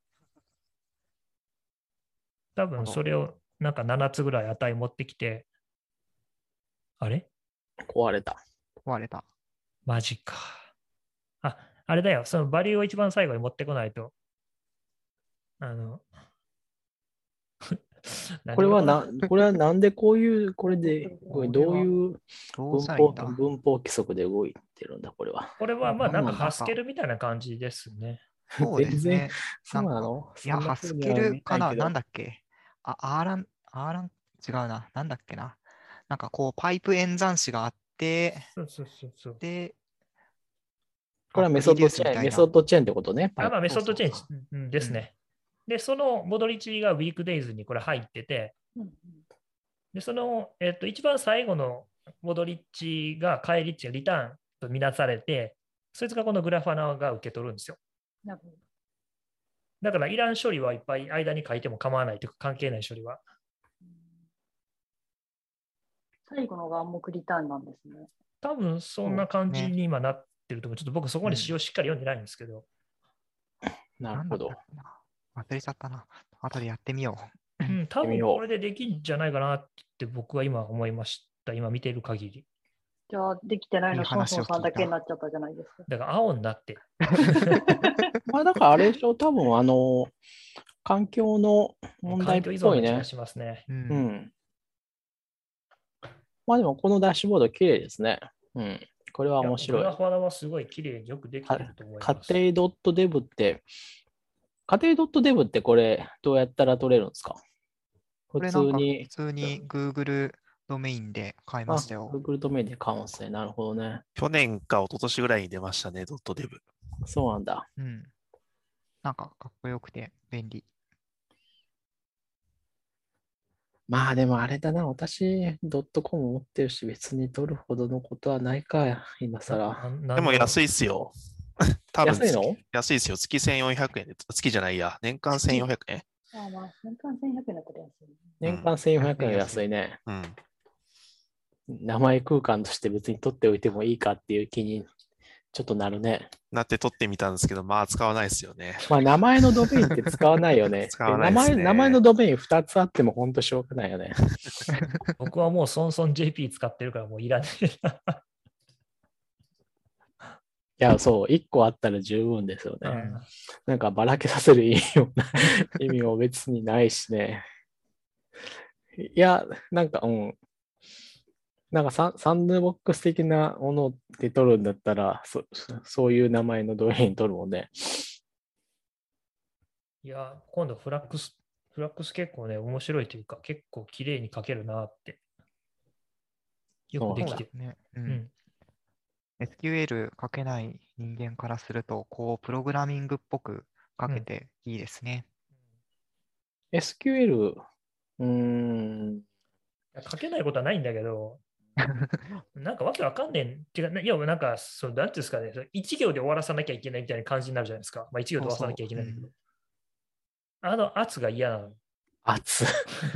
多分それをなんかななつぐらい値持ってきて、あれ壊れた。 壊れた。 マジか。あ、あれだよ。そのバリューを一番最後に持ってこないと。あの、 これは何がな、これはなんでこういう、これで、これどういうどう文法したらいいんだ。 文法規則で動いてるんだ、これは。 これはまあなんかなんだハスケルみたいな感じですね。 そうです全然ね。 そうなのいや、 そんなハスケ風には見ルかなえないけどなんだっけあ、アーラン、アーラン、違うな。なんだっけな。なんかこう、パイプ演算子があって、 そうそうそうそう。 で、 これはメソッドチェーン、メソッドチェーンってことね。 あまあメソッドチェンジそうそううんですね。で、その戻り値がウィークデイズにこれ入ってて、 うんで、その、えっと、一番最後の戻り値が帰り値がリターンとみなされて、そいつがこのグラファナーが受け取るんですよ。 なるほどだから、いらん処理はいっぱい間に書いても構わないというか、関係ない処理は。 最後のが暗黙リターンなんですね。 多分、そんな感じに今なってると思う。ちょっと僕、そこまで仕様しっかり読んでないんですけど。 なるほどなんだった。っけな。忘れちゃったな。後でやってみよう。 うん、多分てみようこれでできんじゃないかなって僕は今思いました。今見てる限り。 じゃあ、できてないいいの、ソンソンさん話を聞いただけになっちゃったじゃないですか。 だから、青になって。 まあだからあれでしょ、多分あの、環境の問題っ環境依存ぽいね。 な気がしますね。 う。 うんん。まあでもこのダッシュボード綺麗ですね。うん。これは面白いグラ。ファナはすごい綺麗によくできてると思います。 家庭 .dev って、家庭 .dev ってこれどうやったら取れるんですか？普これなんか通に普、通に Google ドメインで買いまあ、 したよ。 Google ドメインで買うんですね。なるほどね。 去年か一昨年ぐらいに出ましたね、ドットデブ。 そうなんだ。 うん。なんかかっこよくて便利。 まあでもあれだな、私、ドットコム持ってるし、別に取るほどのことはないか、今更。 でも安い。 いっすよ。多分安いの？ 安いですよ。月せんよんひゃくえんで。月じゃないや。年間せんよんひゃくえん。 ああまあ、年間せんひゃくえんだったら安いね。 年間せんよんひゃくえんは安いね。 うん。 名前空間として別に取っておいてもいいかっていう気にちょっとなるね。 なって取ってみたんですけど、まあ使わないですよね。 まあ名前のドメインって使わないよね。 使わないですね名前名前のドメインふたつあっても本当しょうがないよね。 僕はもうソンソン ジェーピー 使ってるからもういらない。 や、そう、いっこあったら十分ですよね。 うんなんかばらけさせる意味もな意味も別にないしね。いや、なんか、うん。なんかササンドボックス的なもので取るんだったら、そそういう名前のドメイン取るもんね。 いや、今度フラックス、フラックス結構ね、面白いというか、結構綺麗に書けるなって。よくできてる。 ね。う。 うんん。 エスキューエル 書けない人間からすると、こう、プログラミングっぽく書けていいですね。 エスキューエル、うーん、 いや書けないことはないんだけど、なんかわけわかんねえん。っていうか、いや、なんか、そう、なんていうんですかね、その一行で終わらさなきゃいけないみたいな感じになるじゃないですか。まあ、一行で終わらさなきゃいけないんだけど、あの圧が嫌なの。 熱。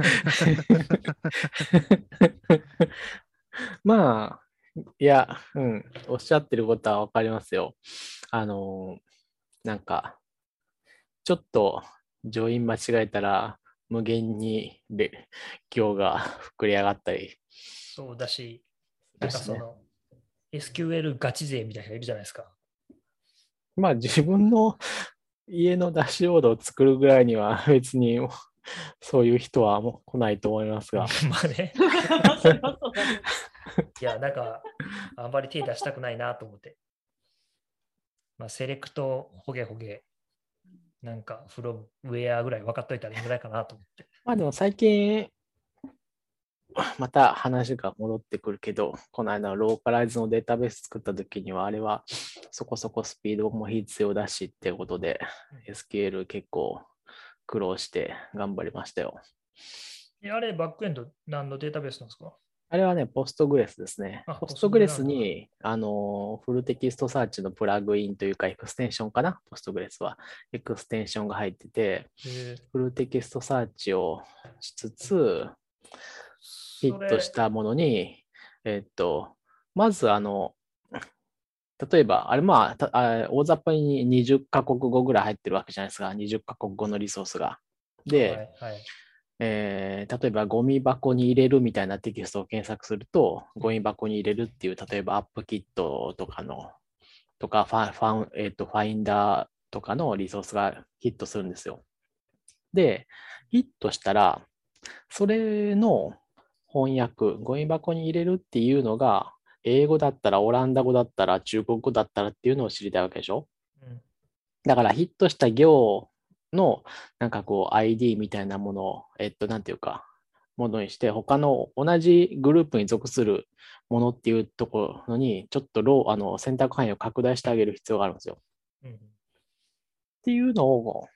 まあ、いや、うん、おっしゃってることはわかりますよ。あの、なんか、ちょっと上院間違えたら、無限にで行が膨れ上がったりそうだし、なんかするしね。 その エスキューエル ガチ勢みたいな人がいるじゃないですか。 まあ自分の家のダッシュボードを作るぐらいには別にそういう人はもう来ないと思いますが。 まあね。 それはそうだね。 いや、なんか、あんまり手出したくないなと思って。まあ、セレクト、ホゲホゲ、なんか、フロム、ウェアぐらい分かっといたらいいぐらいかなと思って。 まあでも最近、また話が戻ってくるけど、この間のローカライズのデータベース作った時には、あれはそこそこスピードも必要だしっていうことで、エスキューエル 結構苦労して頑張りましたよ。 えあれ、バックエンド何のデータベースなんですか？ あれはね、ポストグレスですね。 あポストグレスポストグレに、あの、フルテキストサーチのプラグインというか、エクステンションかな、ポストグレスは。エクステンションが入ってて、 えー、 フルテキストサーチをしつつ、ヒそれ、 ットしたものに、えっと、まず、あの、例えば、あれ、まあ、たあ大雑把ににじゅっカ国語ぐらい入ってるわけじゃないですか。にじゅっカ国語のリソースが。で、 はいはい、 えー例えばゴミ箱に入れるみたいなテキストを検索すると、ゴミ箱に入れるっていう、例えばアップキットとかの、とかファファン、えーと、ファインダーとかのリソースがヒットするんですよ。で、ヒットしたら、それの翻訳、ゴミ箱に入れるっていうのが、英語だったら、オランダ語だったら、中国語だったらっていうのを知りたいわけでしょ。 うんだからヒットした行のなんかこう アイディー みたいなものを、えっと、なんていうか、ものにして、他の同じグループに属するものっていうところに、ちょっとローあの選択範囲を拡大してあげる必要があるんですよ。 うん、 っていうのを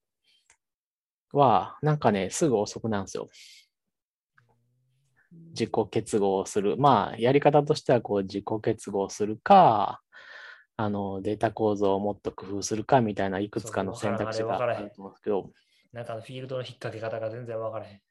は、なんかね、すぐ遅くなんですよ。自己結合をする。まあ、やり方としては、こう、自己結合するか、あの、データ構造をもっと工夫するかみたいないくつかの選択肢があると思うんですけど、 なんかあのフィールドの引っ掛け方が全然分からへん。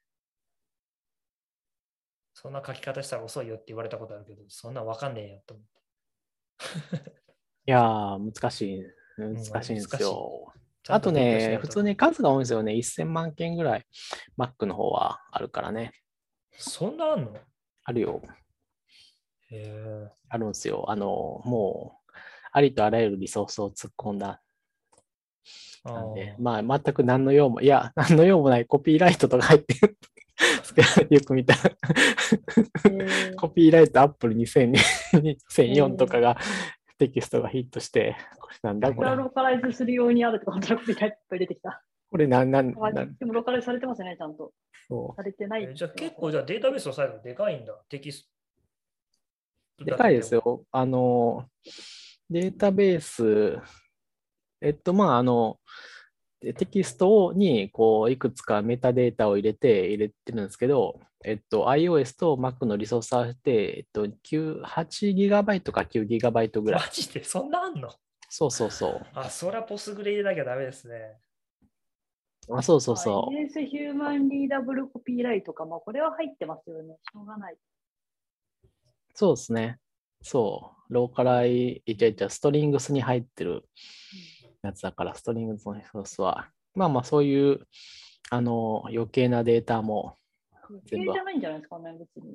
そんな書き方したら遅いよって言われたことあるけど、そんな分かんねえよと思って。 いやー、難しい、難しいんですよ。あとね、普通に数が多いんですよね。せんまん件ぐらい Mac の方はあるからね。 そんなあんの？ あるよ。 へえ。 あるんですよ。あの、もう、ありとあらゆるリソースを突っ込んだ。なんで、まあ、全く何の用も、いや、何の用もないコピーライトとか入ってる。よく見たらコピーライトアップルにせんよんとかがテキストがヒットして、これなんだこれ。 ローカライズするようにあるってことがコピーライトいっぱい出てきた。 これなんなん、 でもローカライズされてますね、ちゃんと。 そうされてない。 じゃあ結構じゃあデータベースのサイズがでかいんだ。テキスト。 でかいですよ。あの、データベース、えっと、まあ、あの、テキストにこういくつかメタデータを入れて入れてるんですけど、えっと、iOS と Mac のリソース合わせて、えっと、はちギガバイト かきゅうギガバイトぐらい。 マジでそんなあんの？ そうそうそう。 あ、そりゃポスグレ入れなきゃダメですね。 あ、そうそうそう。 エヌエス ヒューマンリーダブルコピーライトか、まあ、これは入ってますよね。しょうがない。 そうですね。そう。ローカライ、いちゃいちゃストリングスに入ってるやつだから、ストリングスのリソースは、まあまあそういう、あの、余計なデータも余計じゃないんじゃないですかね、別に。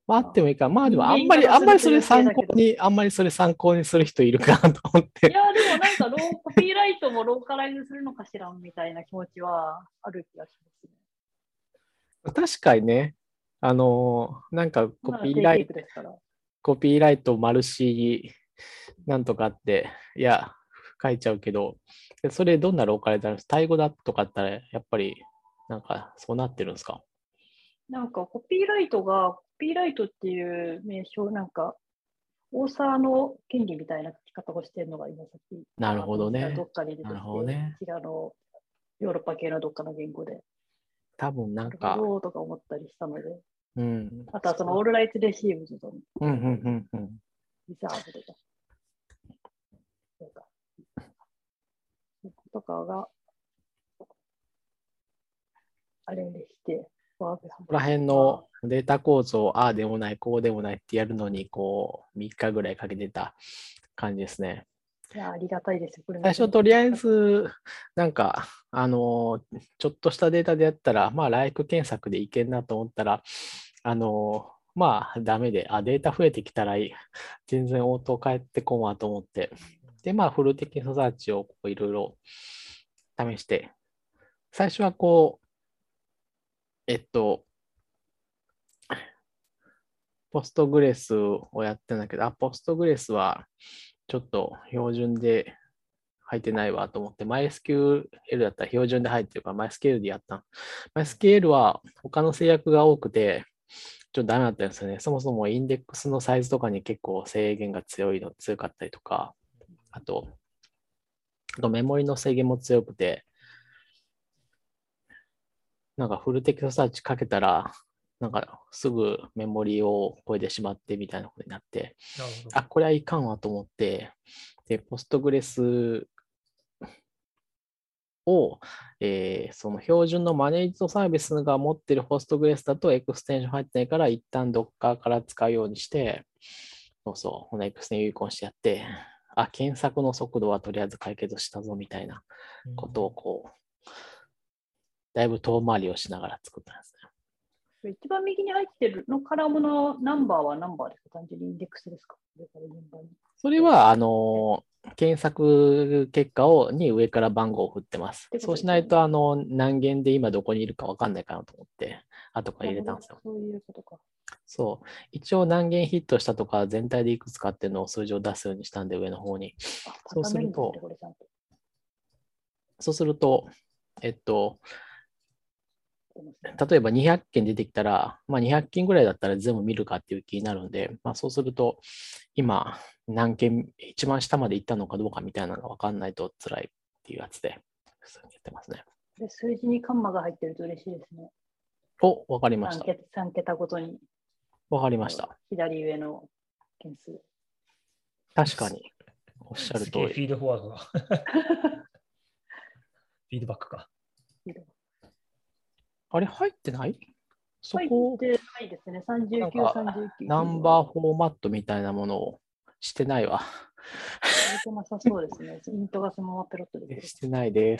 まあ、あってもいいか。まあでも、あんまり、あんまりそれ参考に、あんまりそれ参考にする人いるかなと思って。 いや、でもなんかロー、コピーライトもローカライズするのかしらみたいな気持ちはある気がしますね。 確かにね、あのー、なんかコピーライト、コピーライト丸 C なんとかって、いや、書いちゃうけど、それどんなローカライズなんですか？タイ語だとかったら、やっぱり、なんかそうなってるんですか？ なんかコピーライトが、コピーライトっていう名称、なんか、オーサーの権利みたいな書き方をしてるのが今さっき。 なるほどね。 どっかに出てきて、 なるほどね。 こちらのヨーロッパ系のどっかの言語で。 多分なんか。 なるほどとか思ったりしたので。 うん。 あとはそのオールライツレシーブズと。 うんうんうんうん。 リザーブとか。そうか。とかが、あれでして、 ここら辺のデータ構造をああでもない、こうでもないってやるのに、こう、みっかぐらいかけてた感じですね。 いや、ありがたいですよ。これ最初、とりあえず、なんか、あの、ちょっとしたデータでやったら、まあ、ライク検索でいけんなと思ったら、あの、まあ、ダメで、あ、データ増えてきたらいい、全然応答返ってこんわと思って、で、まあ、フルテキストサーチをいろいろ試して、最初はこう、えっと、ポストグレスをやってんだけど、あ、ポストグレスはちょっと標準で入ってないわと思って、MySQL だったら標準で入ってるから MySQL でやった。MySQL は他の制約が多くて、ちょっとダメだったんですよね。そもそもインデックスのサイズとかに結構制限が強いの、強かったりとか、あと、あとメモリの制限も強くて、なんかフルテキストサーチかけたら、なんかすぐメモリを超えてしまってみたいなことになって、あ、これはいかんわと思って、で、ポストグレスを、えー、その標準のマネージドサービスが持っているポストグレスだとエクステンション入ってないから、一旦 Docker から使うようにして、そうそう、このエクステンユーコンしてやって、あ、検索の速度はとりあえず解決したぞみたいなことをこう、だいぶ遠回りをしながら作ったんですね。一番右に入ってるのカラムのナンバーはナンバーですか？単純にインデックスですか？ それは、あの、検索結果をに上から番号を振ってます。そうしないと、あの、何件で今どこにいるか分かんないかなと思って、後から入れたんですよ。 そういうことか。 そう。一応何件ヒットしたとか、全体でいくつかっていうのを数字を出すようにしたんで、上の方に。そうすると、そうすると、えっと、例えばにひゃっけん出てきたら、まあ、にひゃっけんぐらいだったら全部見るかっていう気になるんで、まあ、そうすると、今、何件、一番下まで行ったのかどうかみたいなのが分かんないと辛いっていうやつで、普通にやってますね。 で数字にカンマが入ってると嬉しいですね。 お、分かりました。 さんけた、さんけたごとに。 分かりました。 左上の件数。 確かに。おっしゃる通り。 フィードフォワードが。フィードバックか。 あれ入ってない？そこ入ってないですね。さんじゅうきゅう、さんじゅうきゅう。 ナンバーフォーマットみたいなものをしてないわ。 してなさそうですね。イントがそのままペロッとできる。 してないです。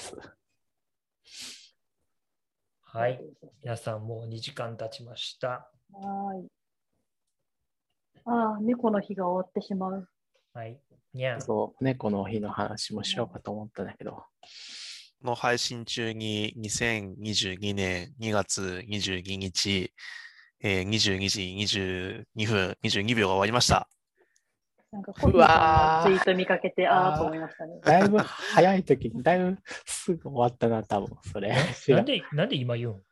はい。皆さんもうにじかん経ちました。 はい。ああ、猫の日が終わってしまう。 はい。にゃん。 そう、猫の日の話もしようかと思ったんだけど。 の配信中ににせんにじゅうにねんにがつにじゅうににち、えー、にじゅうにじにじゅうにふんにじゅうにびょうが終わりました。 なんかコピーさんのツイート見かけて、ああと思いましたね。 だいぶ早い時に、だいぶすぐ終わったな、多分それ。 なんで、なんで今言うん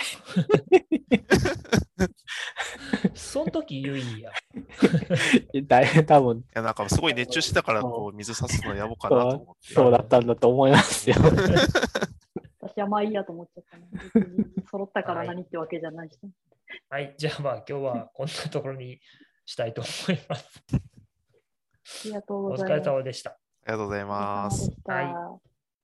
その時言いや。 だいぶ多分。いや、なんかすごい熱中してたから、こう、水差すのやぼうかなと思って。 そうだったんだと思いますよ。 私はまあいいやと思っちゃったね。揃ったから何ってわけじゃないし。 はい、はい、じゃあまあ今日はこんなところにしたいと思います。 ありがとうございます。 お疲れ様でした。 ありがとうございます。 はい。